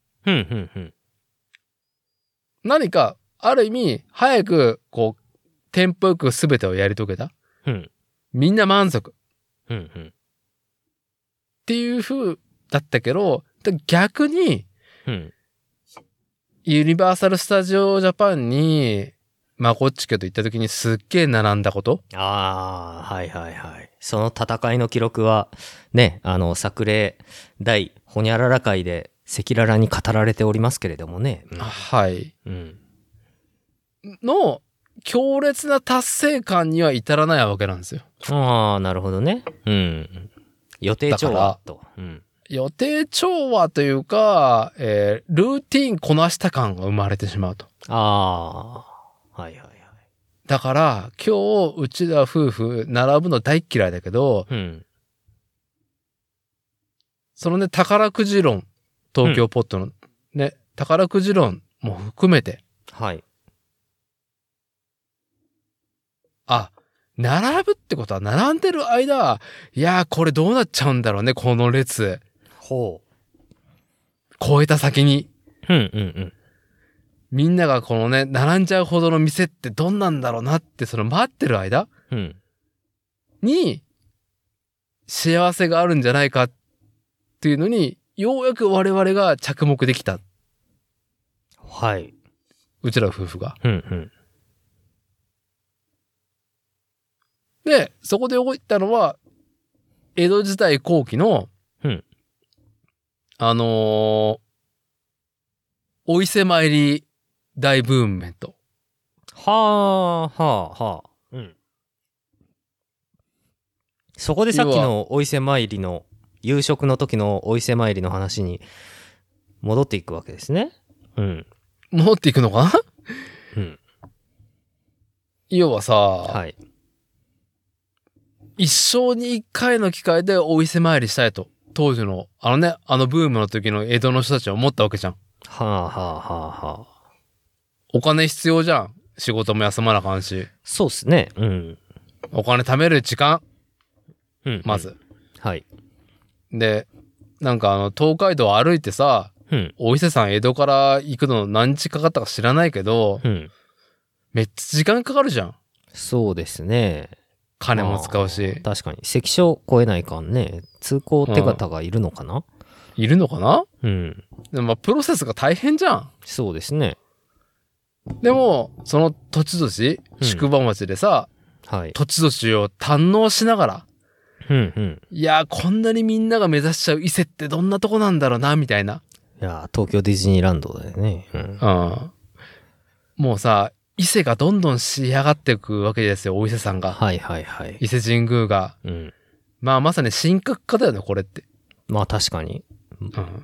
何か、ある意味、早く、こう、テンポよく全てをやり遂げた。うん、みんな満足。うんうん、っていう風だったけど、逆に、うん、ユニバーサル・スタジオ・ジャパンに、まこっち家と行った時にすっげえ並んだこと。 ああ、はいはいはい。その戦いの記録は、ね、あの、作例大ホニャララ会で赤裸々に語られておりますけれどもね。 うん、はい。うん。の、強烈な達成感には至らないわけなんですよ。 ああ、なるほどね。うん。予定調和と。うん、 予定調和というか、えー、ルーティンこなした感が生まれてしまうと。 ああ。はいはいはい。 だから、今日、うちら夫婦、並ぶの大嫌いだけど、うん、そのね、宝くじ論、東京ポットの、うん、ね、宝くじ論も含めて、 はい。 あ、並ぶってことは、並んでる間、いやー、これどうなっちゃうんだろうね、この列。 ほう。 超えた先に。 うんうんうん。 みんながこのね、並んじゃうほどの店ってどんなんだろうなって、その待ってる間、うん、に、幸せがあるんじゃないかっていうのに、ようやく我々が着目できた。 はい。 うちら夫婦が。 うんうん、 で、そこで動いたのは、江戸時代後期の、うん、あのー、お伊勢参り大ブームメント。 はあ、はあ、はあ。うん。そこでさっきのお伊勢参りの、夕食の時のお伊勢参りの話に戻っていくわけですね。うん。 戻っていくのかなうん。 要はさ、 はい。 一生に一回の機会でお伊勢参りしたいと。当時の、あのね、あのブームの時の江戸の人たちは思ったわけじゃん。 はあはあはあはあ。 お金必要じゃん。仕事も休まなあかんし。 そうっすね。うん。 お金貯める時間。 うん。 まず。うん、 はい。 で、なんかあの、東海道歩いてさ、うん、お伊勢さん江戸から行くの何日かかったか知らないけど、うん、めっちゃ時間かかるじゃん。 そうですね。 金も使うし。 確かに。関所越えないかんね。通行手形がいるのかな、うん、 いるのかなうん。 でもまあ、プロセスが大変じゃん。 そうですね。 でも、その土地土地、宿場町でさ、 うん、はい、 土地土地を堪能しながら、 うんうん、 いやー、こんなにみんなが目指しちゃう伊勢ってどんなとこなんだろうな、みたいな。 いやー、東京ディズニーランドだよね。うん。 うん、もうさ、伊勢がどんどん仕上がっていくわけですよ、お伊勢さんが。 はいはいはい。 伊勢神宮が。うん。まあ、まさに神格化だよね、これって。 まあ、確かに。 うん。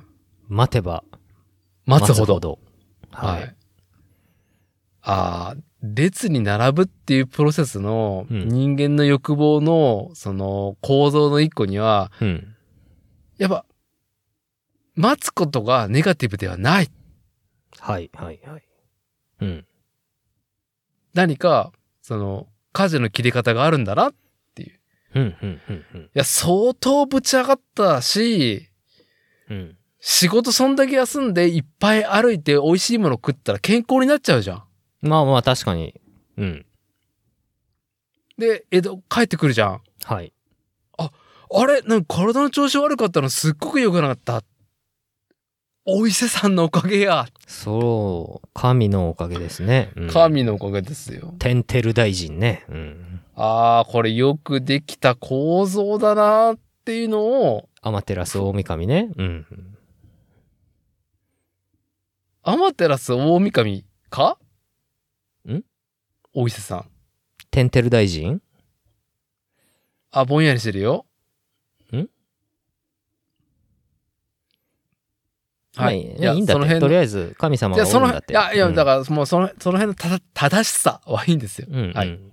待てば。 待つほど。ほどはい。はい、 ああ、列に並ぶっていうプロセスの人間の欲望のその構造の一個には、うん、やっぱ待つことがネガティブではない。 はいはいはい。うん。 何かその舵の切り方があるんだなっていう。 うんうんうんうん。いや相当ぶち上がったし、うん、 仕事そんだけ休んでいっぱい歩いて美味しいもの食ったら健康になっちゃうじゃん。 まあまあ確かに。うん。 で、江戸帰ってくるじゃん。 はい。 あ、あれなんか体の調子悪かったのすっごく良くなかった。お伊勢さんのおかげや。 そう、神のおかげですね。 うん、神のおかげですよ。 テンテル大臣ね。うん、 ああ、これよくできた構造だなっていうのを。 天照大神ね。うん。 天照大神か？ ん？ お伊勢さん。 テンテル大臣？ あ、ぼんやりしてるよ。 ん？ はい。 いや、いいんだって。とりあえず、神様がおるんだって。 いや、いや、だから、もうその、その辺のた正しさはいいんですよ。 うんうん、 はい。い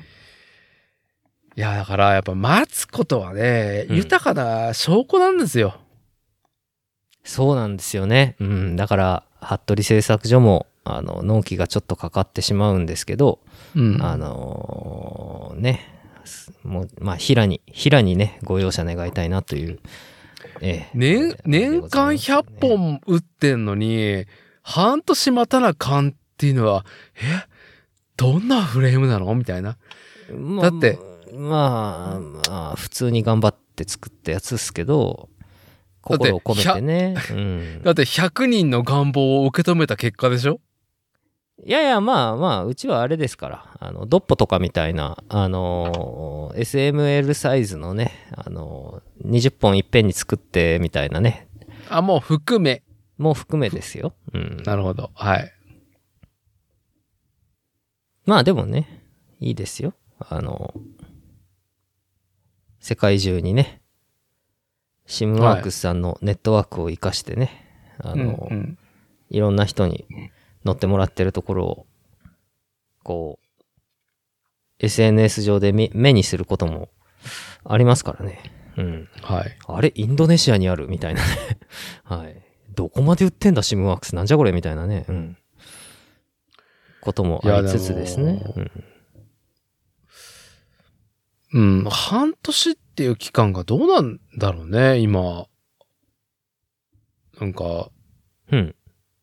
や、だから、やっぱ待つことはね、うん、豊かな証拠なんですよ。 そうなんですよね。うん。だから、服部製作所も、あの、納期がちょっとかかってしまうんですけど、うん、あのー、ね、もう、まあ、平に、平にね、ご容赦願いたいなという。ええ、 年、年間ひゃっぽん打ってんのに、半年待たなかんっていうのは、え、どんなフレームなのみたいな。 まだって。 まあ、まあ、普通に頑張って作ったやつですけど、心を込めてね。 だって、うん、だってひゃくにんの願望を受け止めた結果でしょ？ いやいや、まあまあ、うちはあれですから、あの、ドッポとかみたいな、あのー、エスエムエル サイズのね、あのー、にじゅっぽんいっぺんに作ってみたいなね。 あ、もう含め。 もう含めですよ。うん。 なるほど。はい。 まあでもね、いいですよ。あのー、世界中にね、シムワークスさんのネットワークを活かしてね、はい、あのー、うんうん、いろんな人に、乗ってもらってるところをこう エスエヌエス 上で目にすることもありますからね。うん。 はい。 あれインドネシアにあるみたいなね。はい。どこまで売ってんだシムワークスなんじゃこれみたいなね。うん。こともありつつですね。 うん。うん。半年っていう期間がどうなんだろうね今。なんか。 うん。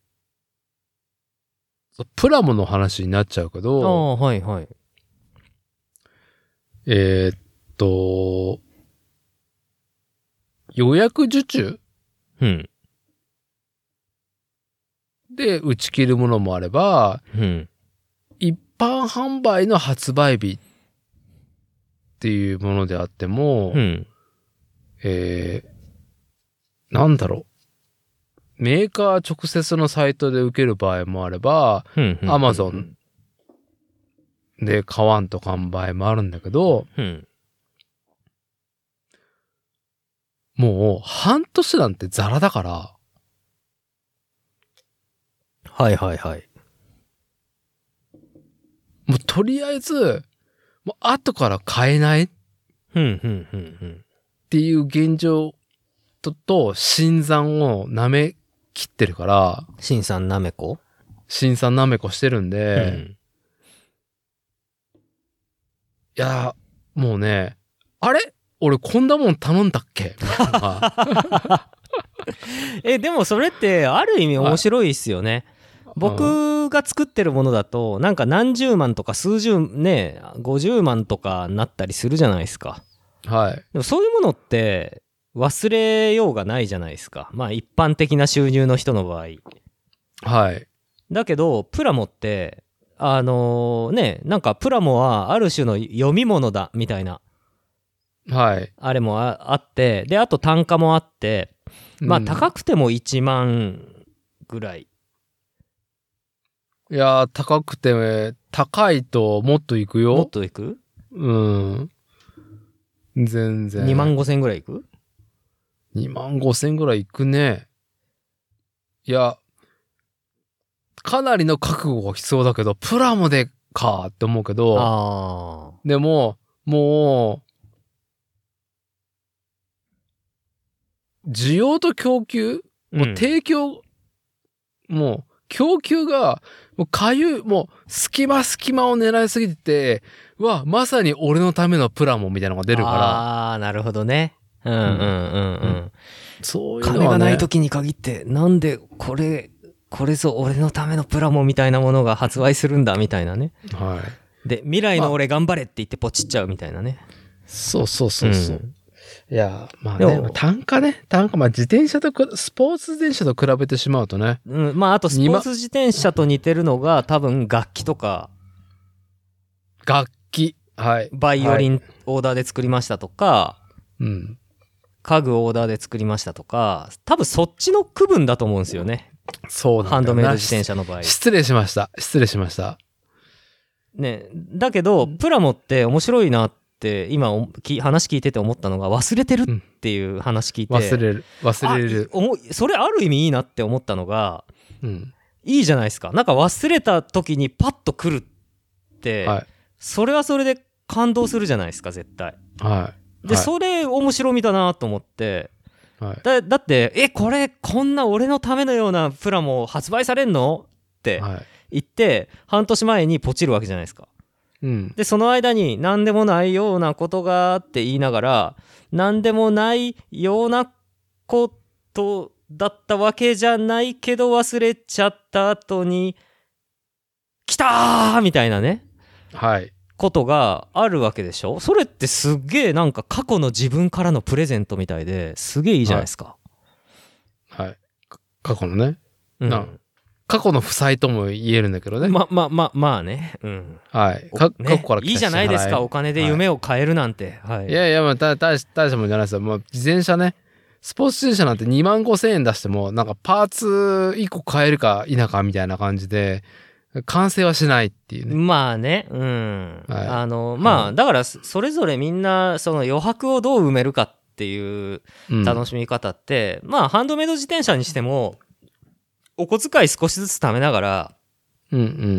プラモの話になっちゃうけど。 ああ、はいはい。 えー、っと、予約受注？ うん。 で、打ち切るものもあれば、 うん。 一般販売の発売日っていうものであっても、 うん。 えー、なんだろう。メーカー直接のサイトで受ける場合もあれば、アマゾンで買わんと買う場合もあるんだけど、 うん、 もう半年なんてザラだから。 はいはいはい。 もうとりあえず、もう後から買えないっていう現状と、と新参を舐め切ってるから。 新参なめこ新参なめこしてるんで、うん、いや、もうね、あれ俺こんなもん頼んだっけえ、でもそれってある意味面白いっすよね。僕が作ってるものだとなんか何十万とか数十ねごじゅうまんとかなったりするじゃないですか。 はい。 でもそういうものって忘れようがないじゃないですか。まあ一般的な収入の人の場合。 はい。 だけどプラモってあのー、ねなんかプラモはある種の読み物だみたいな。 はい。 あれも あ, あってであと単価もあってまあ高くてもいちまんぐらい。 いやー、高くて、高いともっといくよ。 もっといく？ うん。全然。 にまんごせんぐらいいく？ にまんごせんぐらいいくね。いや、かなりの覚悟が必要だけど、プラモでかって思うけど、 あでも、もう、需要と供給、もう提供、うん、もう、供給が、もうかゆい、もう隙間隙間を狙いすぎてて、うわ、まさに俺のためのプラモみたいなのが出るから。 ああ、なるほどね。うんうんうんうん。うん、 そういうのは、ね、 金がない時に限ってなんでこれこれぞ俺のためのプラモみたいなものが発売するんだみたいなね、 はい、 で未来の俺頑張れって言ってポチっちゃうみたいなね、まあ、 そうそうそうそう、うん、いやまあね単価ね単価まあ自転車とスポーツ自転車と比べてしまうとね、 うん、まああとスポーツ自転車と似てるのが多分楽器とか楽器はいバイオリンオーダーで作りましたとか、 はい、うん家具オーダーで作りましたとか多分そっちの区分だと思うんですよね。 そうなんだよな、 ハンドメイド自転車の場合。 失礼しました失礼しましたね。だけどプラモって面白いなって今話聞いてて思ったのが忘れてるっていう話聞いて、 うん、忘れる忘れるそれある意味いいなって思ったのが、 うん、 いいじゃないですか。なんか忘れた時にパッと来るって、はい、それはそれで感動するじゃないですか絶対。 はいで、 はい、 それ面白みだなと思って、 はい、 だ, だってえこれこんな俺のためのようなプラモ発売されんのって言って、はい、半年前にポチるわけじゃないですか、 うん、 でその間に何でもないようなことがって言いながら何でもないようなことだったわけじゃないけど忘れちゃった後に来たーみたいなね、 はいことがあるわけでしょ。それってすっげえなんか過去の自分からのプレゼントみたいですげえいいじゃないですか。 はい、はい、過去のね、 うん、 な過去の負債とも言えるんだけどね。 ままままあね、うん、 はいか、 ね、 過去から来たいいじゃないですかお金で夢を買えるなんて、はいはい、 いやいやまあ大したもんじゃないですよ。もう自転車ねスポーツ自転車なんてにまんごせんえん出してもなんかパーツいっこ買えるか否かみたいな感じで完成はしないっていうね。 まあね、うん、 はい、 あのまあ、はい、だからそれぞれみんなその余白をどう埋めるかっていう楽しみ方って、うん、まあハンドメイド自転車にしてもお小遣い少しずつ貯めながら、 うんうん、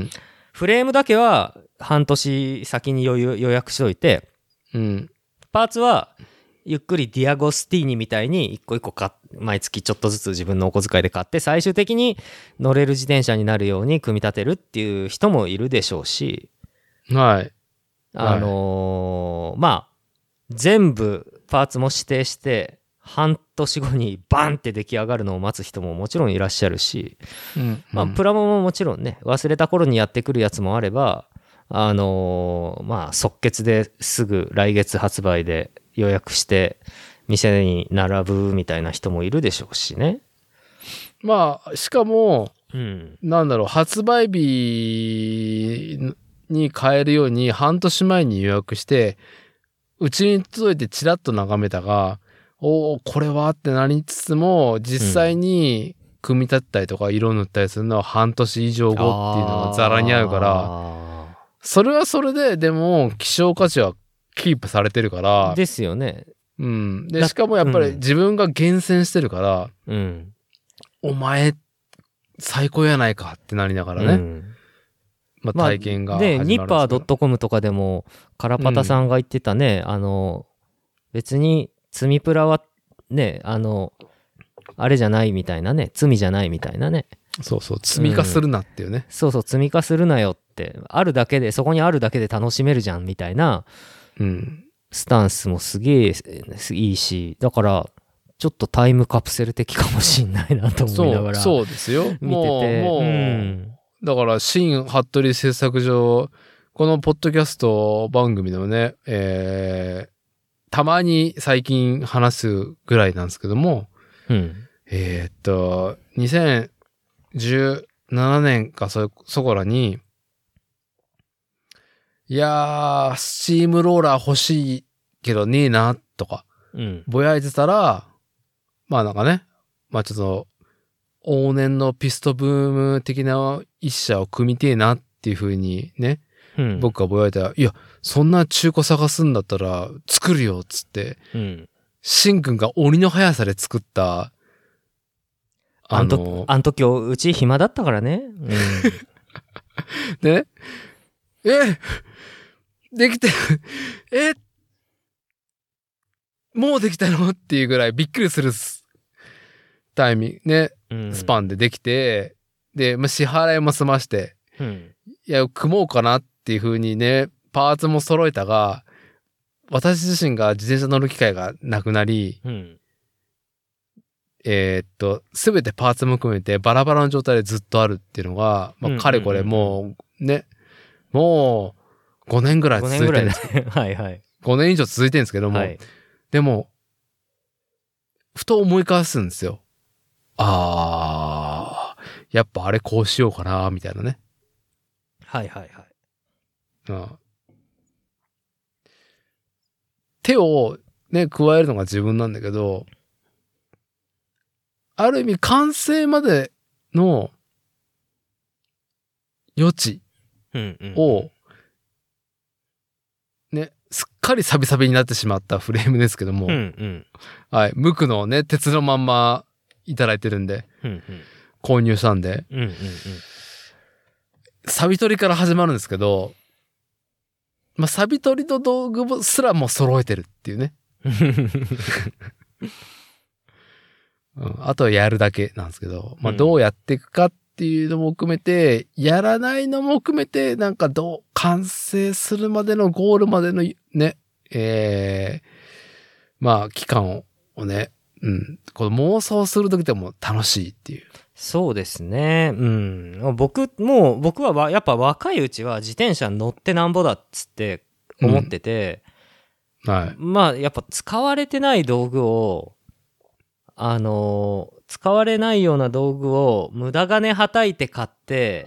フレームだけは半年先に予約しといて、 うん、 パーツはゆっくりディアゴスティーニみたいに一個一個買毎月ちょっとずつ自分のお小遣いで買って最終的に乗れる自転車になるように組み立てるっていう人もいるでしょうし、 はい、 あのー、まあ全部パーツも指定して半年後にバンって出来上がるのを待つ人ももちろんいらっしゃるし、 うんうん、 まあプラモももちろんね忘れた頃にやってくるやつもあれば、あのー、まあ即決ですぐ来月発売で予約して店に並ぶみたいな人もいるでしょうしね。 まあしかも、 うん、 なんだろう発売日に買えるように半年前に予約してうちに届いてチラッと眺めたが、おーこれはってなりつつも実際に組み立てたりとか色塗ったりするのは半年以上後っていうのがザラにあるから、それはそれででも希少価値はキープされてるからですよね。 うん、でしかもやっぱり自分が厳選してるから、 うん、 お前最高やないかってなりながらね、うん、まあ、体験が始まるんですけど、 まあ、でニッパー .com とかでもカラパタさんが言ってたね、うん、あの別に積みプラはねあのあれじゃないみたいなね罪じゃないみたいなね、 そうそう積み化するなっていうね、うん、 そうそう積み化するなよってあるだけでそこにあるだけで楽しめるじゃんみたいな、 うん、スタンスもすげえいいし、だからちょっとタイムカプセル的かもしんないなと思いながらそう、そうですよ見てて、 もう、もう、うん、だから新服部製作所このポッドキャスト番組でもね、えー、たまに最近話すぐらいなんですけども、 うん、 えー、っとにせんじゅうななねんか そ, そこらにいやースチームローラー欲しいけどねえなとか、 うん、 ぼやいてたらまあなんかねまあちょっと往年のピストブーム的な一社を組みてえなっていう風にね、うん、僕がぼやいたらいやそんな中古探すんだったら作るよっつって、 うん、 シンくんが鬼の速さで作ったあのあん時うち暇だったからね、うん、 でねえできてえもうできたのっていうぐらいびっくりするタイミングね、うん、スパンでできてで、まあ、支払いも済まして、 うん、 いや組もうかなっていう風にねパーツも揃えたが私自身が自転車乗る機会がなくなり、 うん、 えーっと、すべてパーツも含めてバラバラの状態でずっとあるっていうのが、まあ、かれこれもうね、もうごねんぐらい続いてるんですごねんぐらいはいはい。 ごねん以上続いてるんですけども、はい、でも、ふと思い返すんですよ。あー、やっぱあれこうしようかな、みたいなね。 はいはいはい。 うん、手をね、加えるのが自分なんだけど、ある意味完成までの余地を、ね、すっかりサビサビになってしまったフレームですけども、 うんうん、 はい、無垢のね、鉄のまんまいただいてるんで、 うんうん、 購入したんで、 うんうんうん、 サビ取りから始まるんですけど、まあ、サビ取りの道具すらも揃えてるっていうね。うん、あとはやるだけなんですけど、まあ、どうやっていくかっていうのも含めて、うん、やらないのも含めて、なんかどう、完成するまでのゴールまでのね、えー、まあ、期間をね、うん、この妄想するときでも楽しいっていう。 そうですね。うん。僕、もう、僕はやっぱ若いうちは自転車乗ってなんぼだっつって思ってて、 うん、はい。 まあ、やっぱ使われてない道具を、あのー、使われないような道具を無駄金はたいて買って、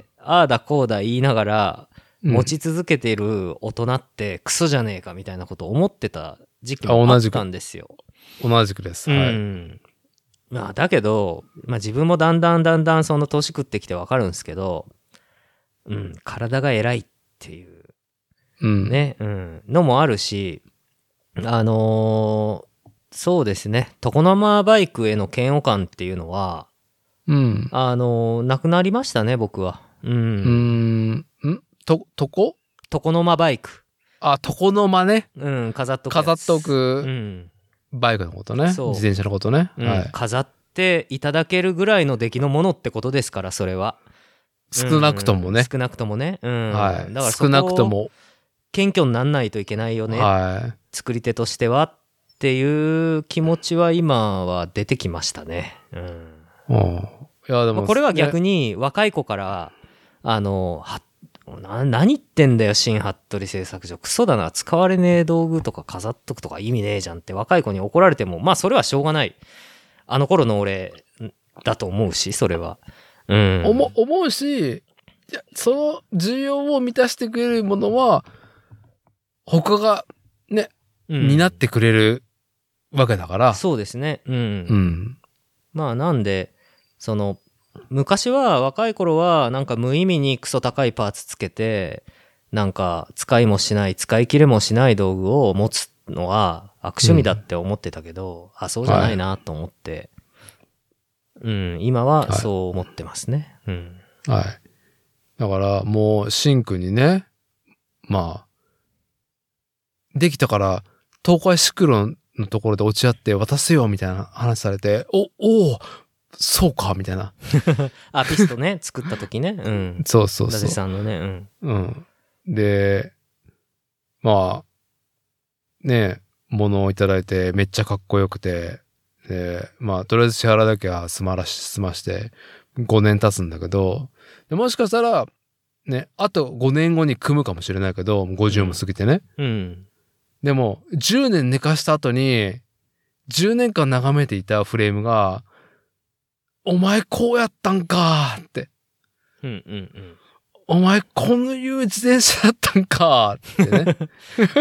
ああだこうだ言いながら持ち続けている大人ってクソじゃねえかみたいなことを思ってた時期もあったんですよ。 同じくです。はい。 うん。まあ、だけど、まあ自分もだんだんだんだんその年食ってきてわかるんですけど、うん、体が偉いっていう、ね、うん、のもあるし、あのー、そうですね、床の間バイクへの嫌悪感っていうのは、 うん、 あのー、なくなりましたね、僕は。うん。うーん、んと、とこ床の間バイク。 あ、床の間ね。 うん、飾っとく。 飾っておく。 うん。 バイクのことね。自転車のことね。 うん、 はい。 飾っていただけるぐらいの出来のものってことですから、それは。 少なくともね。 うん、少なくともね。うん。 はい。 だから少なくとも。 謙虚になんないといけないよね。 はい。 作り手としてはっていう気持ちは今は出てきましたね。うん。 うん、いやでも、 まあ、これは逆に若い子から、あの、はな何言ってんだよ新服部製作所クソだな使われねえ道具とか飾っとくとか意味ねえじゃんって若い子に怒られてもまあそれはしょうがないあの頃の俺だと思うしそれは、うん、 思, 思うしその需要を満たしてくれるものは他がね、うん、担ってくれるわけだからそうですねうん、うん、まあなんでその昔は若い頃はなんか無意味にクソ高いパーツつけてなんか使いもしない使い切れもしない道具を持つのは悪趣味だって思ってたけど、うん、あそうじゃないなと思って、はい、うん今はそう思ってますね、はい、うんはいだからもうシンクにねまあできたから東海シクロンのところで落ち合って渡すよみたいな話されておおーそうかみたいなあピストね作った時ねうんそうそうそう伊達さんのねうんうんでまあね物をいただいてめっちゃかっこよくてでまあとりあえず支払いだけは済まらし済ましてごねん経つんだけどでもしかしたらねあとごねんごに組むかもしれないけどごじゅうも過ぎてね、 うん、うん、 でもじゅうねん寝かした後にじゅうねんかん眺めていたフレームがお前こうやったんかって。 うんうんうん。 お前こういう自転車だったんかってね。うん。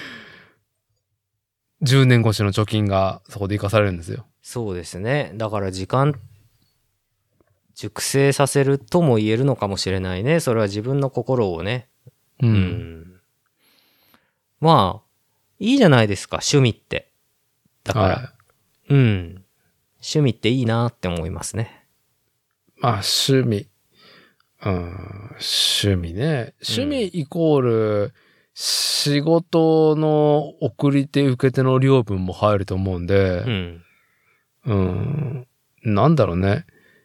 じゅうねん越しの貯金がそこで生かされるんですよ。 そうですね。だから時間、熟成させるとも言えるのかもしれないね。それは自分の心をね。うん。うん、まあ、いいじゃないですか、趣味って。だから、はい、うん。趣味っていいなって思いますね。 まあ、趣味。うん、趣味ね。趣味イコール、仕事の送り手受け手の量分も入ると思うんで、うん。うん、なんだろうね。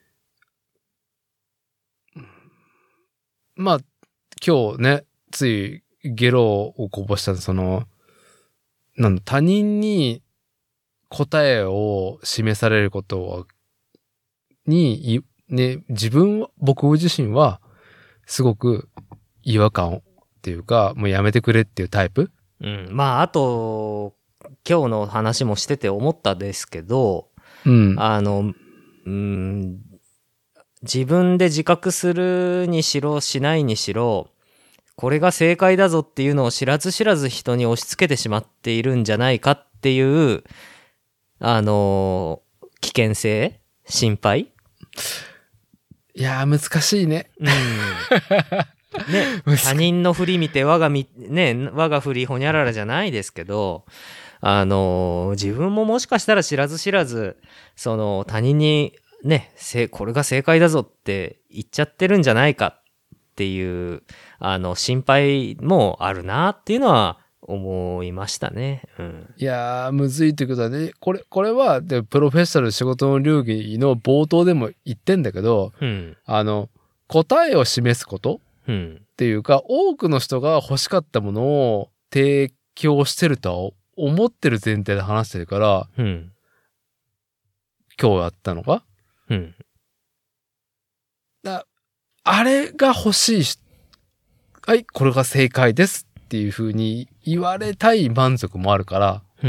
まあ、今日ね、ついゲロをこぼしたその、なんだ、他人に答えを示されることに、ね、自分、僕自身は、すごく違和感っていうか、もうやめてくれっていうタイプ。 うん。まあ、あと、今日の話もしてて思ったですけど、 うん。 あの、うん、自分で自覚するにしろ、しないにしろ、これが正解だぞっていうのを知らず知らず人に押し付けてしまっているんじゃないかっていう、あの、危険性心配いやー、難しいね。 うん。ね、他人の振り見て我がみ、ね、我が振りほにゃららじゃないですけど、あの、自分ももしかしたら知らず知らず、その他人にね、これが正解だぞって言っちゃってるんじゃないかっていう、あの、心配もあるなっていうのは思いましたね。うん、 いやー、むずいってことはね、これ、これは、で、プロフェッショナル仕事の流儀の冒頭でも言ってんだけど、 うん、 あの、答えを示すことっていうか、うん、多くの人が欲しかったものを提供してるとは思ってる前提で話してるから、 うん、 今日やったのが、 うん、 だあれが欲しいし、はい、これが正解ですっていう風に言われたい満足もあるから、 うん、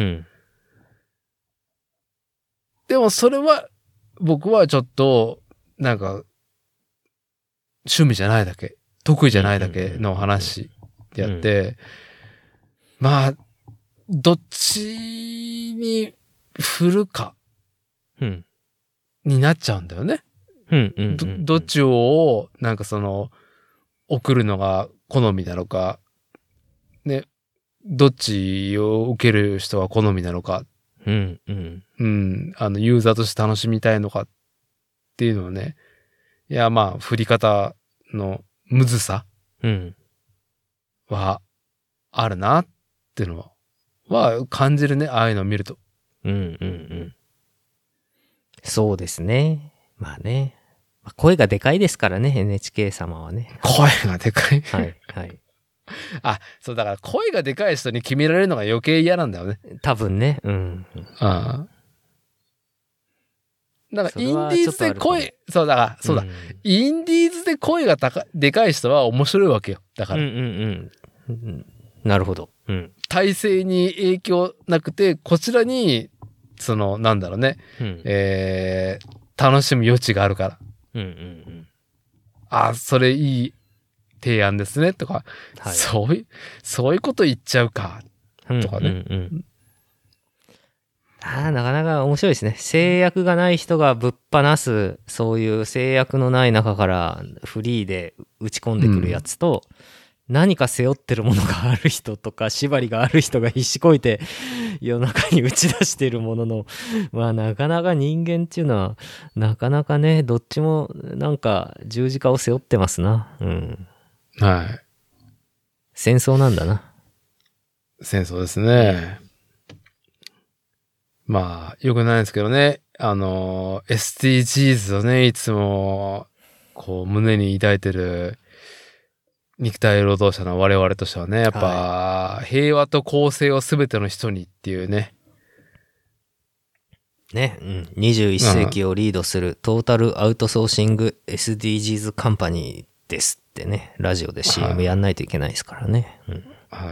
でもそれは僕はちょっとなんか趣味じゃないだけ、得意じゃないだけの話であって、まあどっちに振るかになっちゃうんだよね。 うんうん、 ど, どっちをなんかその送るのが好みなのか、ね、どっちを受ける人が好みなのか、 うんうんうん、あのユーザーとして楽しみたいのかっていうのをね、いやまあ振り方のむずさはあるなっていうのは、は感じるね、ああいうのを見ると。 うんうんうん。そうですね。まあね。声がでかいですからね、エヌエイチケー 様はね。 声がでかい。 はい、はい。 あ、そうだから声がでかい人に決められるのが余計嫌なんだよね。 多分ね。うん。 ああ。なんかインディーズで声、そうだから、そうだ、うん。インディーズで声が高でかい人は面白いわけよ。だから。 うんうんうん。なるほど。うん。 体制に影響なくて、こちらに、その、なんだろうね。うん、えー、楽しむ余地があるから。 うんうんうん。 あ、それいい提案ですね。とか、はい、そういう、そういうこと言っちゃうか。とかね。うんうんうんああ、なかなか面白いですね。制約がない人がぶっ放す、そういう制約のない中からフリーで打ち込んでくるやつと、うん、何か背負ってるものがある人とか、縛りがある人が必死こいて世の中に打ち出してるものの、まあなかなか人間っていうのは、なかなかね、どっちもなんか十字架を背負ってますな。うん。 はい。 戦争なんだな。 戦争ですね。まあ、よくないですけどね。あの、エスディージーズ をね、いつも、こう、胸に抱いてる、肉体労働者の我々としてはね、やっぱ、はい、平和と公正をすべての人にっていうね。 ね、うん。にじゅういっ世紀をリードするトータルアウトソーシング エスディージーズ カンパニーですってね、ラジオで シーエム やんないといけないですからね。 はい。うんはい、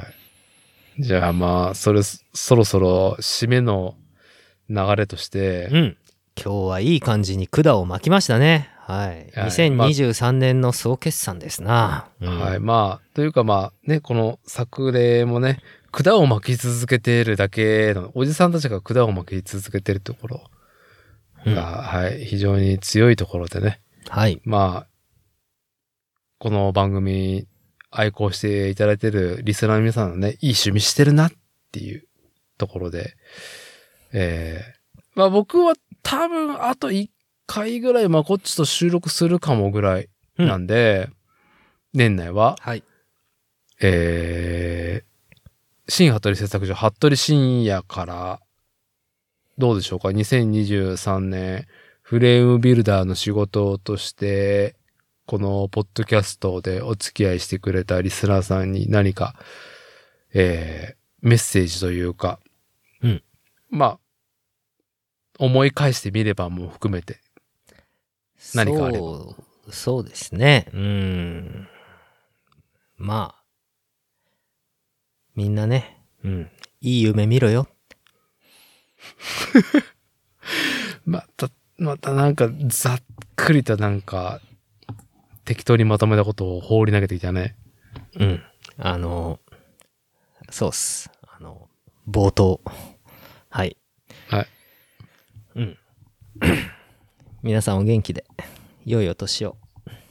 じゃあまあ、それ、そろそろ締めの流れとして、 うん。今日はいい感じに管を巻きましたね。はい。はい、にせんにじゅうさんねんの総決算ですな。 まあうん、はい。まあ、というかまあね、この作例もね、管を巻き続けているだけの、おじさんたちが管を巻き続けているところが、うん、はい、非常に強いところでね。 はい。 まあ、この番組愛好していただいているリスナーの皆さんのね、いい趣味してるなっていうところで、えー、まあ僕は多分あといっかいぐらいまあこっちと収録するかもぐらいなんで、うん、年内は、 はい、 えー、新服部製作所服部深夜からどうでしょうかにせんにじゅうさんねんフレームビルダーの仕事としてこのポッドキャストでお付き合いしてくれたリスナーさんに何か、えー、メッセージというか、 うん、 まあ思い返してみればも含めて何かあれば。 そう、そうですね。うん。まあ、みんなね、うん、いい夢見ろよ。 また、またなんかざっくりとなんか適当にまとめたことを放り投げてきたね。 うん。あの、そうっす。あの、冒頭。はい。 はい。 うん。皆さんお元気で、良いお年を。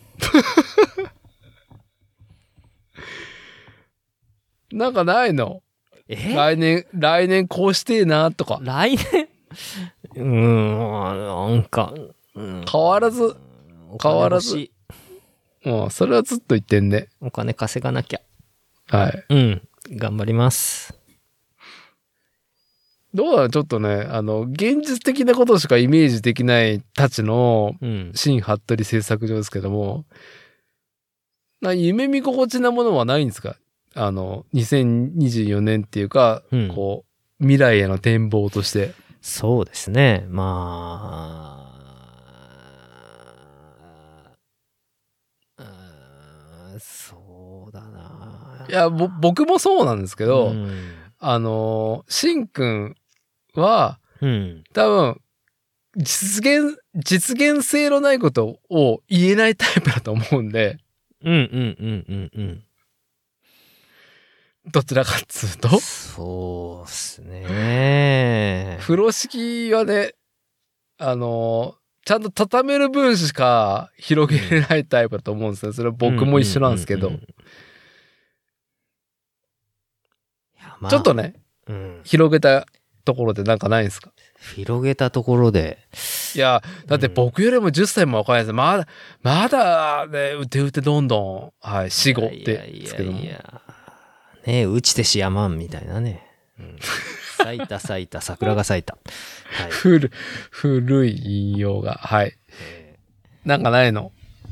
なんかないの？ え？ 来年、来年こうしてえなとか。 来年うーん、なんか、うん、 変わらず、変わらず。もう、それはずっと言ってんね。 お金稼がなきゃ。 はい。 うん。頑張ります。 どうだろう、ちょっとね、あの、現実的なことしかイメージできないたちの、新服部製作所ですけども、な夢見心地なものはないんですか？あの、にせんにじゅうよねんっていうか、うん、こう、未来への展望として。 そうですね。まあ、そうだな。 いや、ぼ、僕もそうなんですけど、うん、あの、しんくんは、うん、多分、実現、実現性のないことを言えないタイプだと思うんで。 うんうんうんうんうん。 どちらかっつうと。 そうっすね。 風呂敷はね、あの、ちゃんと畳める分しか広げれないタイプだと思うんですよ。それは僕も一緒なんですけど。ちょっとね、うん、広げたところでなんかないんですか？ 広げたところで。 いや、だって僕よりもじゅっさいも若いです。まだ、まだね、うてうてどんどん、はい、死後ってですけども。いやいやいやねえ、打ちてしやまんみたいなね。うん、咲いた咲いた桜が咲いた。 はい、古、古い引用が。はい。えー、なんかないの？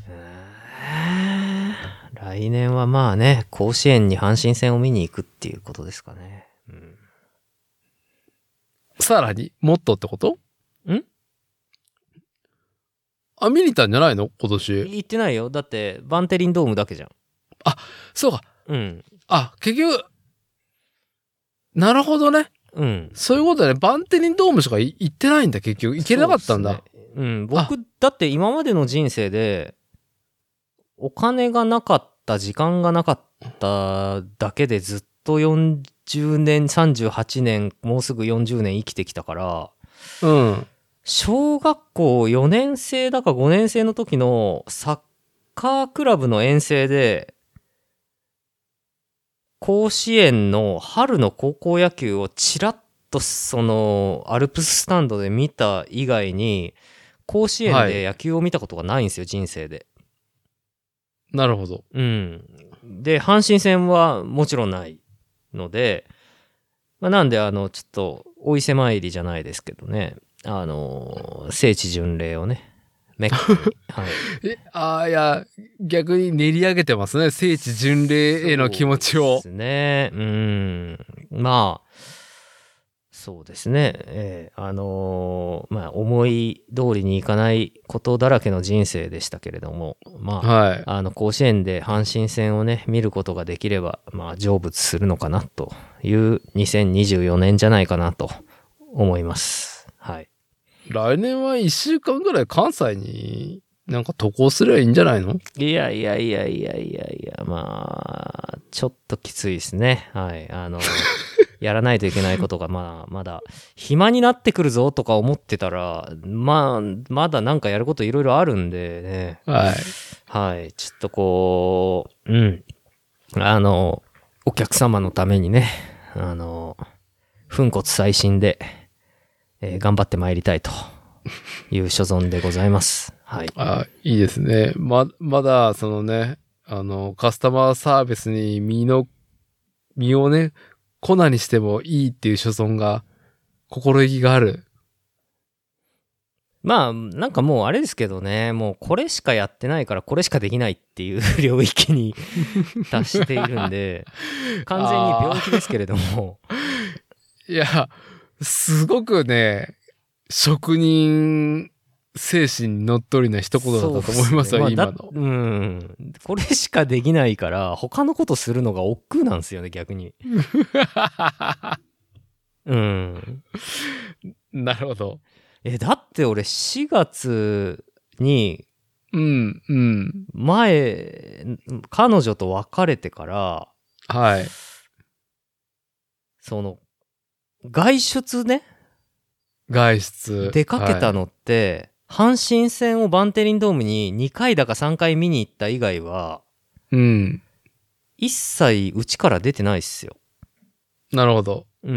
来年はまあね、甲子園に阪神戦を見に行くっていうことですかね。うん、 さらにもっとってこと？ ん？ あ、見に行ったんじゃないの今年？ 行ってないよ。だってバンテリンドームだけじゃん。 あ、そうか。 うん。 あ、結局、なるほどね。 うん。 そういうことだね。バンテリンドームしか行ってないんだ、結局。行けなかったんだ。 うね、うん。僕、だって今までの人生で、お金がなかった、時間がなかっただけでずっとよんじゅうねん、さんじゅうはちねん、もうすぐよんじゅうねん生きてきたから、 うん。 小学校よねん生だかごねん生の時のサッカークラブの遠征で、甲子園の春の高校野球をちらっとそのアルプススタンドで見た以外に甲子園で野球を見たことがないんですよ、はい、人生で。 なるほど。 うん。で、阪神戦はもちろんないので、まあ、なんであのちょっとお伊勢参りじゃないですけどね、あの聖地巡礼をね。メッカに、はい、 え、ああ、いや、逆に練り上げてますね。聖地巡礼への気持ちを。 そうですね。うん。まあ、そうですね。えー、あのー、まあ、思い通りにいかないことだらけの人生でしたけれども、まあ、はい、あの、甲子園で阪神戦をね、見ることができれば、まあ、成仏するのかなというにせんにじゅうよねんじゃないかなと思います。はい。 来年はいっしゅうかんぐらい関西になんか渡航すればいいんじゃないの？ いやいやいやいやいやいや、まあ、ちょっときついですね。はい。あの、やらないといけないことが、まあ、まだ、暇になってくるぞとか思ってたら、まあ、まだなんかやることいろいろあるんでね。 はい。 はい。ちょっとこう、うん。あの、お客様のためにね、あの、粉骨砕身で、えー、頑張ってまいりたいという所存でございます。はい。 あ、いいですね。ま、まだ、そのね、あの、カスタマーサービスに身の、身をね、粉にしてもいいっていう所存が、心意気がある。 まあ、なんかもうあれですけどね、もうこれしかやってないからこれしかできないっていう領域に達しているんで、完全に病気ですけれども。 いや、すごくね、 職人精神にのっとりな一言だったと思いますよ、 ね、 今の、 まあ、うんこれしかできないから他のことするのが億劫なんですよね逆にうんなるほど。 えだって俺しがつにうんうん前彼女と別れてからはいその外出ね外出出かけたのって、はい、阪神戦をバンテリンドームににかいだかさんかい見に行った以外は、 うん、 一切うちから出てないっすよ。 なるほど。 うん。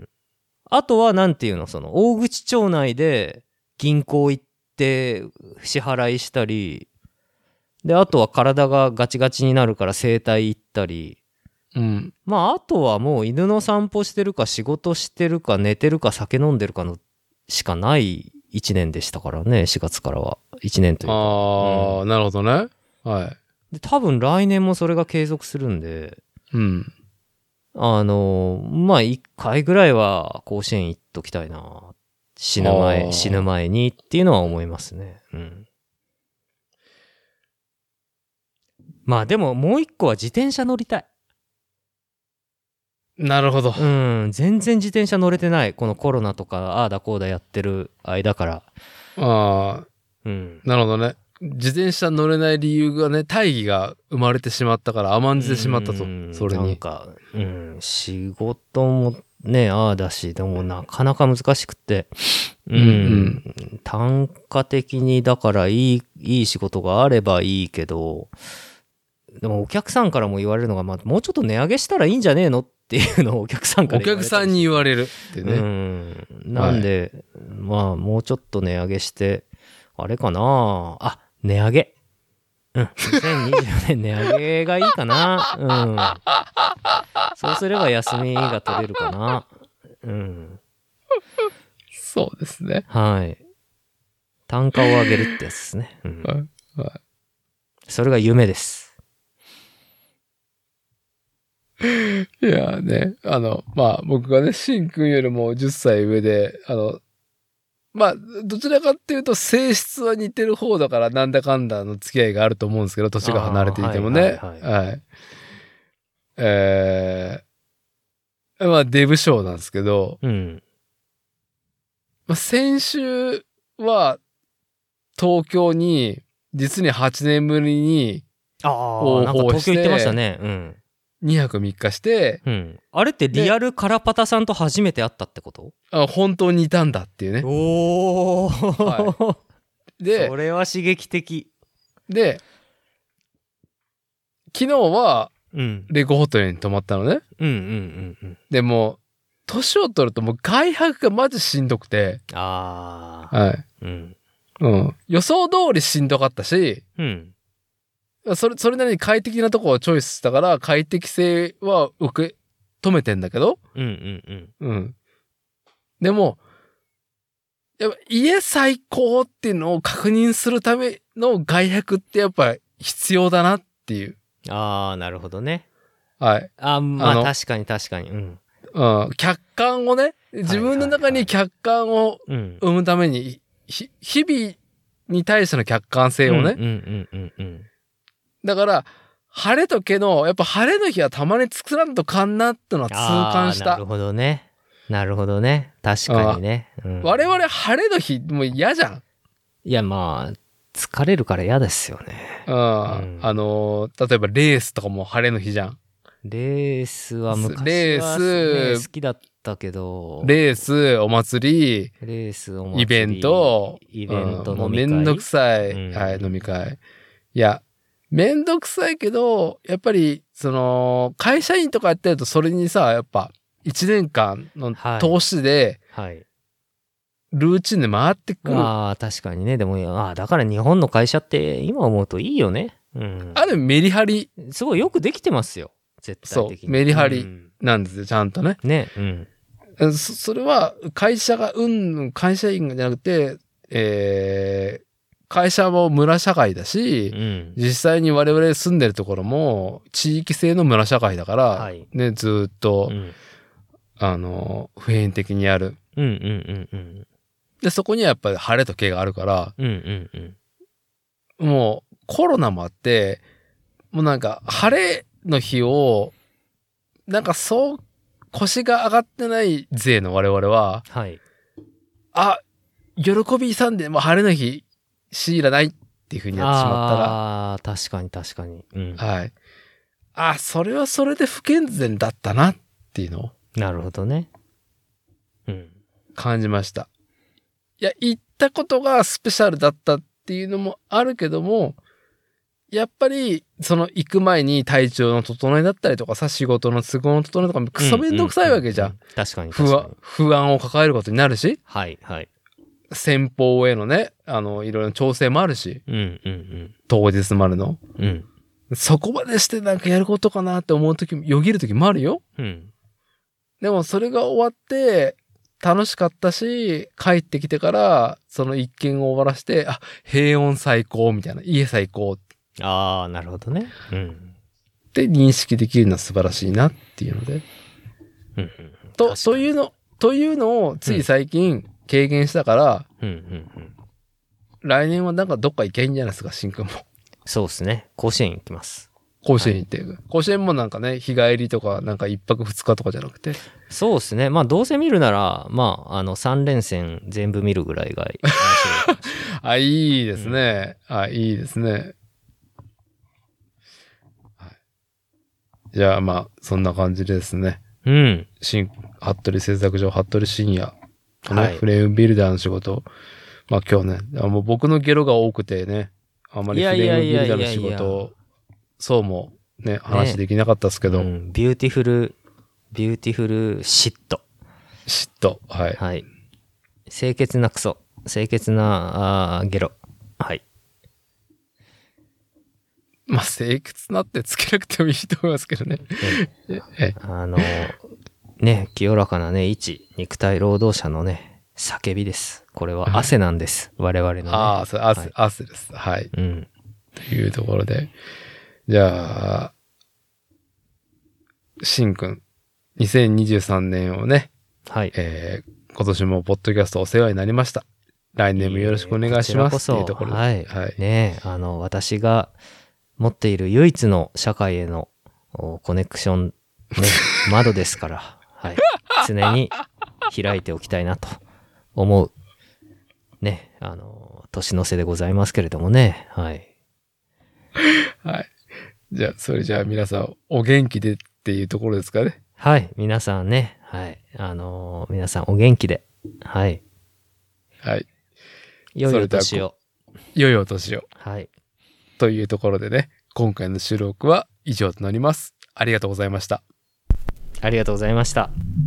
あとはなんていうのその大口町内で銀行行って支払いしたりであとは体がガチガチになるから整体行ったり。 うん、 まああとはもう犬の散歩してるか仕事してるか寝てるか酒飲んでるかのしかないいちねんでしたからねしがつからはいちねんというか。 ああ、うん、なるほどね。はい。 で多分来年もそれが継続するんで、 うん、 あのまあいっかいぐらいは甲子園行っときたいな死ぬ前死ぬ前にっていうのは思いますね。うん。まあでももう一個は自転車乗りたい。 なるほど。 うん全然自転車乗れてないこのコロナとかああだこうだやってる間から。 ああ、 うん、 なるほどね。自転車乗れない理由がね大義が生まれてしまったから甘んじてしまったと。それになんか、うん、仕事もねああだしでもなかなか難しくってうん、うん、単価的にだからいいいい仕事があればいいけどでもお客さんからも言われるのが、まあ、もうちょっと値上げしたらいいんじゃねえのっていうのをお客さんから言われたりして。 お客さんに言われるってね。 うん。なんで、はい、まあもうちょっと値上げしてあれかなあ値上げうんにせんにじゅうよねん値上げがいいかなうんそうすれば休みが取れるかなうんそうですね。 はい単価を上げるってやつですね、うんはいはい、 それが夢です。 いやね、あの、まあ僕がね、しんくんよりもじゅっさい上で、あの、まあ、どちらかっていうと性質は似てる方だからなんだかんだの付き合いがあると思うんですけど、年が離れていてもね。はい、はいはい、えー、まあデブ賞なんですけど、 うん、 まあ、先週は東京に実にはちねんぶりに応募して、東京行ってましたね。うん。 にはくみっかして、 うん、あれってリアルカラパタさんと初めて会ったってこと？ あ本当にいたんだっていうね。 おー、はい、でそれは刺激的で昨日はレゴホテルに泊まったのね。 うんうんうんうん。 でも年を取るともう外泊がマジしんどくて、 ああ、はい、 うんうん、予想通りしんどかったし、 うん。 それ、それなりに快適なところをチョイスしたから、快適性は受け止めてんだけど。 うんうんうん。うん。でも、やっぱ家最高っていうのを確認するための外泊ってやっぱ必要だなっていう。 ああ、なるほどね。 はい。 あまあ確かに確かに。うん。 うん。客観をね、自分の中に客観を生むために、はいはいはい、ひ日々に対しての客観性をね。 うんうんうんうんうん。 だから、晴れとけの、やっぱ晴れの日はたまに作らんとかんなってのは痛感した。 なるほどね。なるほどね。確かにね。 うん、我々晴れの日もう嫌じゃん。 いや、まあ、疲れるから嫌ですよね。 うん。うん、あのー、例えばレースとかも晴れの日じゃん。 レースは昔は、ね、レース好きだったけど。 レース、お祭り、 レース、お祭り、 イベント、 イベント、 うん、もうめんどくさい、うん、はい、飲み会。いや、めんどくさいけど、やっぱり、その、会社員とかやってると、それにさ、やっぱ、一年間の投資で、はい。ルーチンで回ってくる。 ああ、確かにね。でも、ああ、だから日本の会社って、今思うといいよね。うん。 あるメリハリ。 すごいよくできてますよ。絶対的に。 そう、メリハリなんですよ、ちゃんとね。 ね、 うん。そ, それは、会社が、うん、会社員じゃなくて、えー、会社も村社会だし、うん、実際に我々住んでるところも地域性の村社会だから、はい、ね、ずっと、うん、あの、普遍的にある。 うんうんうんうん。 で、そこにはやっぱり晴れと毛があるから、 うんうんうん、もうコロナもあって、もうなんか晴れの日を、なんかそう腰が上がってない勢の我々は、 はい。 あ、喜び勇んでもう晴れの日強いらないっていう風になってしまったら、 ああ、確かに確かに。うん、 はい。あ、それはそれで不健全だったなっていうのを。 なるほどね。うん。 感じました。いや、行ったことがスペシャルだったっていうのもあるけども、やっぱり、その行く前に体調の整えだったりとかさ、仕事の都合の整えとか、クソめんどくさいわけじゃん。 うんうんうんうん、確かに確かに。不安を抱えることになるし。 はいはい。 先方へのね、あの、いろいろ調整もあるし。 うんうんうん。 当日までの。 うん。 そこまでしてなんかやることかなって思うときも、よぎるときもあるよ。 うん。 でもそれが終わって、楽しかったし、帰ってきてから、その一件を終わらして、あ、平穏最高みたいな、家最高。 ああ、なるほどね。うん。 って認識できるのは素晴らしいなっていうので。 うんうん、 と、というの、というのをつい最近経験したから、 うんうんうん、 来年はなんかどっか行けんじゃないですか、しんくんも。 そうですね。甲子園行きます。 甲子園行って、はい、甲子園もなんかね、日帰りとか、なんか一泊二日とかじゃなくて。 そうですね。まあ、どうせ見るなら、まあ、あの、三連戦全部見るぐらいが面白いかもしれない。 あ、いいですね。うん、あ、いいですね。はい。じゃあ、まあ、そんな感じですね。 うん。 新、服部製作所、服部深夜とね、はい、フレームビルダーの仕事。まあ今日ね、もう僕のゲロが多くてね、あんまりフレームビルダーの仕事、そうもね、話できなかったですけど、ね、 うん。ビューティフル、ビューティフルシット。 シット。はい。 はい。清潔なクソ。清潔なあゲロ。はい。 まあ清潔なってつけなくてもいいと思いますけどね。 えあの、ね、清らかなね、一肉体労働者のね、叫びです。これは汗なんです。はい、我々の、ね。 ああ、それ汗、はい、汗です。はい。 うん。 というところで。じゃあ、しんくん、にせんにじゅうさんねんをね、 はい。 えー、今年もポッドキャストお世話になりました。来年もよろしくお願いします。っていうところで。 はい。はい、ねあの、私が持っている唯一の社会へのコネクション、ね、窓ですから、はい。常に開いておきたいなと思う。ね、あの、年の瀬でございますけれどもね。はい。 はい。じゃあ、それじゃあ皆さん、お元気でっていうところですかね。 はい。皆さんね。はい。あのー、皆さんお元気で。はい。 はい。 良いお年を。 良いお年を。 はい。 というところでね、今回の収録は以上となります。ありがとうございました。 ありがとうございました。